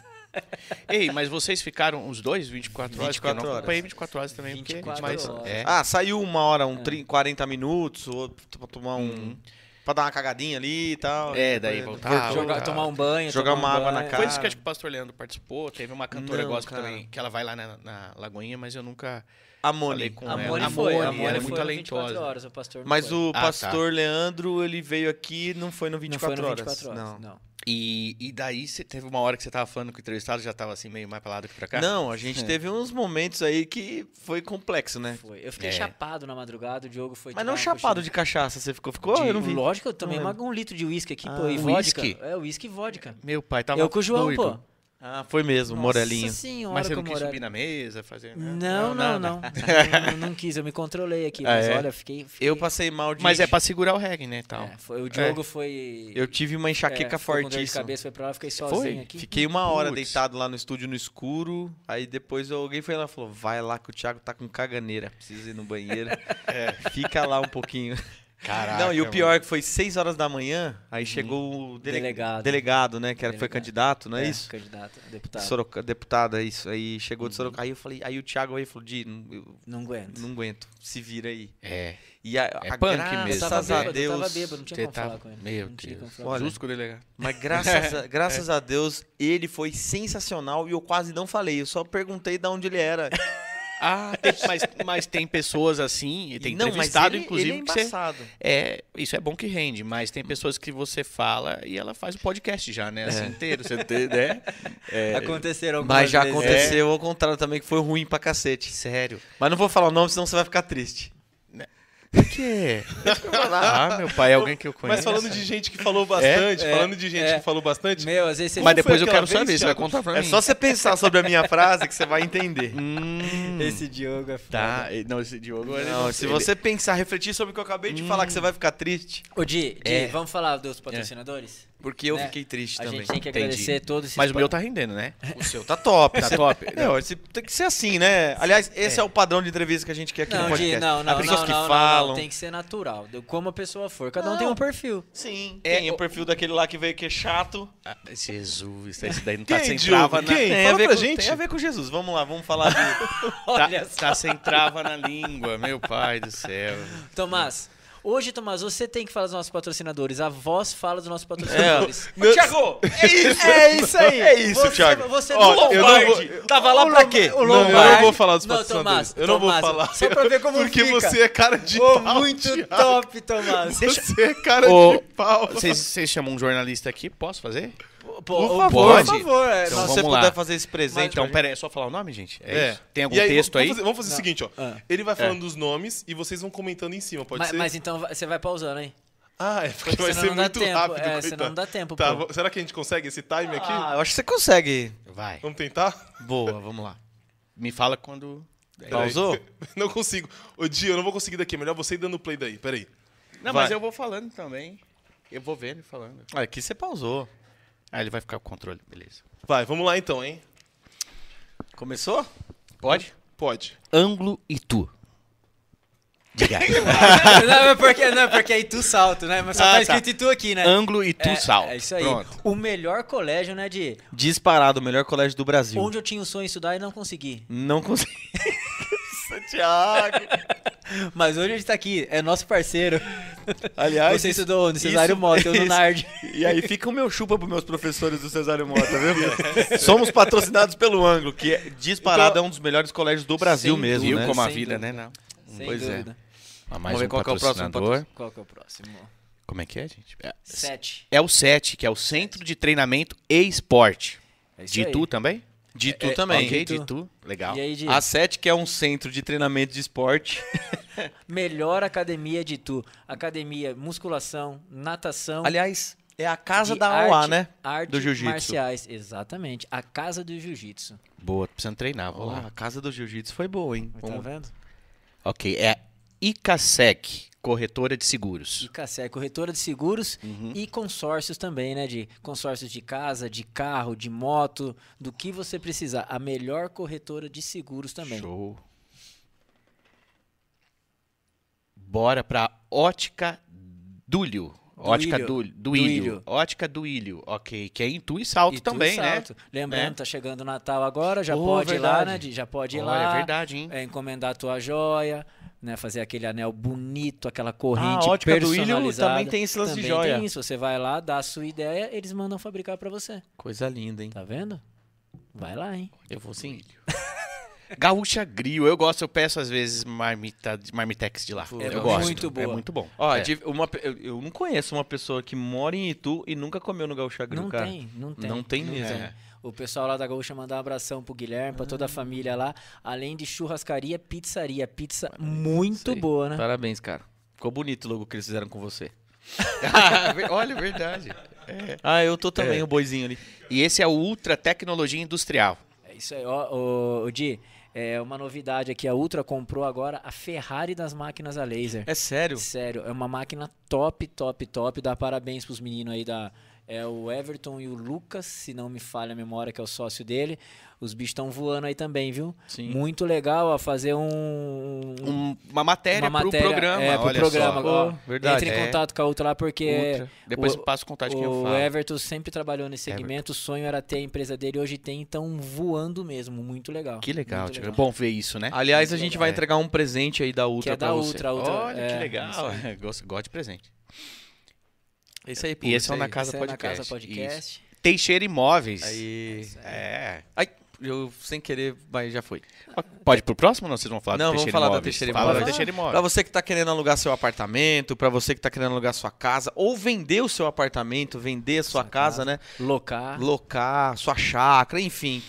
Ei, mas vocês ficaram os dois 24 horas? 24 Porque eu não horas. acompanhei 24 horas também. 24 mas, horas. é. Ah, saiu 1 hora, 40 minutos, ou pra tomar pra dar uma cagadinha ali e tal. É, daí Depois voltar. Jogar, tomar um banho. Jogar tomar uma água na banho. cara. Foi isso que acho que o pastor Leandro participou. Teve uma cantora Não, gospel cara. também, que ela vai lá na Lagoinha, mas eu nunca A falei Moni. com A ela. Moni A foi, Moni, a Moni ela é foi muito no 24 talentosa. horas, o pastor não Mas foi. o Ah, pastor Leandro, ele veio aqui não foi no Não 24 foi no horas. 24 horas, Não. não. E daí você teve uma hora que você tava falando com o entrevistado, já tava assim meio mais pra lá do que pra cá? Não, a gente teve uns momentos aí que foi complexo, né? Foi. Eu fiquei É. chapado na madrugada, o Diogo foi Mas tirar não uma chapado cochila. de cachaça, você ficou? Ficou? Eu não vi. Lógico, eu tomei Não 1 litro de uísque aqui, pô, Ah, e vodka. uísque? É, uísque e vodka. Meu pai tava Eu com o João, doido. pô. Ah, foi mesmo, Morelinho. Nossa senhora, Mas você com não quis Morelli. subir na mesa, fazer... né? Não. nada. Não quis, eu me controlei aqui. Ah, Mas é? olha, fiquei... Eu passei mal de... Mas é pra segurar o reggae, né, tal. O Diogo foi... Eu tive uma enxaqueca ficou com dor de fortíssima. cabeça, foi pra lá, fiquei sozinho aqui. Fiquei 1 hora Putz. deitado lá no estúdio no escuro. Aí depois alguém foi lá e falou: vai lá que o Thiago tá com caganeira. Precisa ir no banheiro. Fica lá um pouquinho. Caraca, Não, e o mano. pior é que foi 6 horas da manhã. Aí chegou o delegado, né? Que foi Delegado. candidato, não é isso? Candidato, deputado. Deputada, isso. Aí chegou de Sorocaba. Aí eu falei, aí o Thiago aí falou: Di, eu Não aguento. não aguento. Se vira aí. É. E a punk graças mesmo. Eu tava a bêbado, Deus. eu tava bêbado, não tinha Você como tá... falar com ele. Meu Não tinha como Deus. falar. Olha, Justo com o delegado. Mas graças a Deus, ele foi sensacional e eu quase não falei. Eu só perguntei de onde ele era. Ah, mas tem pessoas assim, e tem Não, mas entrevistado, ele inclusive, é que você... embaçado. Isso é bom que rende, mas tem pessoas que você fala e ela faz o podcast já, né? Assim inteiro, você tem, né? Aconteceram algumas Mas já vezes. aconteceu ao contrário também, que foi ruim pra cacete. Sério. Mas não vou falar o nome, senão você vai ficar triste. Por quê? Ah, meu pai é alguém que eu conheço. Mas falando de gente que falou bastante, que falou bastante. Meu, às vezes você Mas Como depois foi eu quero aquela saber, vez, você vai Thiago? contar pra É mim. só você pensar sobre a minha frase que você vai entender. Esse Diogo é foda. Tá, não, esse Diogo... ele Não, se você pensar, refletir sobre o que eu acabei de falar, que você vai ficar triste. Ô, Di, vamos falar dos patrocinadores? Porque eu Né? fiquei triste A também. gente tem que Entendi. agradecer todos esses... Mas o meu tá rendendo, né? O seu tá top. Tá top. Tem que ser assim, né? Aliás, esse é o padrão de entrevista que a gente quer aqui no Não, podcast. Di, não, As pessoas que falam. tem que ser natural, como a pessoa for. Cada um Não. tem um perfil. Sim, tem o perfil daquele lá que veio que é chato. Ah, Jesus, esse daí não tá Quem, sem Diogo? trava na... Quem? Tem Fala a, ver pra com, gente. tem a ver com Jesus. Vamos lá, vamos falar de... Olha Tá sem trava na língua, meu pai do céu. Tomás, hoje, Tomás, você tem que falar dos nossos patrocinadores. A voz fala dos nossos patrocinadores. Ô, Thiago, é isso! É isso aí! É isso, Thiago. Você Ó, não eu não Lombardi, tava lá pra quê? o Não, eu Lombardi- não vou falar dos Não, patrocinadores. Tomás, Eu não vou Tomás, falar. só pra ver como Porque fica. você é cara de Ô, pau, muito Thiago. top, Tomás. Você é cara Ô, de pau. Vocês chamam um jornalista aqui? Posso fazer? Por favor, Por favor, Então se vamos você lá. puder fazer esse presente. Então, pera aí, é só falar o nome, gente? É. Isso? Tem algum E aí, texto aí? Vamos fazer o seguinte, ó. Ah. Ele vai falando dos nomes e vocês vão comentando em cima, pode ser? Mas então você vai pausando, hein? Ah, é porque vai senão ser não dá muito tempo. rápido. Senão coitado. não dá tempo, Tá, pô. será que a gente consegue esse time aqui? Ah, eu acho que você consegue. Vai. Vamos tentar? Boa, vamos lá. Me fala quando... Peraí. Pausou? Não consigo. Ô, Di, eu não vou conseguir daqui. É melhor você ir dando play daí. Peraí. Não, Vai. mas eu vou falando também. Eu vou vendo e falando. Ah, aqui você pausou. Ah, ele vai ficar com o controle, beleza. Vai, vamos lá então, hein? Começou? Pode? Pode. Ângulo e tu. Diga. Não, é porque é Itu Salto, né? Mas só tá escrito Itu aqui, né? Ângulo Itu Salto. É isso aí. Pronto. O melhor colégio, né, de Disparado, o melhor colégio do Brasil. onde eu tinha o sonho de estudar e não consegui. Não consegui. Santiago. Mas hoje a gente tá aqui, é nosso parceiro. Aliás, Você estudou no Cesário Mota, eu no Nard. E aí fica o meu chupa pros meus professores do Cesário Mota, viu? Somos patrocinados pelo Ângulo, que é disparado, é um dos melhores colégios do Brasil Sem mesmo, Viu né? como a Sem vida, dúvida. né? Não. Sem Pois é. dúvida. Mais Vamos ver um qual que é o próximo patrocinador. Qual que é o próximo? Como é que é, gente? 7. É o SET, que é o Centro de Treinamento e Esporte. É isso De aí. Itu também? De tu também. Ok, Itu. de Itu. Legal. E aí, de A 7, que é um centro de treinamento de esporte. melhor academia de Itu. Academia, musculação, natação. Aliás, é a casa de da AUA, arte- né? Arte Do jiu-jitsu. marciais, exatamente. A casa do jiu-jitsu. Boa, tô precisando treinar, vou Ó, lá. a casa do jiu-jitsu foi boa, hein? Tá vendo? Ok, é a ICASEC, corretora de seguros. ICASEC, corretora de seguros Uhum. e consórcios também, né? De consórcios de casa, de carro, de moto, do que você precisar. A melhor corretora de seguros também. Show. Bora pra Ótica Dúlio. Ótica Duílio. Duílio. Ótica Duílio, ok. Que é em Itu e Salto E também, tudo né? salto. Lembrando, É. tá chegando o Natal agora, já Oh, pode ir lá, verdade. né? Já pode ir Olha, lá. é verdade, hein? Encomendar a tua joia, né? Fazer aquele anel bonito, aquela corrente A Ótica do Ilho personalizada. também tem esse lance de Também joia. tem isso. Você vai lá, dá a sua ideia, eles mandam fabricar pra você. Coisa linda, hein? Tá vendo? Vai lá, hein? Eu vou sim. Gaúcha Grill, eu gosto, eu peço às vezes marmitex de lá. É eu gosto. muito boa. É muito bom. Ó, É. eu não conheço uma pessoa que mora em Itu e nunca comeu no Gaúcha Grill, Não cara. tem, não tem. Não tem mesmo. É. O pessoal lá da Gaúcha mandar um abração pro Guilherme, pra toda a família lá. Além de churrascaria, pizzaria. Pizza muito Sei. boa, né? Parabéns, cara. Ficou bonito o logo que eles fizeram com você. Olha, é verdade. Ah, eu tô também, É. o boizinho ali. E esse é o Ultra Tecnologia Industrial. É isso aí. Ó, o Di, é uma novidade aqui. A Ultra comprou agora a Ferrari das máquinas a laser. É sério? Sério, é uma máquina top, top, top. Dá parabéns pros meninos aí da... É o Everton e o Lucas, se não me falha a memória, que é o sócio dele. Os bichos estão voando aí também, viu? Sim. Muito legal a fazer Uma matéria pro programa, É, pro olha programa. só. Ó, Verdade. Entre em É. contato com a Ultra lá, porque Ultra. Depois o- eu passo o contato de quem eu o falo. Everton sempre trabalhou nesse segmento. O sonho era ter a empresa dele, hoje tem, então voando mesmo. Muito legal. Que legal, Muito Tiago. É bom ver isso, né? Aliás, a gente vai É. entregar um presente aí da Que Ultra é pra da você. Ultra. Olha, é, que legal. isso aí. Gosto de presente. Esse aí, pô. E esse é o Na aí. Casa Esse é na Podcast. Casa Podcast. Teixeira Imóveis. Aí. É. Ai, eu sem querer, mas já foi. Pode ir pro próximo ou não? Vocês vão falar Não, do vamos Teixeira falar da Imóveis? Teixeira Fala Imóveis. da Teixeira Pra Imóveis. você que tá querendo alugar seu apartamento, pra você que tá querendo alugar sua casa, ou vender o seu apartamento, vender a sua casa, né? Locar. Locar, sua chácara, enfim,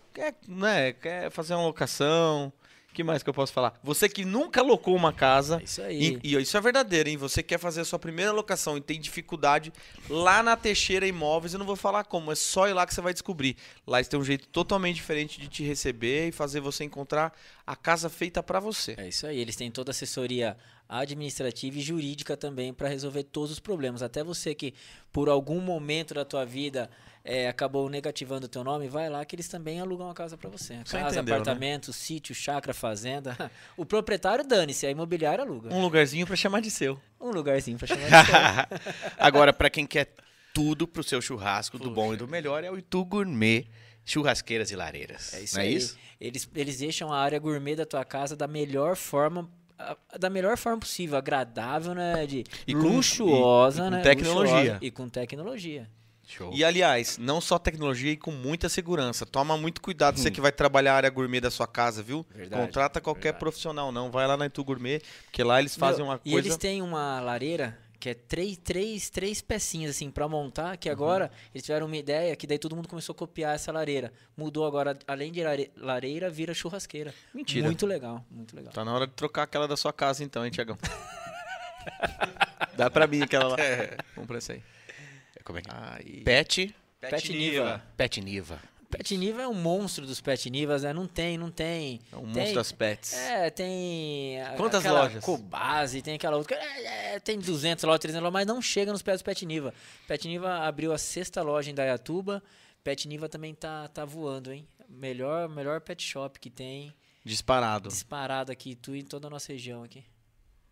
quer fazer uma locação. O que mais que eu posso falar? Você que nunca locou uma casa, É isso aí. e isso é verdadeiro, hein? Você quer fazer a sua primeira locação e tem dificuldade lá na Teixeira Imóveis, eu não vou falar como, é só ir lá que você vai descobrir. Lá eles têm um jeito totalmente diferente de te receber e fazer você encontrar a casa feita pra você. É isso aí. Eles têm toda a assessoria administrativa e jurídica também para resolver todos os problemas. Até você que por algum momento da tua vida acabou negativando o teu nome, vai lá que eles também alugam a casa para você. Você Casa, entendeu, né? apartamento, sítio, chácara, fazenda. O proprietário dane-se, a imobiliária aluga. Um lugarzinho pra chamar de seu. Um lugarzinho para chamar de seu. Agora, pra quem quer tudo pro seu churrasco, do bom e do melhor, é o Itu Gourmet Churrasqueiras e Lareiras. É isso Não é aí. isso? Eles deixam a área gourmet da tua casa da melhor forma possível, agradável, né? E com- luxuosa, e com né? tecnologia. Luxuosa e com tecnologia. Show. E aliás, não só tecnologia e com muita segurança. Toma muito cuidado você que vai trabalhar a área gourmet da sua casa, viu? Verdade, Contrata qualquer profissional, não. Vai lá na Itu Gourmet, porque lá eles fazem uma E coisa. eles têm uma lareira que é três pecinhas assim para montar, que agora eles tiveram uma ideia que daí todo mundo começou a copiar essa lareira. Mudou agora, além de lareira, vira churrasqueira. Mentira. Muito legal, muito legal. Tá na hora de trocar aquela da sua casa então, hein, Tiagão? Dá pra mim aquela lá. Vamos pra essa aí. Como é que é? Aí. Pet Pet Niva. Pet Niva. Pet Niva é um monstro dos Pet Nivas, né? Não tem. É um Tem- monstro das pets. Tem. Quantas aquela lojas? Cobase, tem aquela outra. Tem 200 lojas, 300 lojas, mas não chega nos pés do Pet Niva. Pet Niva abriu a 6ª loja em Dayatuba. Pet Niva também tá voando, hein? Melhor pet shop que tem. Disparado. Disparado aqui, tu em toda a nossa região aqui.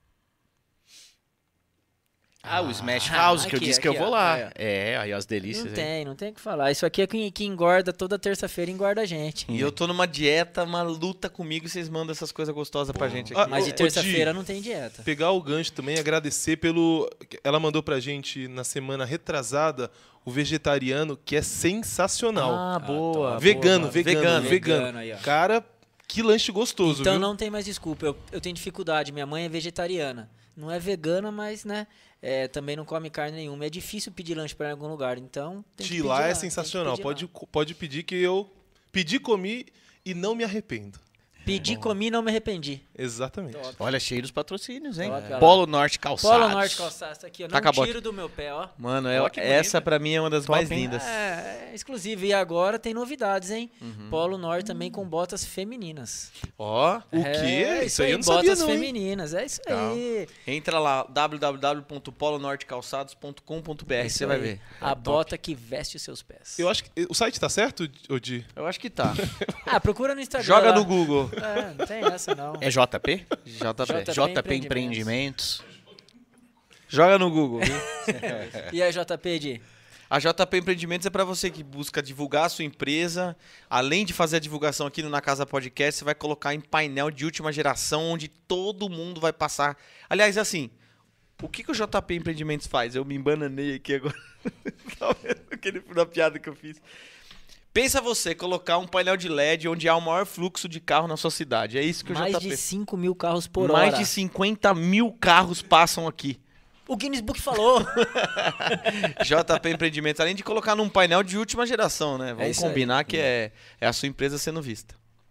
Ah, o Smash House, que eu aqui, disse que eu aqui, vou ó. lá. Aí, ó. Aí as delícias. Não tem o que falar. Isso aqui é que engorda toda terça-feira, engorda a gente. E eu tô numa dieta, uma luta comigo e vocês mandam essas coisas gostosas pra gente aqui. Mas de terça-feira não tem dieta. Pegar o gancho também, agradecer pelo... Ela mandou pra gente, na semana retrasada, o vegetariano, que é sensacional. Ah, boa. Vegano. Vegano aí, ó. Cara, que lanche gostoso, Então viu? não tem mais desculpa. Eu tenho dificuldade. Minha mãe é vegetariana. Não é vegana, mas, né? Também não come carne nenhuma. É difícil pedir lanche pra ela em algum lugar. Então, tem que pedir Lá é tem que sensacional. pedir lá. Pode pedir que eu pedi, comi e não me arrependo. Pedi, comi, não me arrependi. Exatamente. Top. Olha, cheio dos patrocínios, hein? Top, olha lá. Polo Norte Calçados. Polo Norte Calçados, tá aqui, ó. Não acabou tiro do meu pé, ó. Mano, Ó, que essa bonita. pra mim é uma das Top, mais hein? lindas. É exclusivo. E agora tem novidades, hein? Polo Norte também com botas femininas. Ó, O quê? Isso aí eu não botas sabia não, hein? femininas. É isso aí. entra lá, www.polonortecalçados.com.br, você vai ver. A bota que veste os seus pés. Eu acho que... O site tá certo, Odi? Eu acho que tá. Procura no Instagram. Joga lá. no Google. Não tem essa, não. É JP? JP. JP Empreendimentos. Joga no Google, viu? E a JP de... A JP Empreendimentos é para você que busca divulgar a sua empresa. Além de fazer a divulgação aqui no Na Casa Podcast, você vai colocar em painel de última geração, onde todo mundo vai passar. Aliás, assim, o que o JP Empreendimentos faz? Eu me embananei aqui agora. Tá vendo aquele da piada que eu fiz? Pensa você colocar um painel de LED onde há o maior fluxo de carro na sua cidade. É isso que o Mais JP... de 5 mil carros por Mais hora. de 50 mil carros passam aqui. O Guinness Book falou. JP Empreendimentos, além de colocar num painel de última geração, né? Vamos isso aí. combinar que é a sua empresa sendo vista.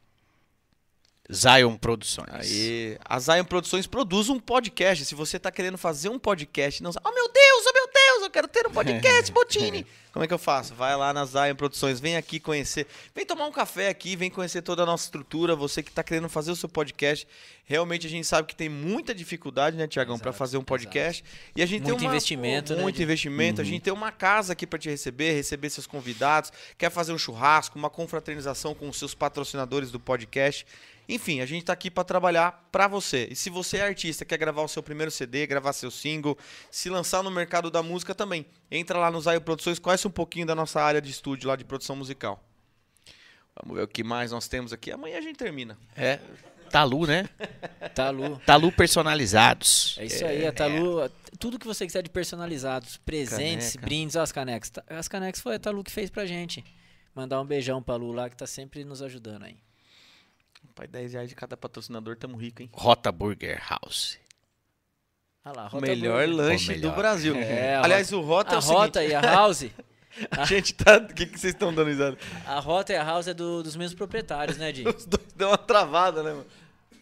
Zion Produções. Aí, a Zion Produções produz um podcast. Se você tá querendo fazer um podcast, não sabe, oh meu Deus, eu quero ter um podcast, Botini. Como é que eu faço? Vai lá na Zion Produções, vem aqui conhecer, vem tomar um café aqui, vem conhecer toda a nossa estrutura. Você que tá querendo fazer o seu podcast, realmente a gente sabe que tem muita dificuldade, né, Tiagão, para fazer um podcast. E a gente Muito tem investimento, né, muito Di? investimento. A gente tem uma casa aqui para te receber seus convidados, quer fazer um churrasco, uma confraternização com os seus patrocinadores do podcast. Enfim, a gente tá aqui para trabalhar para você. E se você é artista, quer gravar o seu primeiro CD, gravar seu single, se lançar no mercado da música também, entra lá no Zion Produções, conhece um pouquinho da nossa área de estúdio lá de produção musical. Vamos ver o que mais nós temos aqui. Amanhã a gente termina. É. Talu, né? Talu. Talu personalizados. É isso aí, a Talu. Tudo que você quiser de personalizados, presentes, Caneca. brindes, ó, as canecas. As canecas foi a Talu que fez pra gente. Mandar um beijão pra Lu lá, que tá sempre nos ajudando aí. Pai, 10 reais de cada patrocinador, tamo rico, hein? Rota Burger House. Olha lá, O Rota melhor Burger. lanche O melhor. do Brasil. É, Aliás, o Rota é A o seguinte... Rota e a House. A gente tá... O que vocês estão dando risada? A Rota e a House é dos mesmos proprietários, né, Di? Os dois deu uma travada, né, mano?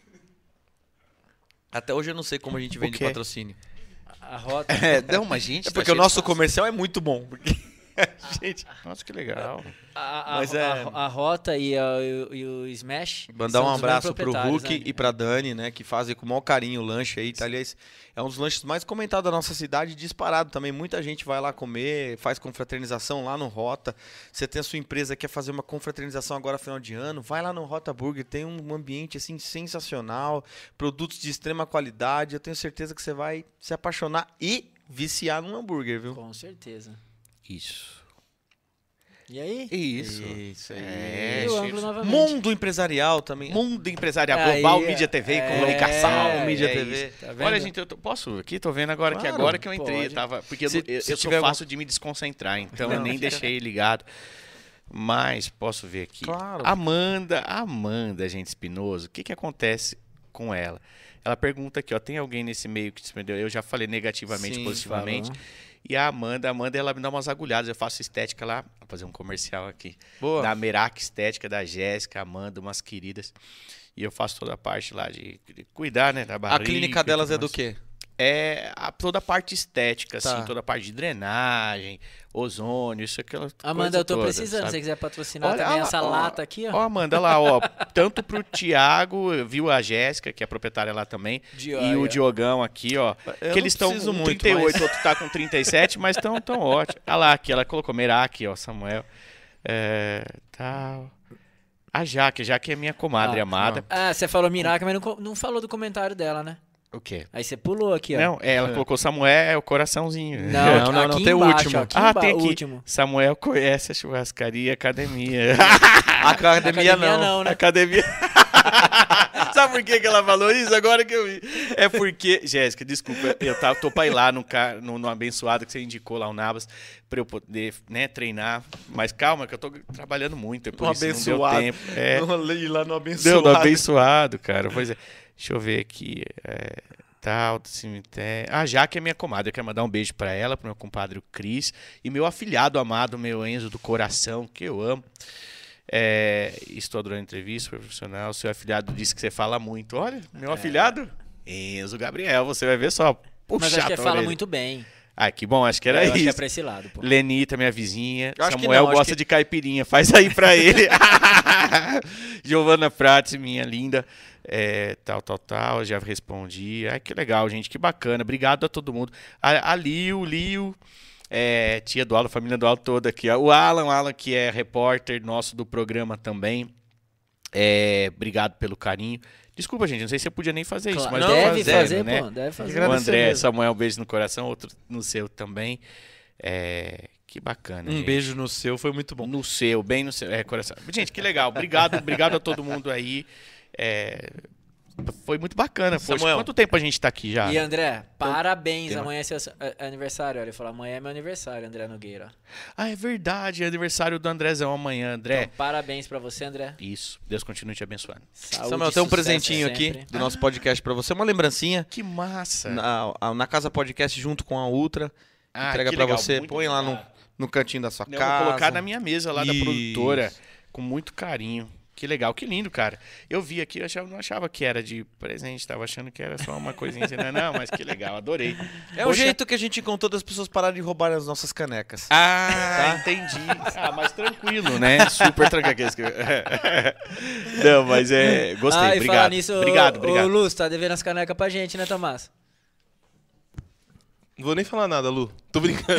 Até hoje eu não sei como a gente vende quê? patrocínio. A Rota. É, não, mas gente. É porque o nosso comercial é muito bom. Porque gente... Nossa, que legal. Mas A Rota e o Smash. Mandar são um dos abraço mesmos pro proprietários, Hulk né? e pra Dani, né? Que fazem com o maior carinho o lanche aí. Tá, aliás, é um dos lanches mais comentados da nossa cidade, disparado também. Muita gente vai lá comer, faz confraternização lá no Rota. Você tem a sua empresa que quer fazer uma confraternização agora final de ano, vai lá no Rota Burger. Tem um ambiente assim sensacional, produtos de extrema qualidade. Eu tenho certeza que você vai se apaixonar e viciar num hambúrguer, viu? Com certeza. Isso. E aí? Isso aí. É, E o cheio ângulo de- novamente. Mundo empresarial também. Mundo empresarial, Aí, global, mídia TV, comunicação, mídia é TV. isso. Tá vendo? Olha, gente, posso aqui, tô vendo agora que Claro, agora que eu entrei, pode. tava, porque Se eu sou tiver fácil de me desconcentrar, então eu Não, nem fica- deixei ligado. Mas posso ver aqui. Claro. Amanda, gente, Espinoso, o que acontece com ela? Ela pergunta aqui, ó, tem alguém nesse meio que se vendeu? Eu já falei negativamente, Sim, positivamente. falou. E a Amanda, ela me dá umas agulhadas. Eu faço estética lá, vou fazer um comercial aqui. Boa. Da Merak Estética, da Jéssica, Amanda, umas queridas. E eu faço toda a parte lá de cuidar, né, da A barriga. clínica e delas tudo é do mais. quê? É toda a parte estética, Tá. assim, toda a parte de drenagem, ozônio, isso, aquela Amanda, coisa eu tô toda, precisando. Se sabe? você quiser patrocinar Olha, também ó, essa ó, lata aqui, Ó, ó. Amanda, lá, ó. Tanto pro Tiago, viu a Jéssica, que é a proprietária lá também, e o Diogão aqui, ó. Eu Que eles não estão preciso com muito, 38, mas- outro tá com 37, mas estão tão ótimos. Olha lá, aqui, ela colocou Merak, ó, Samuel. Tal. A Jaque é minha comadre amada. Ah, você falou Miraca, mas não falou do comentário dela, né? O quê? Aí você pulou aqui, ó. Não, ela colocou Samuel, o coraçãozinho. Não, aqui tem o embaixo, último. Aqui Tem aqui. último. Samuel conhece a churrascaria e a academia. Academia não. né? Academia. Sabe por que ela falou isso? Agora que eu vi. É porque, Jéssica, desculpa, eu tô pra ir lá no abençoado que você indicou lá, o Nabas, pra eu poder, né, treinar. Mas calma, que eu tô trabalhando muito. Por isso abençoado. Não deu tempo. É. Ir lá no abençoado. Deu no abençoado, cara. Pois é. Deixa eu ver aqui. Tal, do cemitério. A Jaque é minha comadre. Eu quero mandar um beijo pra ela, pro meu compadre o Cris. E meu afilhado amado, meu Enzo do coração, que eu amo. Estou adorando a entrevista, profissional. Seu afilhado disse que você fala muito. Olha, meu afilhado, Enzo Gabriel, você vai ver só. Puxa, Mas acho que fala muito bem. Ah, que bom, acho que era Eu acho isso. que é pra esse lado, pô. Lenita, minha vizinha. Eu acho que Samuel não, acho gosta que- de caipirinha. Faz aí pra ele. Giovana Prates, minha linda. Tal. Já respondi. Ai, que legal, gente. Que bacana. Obrigado a todo mundo. A Liu. Tia do Alan, família do Alan toda aqui. O Alan, que é repórter nosso do programa também. Obrigado pelo carinho. Desculpa, gente, não sei se eu podia nem fazer isso, mas Claro, tô deve fazendo, fazer, né? pô. Deve fazer. O Agradecer André, mesmo. Samuel, um beijo no coração, outro no seu também. Que bacana, Um gente. beijo no seu, foi muito bom. No seu, bem no seu coração. Gente, que legal. Obrigado a todo mundo aí. Foi muito bacana. Poxa, Samuel. quanto tempo a gente tá aqui já? E André, parabéns. tema. Amanhã é seu aniversário. Olha, ele falou, amanhã é meu aniversário, André Nogueira. Ah, é verdade. É aniversário do Andrezão amanhã, André. Então, parabéns pra você, André. Isso. Deus continue te abençoando. Saúde, Samuel, tem um sucesso presentinho sempre. aqui do nosso podcast pra você. Uma lembrancinha Que massa. na Casa Podcast junto com a Ultra. Entrega que pra legal, você, muito põe lá obrigado. no cantinho da sua Eu casa. vou colocar na minha mesa lá da Isso. produtora, com muito carinho. Que legal, que lindo, cara. Eu vi aqui, não achava que era de presente, tava achando que era só uma coisinha assim. Não, mas que legal, adorei. É o jeito que a gente encontrou das pessoas pararem de roubar as nossas canecas. Entendi. Mas tranquilo, né? Super tranquilo. Não, mas gostei, E obrigado. falar nisso, Obrigado. Ô, Luz, tá devendo as canecas pra gente, né, Tomás? Não vou nem falar nada, Lu. Tô brincando.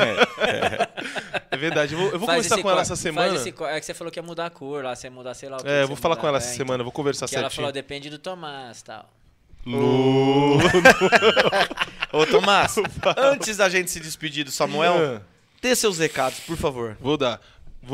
É verdade. Eu vou conversar com ela essa semana. É que você falou que ia mudar a cor lá, você ia mudar, sei lá o que. Eu você vou ia falar mudar, com ela essa então. semana, vou conversar Que ela certinho. falou, depende do Tomás e tal. Lu. Ô, Tomás, antes da gente se despedir do Samuel, Ah, dê seus recados, por favor. Vou dar.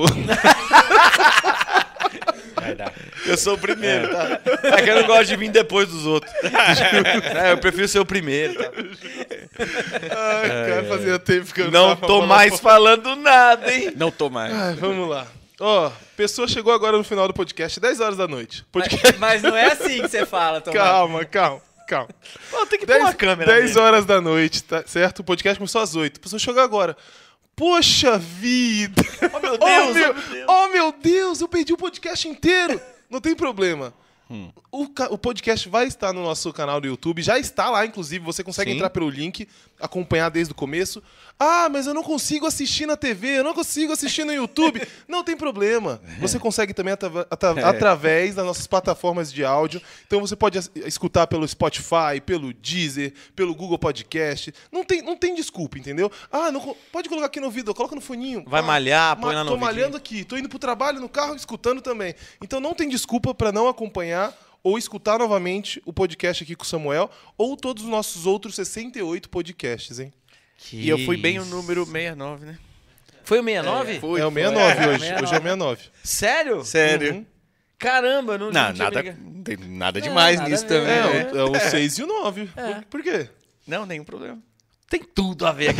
Vai dar. Eu sou o primeiro, tá? É que eu não gosto de vir depois dos outros. Eu prefiro ser o primeiro, tá? Ai, cara, fazia tempo que eu Não tava tô falando. mais falando nada, hein? Não tô mais. Ai, vamos lá. Ó, pessoa chegou agora no final do podcast, 10 horas da noite. Podcast... Mas não é assim que você fala, Tomás. Calma. Pô, tem que pôr uma câmera 10 nele. horas da noite, tá certo? O podcast começou às 8. A pessoa chegou agora. Poxa vida! Oh, meu Deus, Oh, meu Deus, eu perdi o podcast inteiro. Não tem problema. O podcast vai estar no nosso canal do YouTube. Já está lá, inclusive. Você consegue Sim. entrar pelo link, acompanhar desde o começo. Ah, mas eu não consigo assistir na TV, eu não consigo assistir no YouTube. Não tem problema. Você consegue também através das nossas plataformas de áudio. Então você pode escutar pelo Spotify, pelo Deezer, pelo Google Podcast. Não tem desculpa, entendeu? Ah, pode colocar aqui no ouvido, coloca no foninho. Vai malhar, põe lá no Tô ouvidinho. malhando aqui, tô indo pro trabalho no carro, escutando também. Então não tem desculpa para não acompanhar ou escutar novamente o podcast aqui com o Samuel ou todos os nossos outros 68 podcasts, hein? E eu fui bem o número 69, né? Foi o 69? Fui, É o foi. 69 hoje. 69. Hoje é o 69. Sério? Sério. Uhum. Caramba, não Não, tinha nada, me ligado. não tem nada demais nada nisso a ver. também, É, né? o 6 e o 9. É. Por quê? Não, nenhum problema. Tem tudo a ver aqui.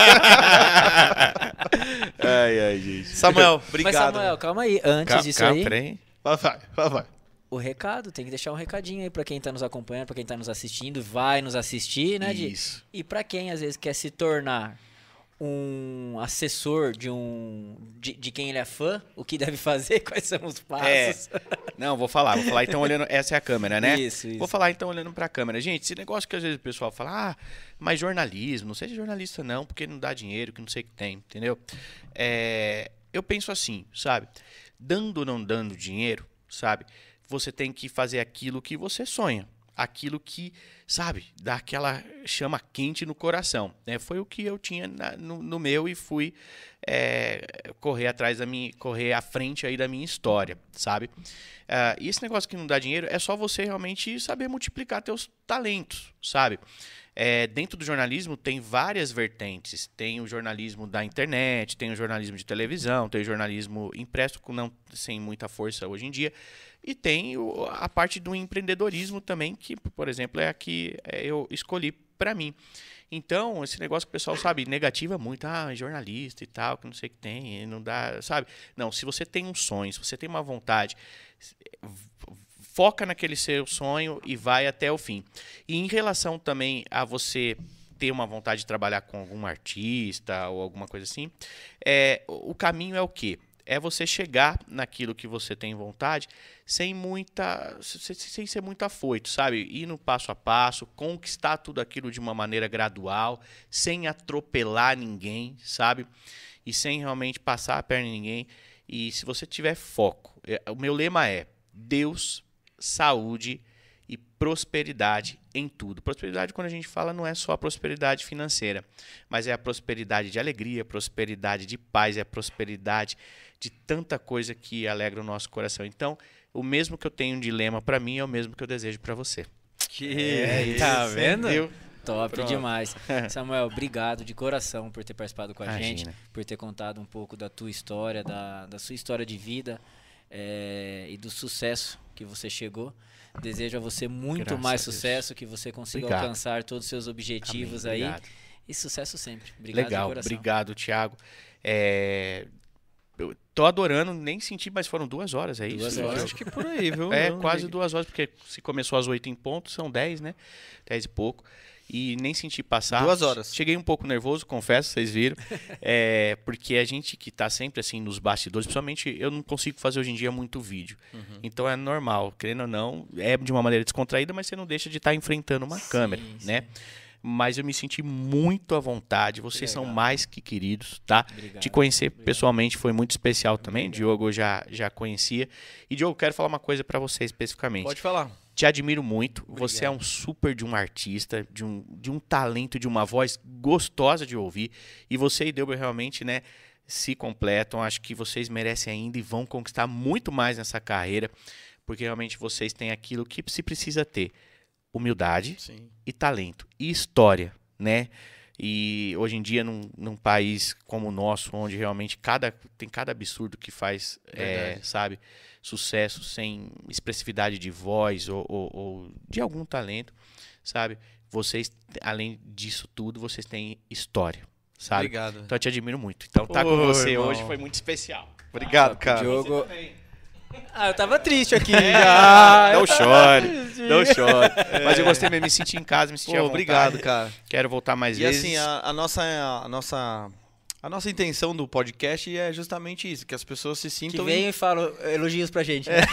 Ai, gente. Samuel, Mas, obrigado. Samuel, calma aí. Antes disso aí, Peraí. Vai. o recado, tem que deixar um recadinho aí pra quem tá nos acompanhando, pra quem tá nos assistindo, vai nos assistir, né? Isso. E pra quem às vezes quer se tornar um assessor de quem ele é fã, o que deve fazer, quais são os passos. Não, vou falar então olhando, essa é a câmera, né? Isso. Vou falar então olhando pra câmera. Gente, esse negócio que às vezes o pessoal fala, mas jornalismo, não seja jornalista não, porque não dá dinheiro, que não sei o que tem, entendeu? Eu penso assim, sabe? Dando ou não dando dinheiro, sabe? Você tem que fazer aquilo que você sonha, aquilo que, sabe, dá aquela chama quente no coração. Né? Foi o que eu tinha no meu e fui correr à frente aí da minha história, sabe? E esse negócio que não dá dinheiro é só você realmente saber multiplicar teus talentos, sabe? Dentro do jornalismo tem várias vertentes. Tem o jornalismo da internet, tem o jornalismo de televisão, tem o jornalismo impresso sem muita força hoje em dia. E tem a parte do empreendedorismo também, que, por exemplo, é a que eu escolhi para mim. Então, esse negócio que o pessoal, sabe, negativa muito, jornalista e tal, que não sei o que tem, não dá, sabe? Não, se você tem um sonho, se você tem uma vontade, foca naquele seu sonho e vai até o fim. E em relação também a você ter uma vontade de trabalhar com algum artista ou alguma coisa assim, o caminho é o quê? É você chegar naquilo que você tem vontade sem ser muito afoito, sabe? Ir no passo a passo, conquistar tudo aquilo de uma maneira gradual, sem atropelar ninguém, sabe? E sem realmente passar a perna em ninguém. E se você tiver foco, o meu lema é Deus, saúde e prosperidade em tudo. Prosperidade, quando a gente fala, não é só a prosperidade financeira, mas é a prosperidade de alegria, prosperidade de paz, é a prosperidade de tanta coisa que alegra o nosso coração. Então, o mesmo que eu tenho de lema para mim é o mesmo que eu desejo para você. Tá vendo? Entendeu? Top Pronto. demais. Samuel, obrigado de coração por ter participado com a Imagina. gente, por ter contado um pouco da tua história, da sua história de vida e do sucesso que você chegou. Desejo a você muito Graças mais a Deus. sucesso, que você consiga Obrigado. alcançar todos os seus objetivos Amém. aí. Obrigado. E sucesso sempre. Obrigado de Legal, coração. obrigado, Thiago. Eu tô adorando, nem senti, mas foram 2 horas, é 2 isso? horas. Acho que por aí, viu? Quase 2 horas, porque se começou às 8 em ponto, são 10, né? 10 e pouco. E nem senti passar. 2 horas. Cheguei um pouco nervoso, confesso, vocês viram. Porque a gente que tá sempre assim nos bastidores, principalmente eu não consigo fazer hoje em dia muito vídeo. Então é normal, querendo ou não, é de uma maneira descontraída, mas você não deixa de estar enfrentando uma câmera, né? Mas eu me senti muito à vontade. Vocês são mais que queridos, tá? Obrigado. Te conhecer pessoalmente foi muito especial também. Diogo eu já conhecia. E Diogo, quero falar uma coisa pra você especificamente. Pode falar. Te admiro muito. Você é um super de um artista, de um talento, de uma voz gostosa de ouvir. E você e Delber realmente, né, se completam. Acho que vocês merecem ainda e vão conquistar muito mais nessa carreira, porque realmente vocês têm aquilo que se precisa ter. Humildade e talento. E história, né? E hoje em dia, num país como o nosso, onde realmente tem cada absurdo que faz, sabe, sucesso sem expressividade de voz ou de algum talento, sabe? Vocês, além disso tudo, vocês têm história, sabe? Obrigado. Então eu te admiro muito. Então tá com você irmão. hoje foi muito especial. Obrigado, cara. Diogo. Eu tava triste aqui Não chore, não chore. Mas eu gostei mesmo, me senti em casa, me senti à vontade. Obrigado, cara. Quero voltar mais E vezes. assim, a nossa intenção do podcast é justamente isso, que as pessoas se Que sintam... venham e falam elogios pra gente. Né?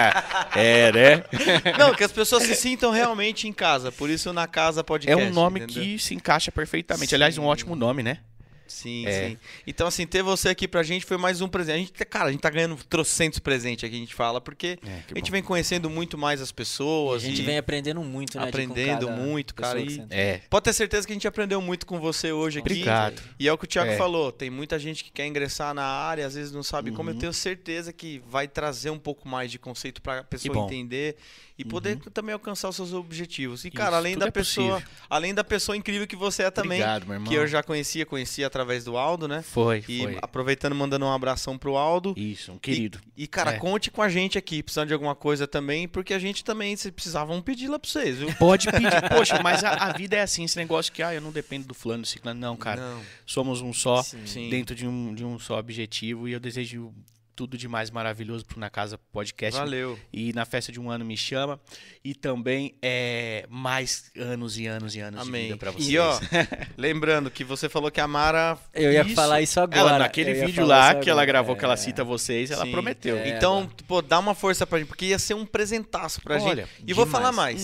Não, que as pessoas se sintam realmente em casa. Por isso, Na Casa É Podcast. um nome entendeu? que se encaixa perfeitamente. Aliás, um ótimo nome, né? Sim, sim. Então, assim, ter você aqui pra gente foi mais um presente. A gente tá ganhando trocentos presentes aqui, a gente fala, porque a gente vem conhecendo muito mais as pessoas. A gente vem aprendendo muito, né? aprendendo muito, cara. E E... pode ter certeza que a gente aprendeu muito com você hoje aqui. Obrigado. E é o que o Thiago falou. Tem muita gente que quer ingressar na área, às vezes não sabe como. Eu tenho certeza que vai trazer um pouco mais de conceito pra pessoa entender e poder também alcançar os seus objetivos. E, cara, além tudo da é pessoa, possível. além da pessoa incrível que você é também, Obrigado, meu irmão. que eu já conhecia através do Aldo, né? Foi. E aproveitando, mandando um abração pro Aldo. Isso, um querido. E cara, conte com a gente aqui, precisando de alguma coisa também, porque a gente também, se precisar, vamos pedir lá pra vocês, viu? Pode pedir. Poxa, mas a vida é assim, esse negócio que eu não dependo do fulano, do ciclano. Não, cara. Não. Somos um só, Sim. dentro de um só objetivo. E eu desejo tudo de mais maravilhoso pro Na Casa Podcast. Valeu. E na festa de 1 ano me chama. E também mais anos e anos e anos de vida pra vocês. E ó, lembrando que você falou que a Mara... Eu ia falar isso agora. Ela, naquele vídeo lá que ela gravou, que ela cita vocês, ela Sim. prometeu. Então, pô, dá uma força pra gente, porque ia ser um presentaço pra Olha, gente. E vou demais. falar mais.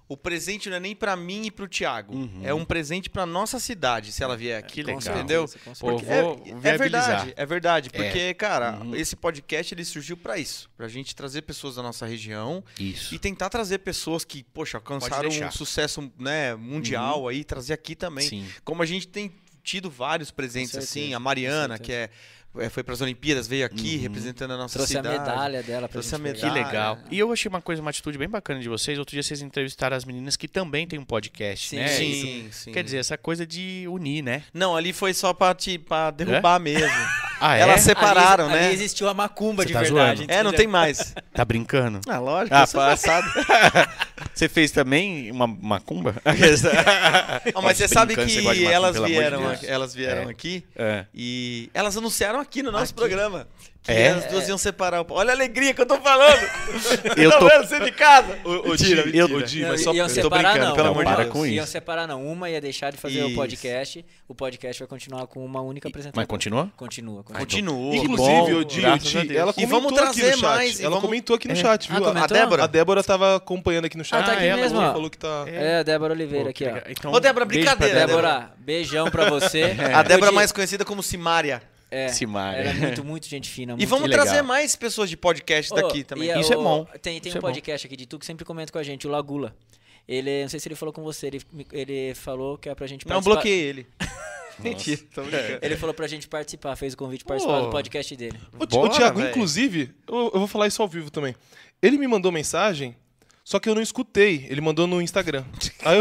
o presente não é nem pra mim e pro Thiago. É um presente pra nossa cidade, se ela vier aqui. Que legal. Entendeu? Pô, Porque vou viabilizar. É verdade. Porque, cara, esse podcast ele surgiu pra isso. Pra gente trazer pessoas da nossa região Isso. e tentar trazer pessoas que, poxa, alcançaram deixar. um sucesso, né, mundial aí, trazer aqui também. Sim. Como a gente tem tido vários presentes Com certeza, assim, a com Mariana, certeza. que foi para as Olimpíadas, veio aqui representando a nossa Trouxe cidade. a medalha dela pra Trouxe gente a pegar. Que legal. E eu achei uma atitude bem bacana de vocês. Outro dia vocês entrevistaram as meninas que também têm um podcast, Sim, né? Sim, Isso sim. quer dizer, essa coisa de unir, né? Não, ali foi só pra derrubar mesmo. Ah, é? Elas separaram, ali né? existiu a macumba Você de tá verdade. zoando? É, não tem mais. Tá brincando? Ah, lógico. Ah, eu sou engraçado. Você fez também uma macumba? Não, mas você sabe brincando, que você gosta de macumba, elas pelo amor de vieram, Deus. elas vieram É. aqui É. e elas anunciaram aqui no nosso programa que É? as duas iam separar. Olha a alegria que eu tô falando. Eu Tá tô- vendo? Você de casa. Mentira, mentira. mas só Iam tô separar brincando, não. pelo Não, amor de para Deus. com Iam isso. separar não. Uma ia deixar de fazer Isso. o podcast vai continuar com uma única apresentação. Mas continua? Continua. Continua. Inclusive, bom, o Di, graças a Deus. ela E vamos comentou aqui no trazer chat. mais, e Ela vamos- comentou aqui no chat, viu? Ah, comentou? A Débora? A Débora tava acompanhando aqui no chat. Ah, tá aqui ela mesmo, ó. falou que tá... É, a Débora Oliveira Pô, aqui, que ó. legal. Então, Ô, Débora, beijo pra brincadeira, Débora, beijão pra você. A Débora Eu mais conhecida como Simária. É, Simária. ela é muito gente fina. E muito vamos legal. trazer mais pessoas de podcast daqui Ô, também. e Isso é bom. Tem Isso um é bom. podcast aqui de tu que sempre comenta com a gente, o Lagula. Ele, não sei se ele falou com você, ele falou que é pra gente Não, participar. bloqueei ele. Mentira, tô brincando. Ele falou pra gente participar, fez o convite pra participar Pô. do podcast dele. Ô, Bora, Thiago, velho. inclusive, eu vou falar isso ao vivo também. Ele me mandou mensagem, só que eu não escutei. Ele mandou no Instagram. Aí eu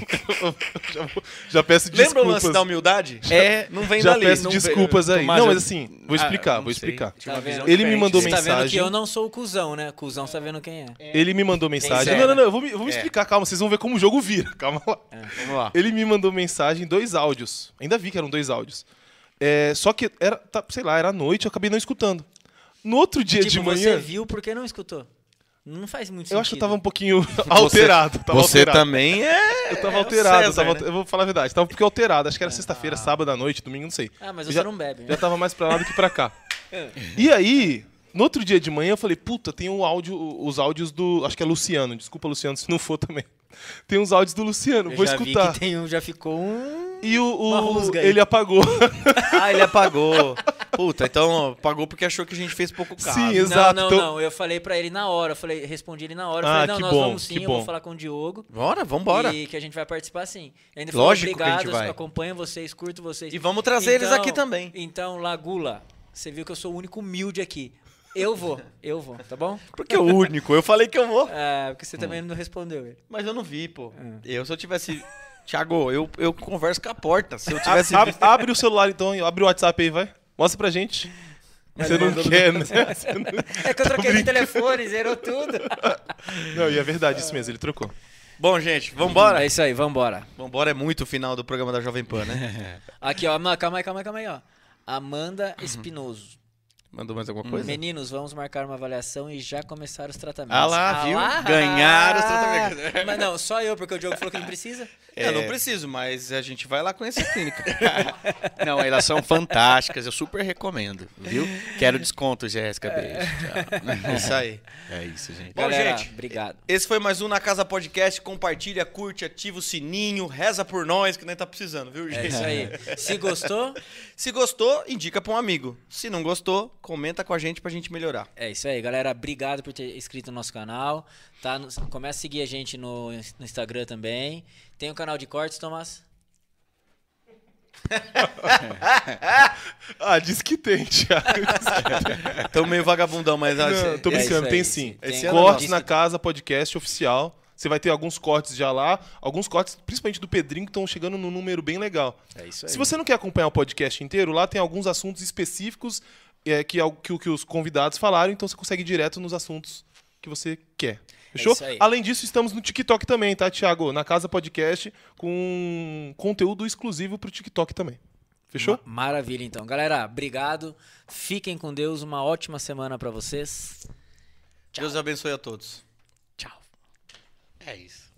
já peço Lembra o desculpas. lance da humildade? É, Não vem Já dali. peço não desculpas aí. Tomás, Não, eu- mas assim, vou explicar, não vou sei. explicar. Tinha uma Tá visão vendo? Ele me diferente mandou Você disso. tá vendo que mensagem. eu não sou o cuzão, né? Cuzão sabendo quem é. Ele me mandou mensagem. Tem Não, eu vou me explicar, calma, vocês vão ver como o jogo vira. Calma lá. Vamos lá. Ele me mandou mensagem, 2 áudios. Ainda vi que eram 2 áudios. Só que era, sei lá, era à noite, eu acabei não escutando. No outro dia Tipo, de manhã, você viu, por que não escutou? Não faz muito sentido. eu acho que eu tava um pouquinho alterado. Tava Você alterado. também é. Eu tava é o alterado, César, eu né? vou falar a verdade. Tava um pouquinho alterado. Acho que era sexta-feira, sábado à noite, domingo, não sei. Ah, mas Eu você já- não bebe, né? Já tava mais pra lá do que pra cá. E aí, no outro dia de manhã, eu falei, puta, tem os áudios do. Acho que é Luciano. Desculpa, Luciano, se não for também. Tem uns áudios do Luciano, Eu vou já escutar. vi que tem um, já ficou um... E uma rusga aí. ele apagou. Ah, ele apagou. Puta, então apagou porque achou que a gente fez pouco caso. Sim, exato. Não, então- não, eu falei pra ele na hora, respondi ele na hora, eu Ah, falei, não, que nós bom, vamos sim, que eu vou bom. falar com o Diogo. Bora, vambora. E que a gente vai participar sim. Ainda Lógico que a falou, gente obrigado, vai. acompanho vocês, curto vocês. E vamos trazer eles aqui também. Então, Lagula, você viu que eu sou o único humilde aqui. Eu vou, tá bom? Porque é o único. Eu falei que eu vou. É, porque você também não respondeu ele. Mas eu não vi, pô. Se eu tivesse. Thiago, eu converso com a porta. Se eu tivesse visto. Abre o celular então, abre o WhatsApp aí, vai. Mostra pra gente. Você não quer, né? Você não... É que eu troquei de telefone, zerou tudo. Não, e é verdade, isso mesmo, ele trocou. Bom, gente, vambora. É isso aí, vambora. Vambora é muito o final do programa da Jovem Pan, né? Aqui, ó, calma aí, ó. Amanda Espinoso. Mandou mais alguma coisa? Meninos, vamos marcar uma avaliação e já começar os tratamentos. Ah lá, viu? lá. Ganharam os tratamentos. Mas não, só eu, porque o Diogo falou que não precisa. Eu não preciso, mas a gente vai lá conhecer a clínica. Não, elas são fantásticas, eu super recomendo, viu? Quero desconto, Jéssica, beijo. Tchau. Isso aí. É isso, gente. Bom, Galera, gente, obrigado. Esse foi mais um Na Casa Podcast. Compartilha, curte, ativa o sininho, reza por nós, que nem tá precisando, viu, gente? É isso aí. Se gostou, Se gostou, indica pra um amigo. Se não gostou, comenta com a gente pra gente melhorar. é isso aí, galera. Obrigado por ter inscrito no nosso canal. Tá? Começa a seguir a gente no Instagram também. Tem o canal de cortes, Tomás? Ah, diz que tem, Thiago. Tamo meio vagabundão, mas... Não, tô é brincando, isso tem aí. sim. Tem Esse o ano canal Cortes de- na Casa Podcast oficial. Você vai ter alguns cortes já lá. Alguns cortes, principalmente do Pedrinho, que estão chegando num número bem legal. É isso aí. Se você não quer acompanhar o podcast inteiro, lá tem alguns assuntos específicos que os convidados falaram, então você consegue ir direto nos assuntos que você quer. Fechou? isso aí. Além disso, estamos no TikTok também, tá, Thiago? Na Casa Podcast, com conteúdo exclusivo pro TikTok também. Fechou? Maravilha, então. Galera, obrigado. Fiquem com Deus. Uma ótima semana pra vocês. Deus abençoe a todos. Tchau. É isso.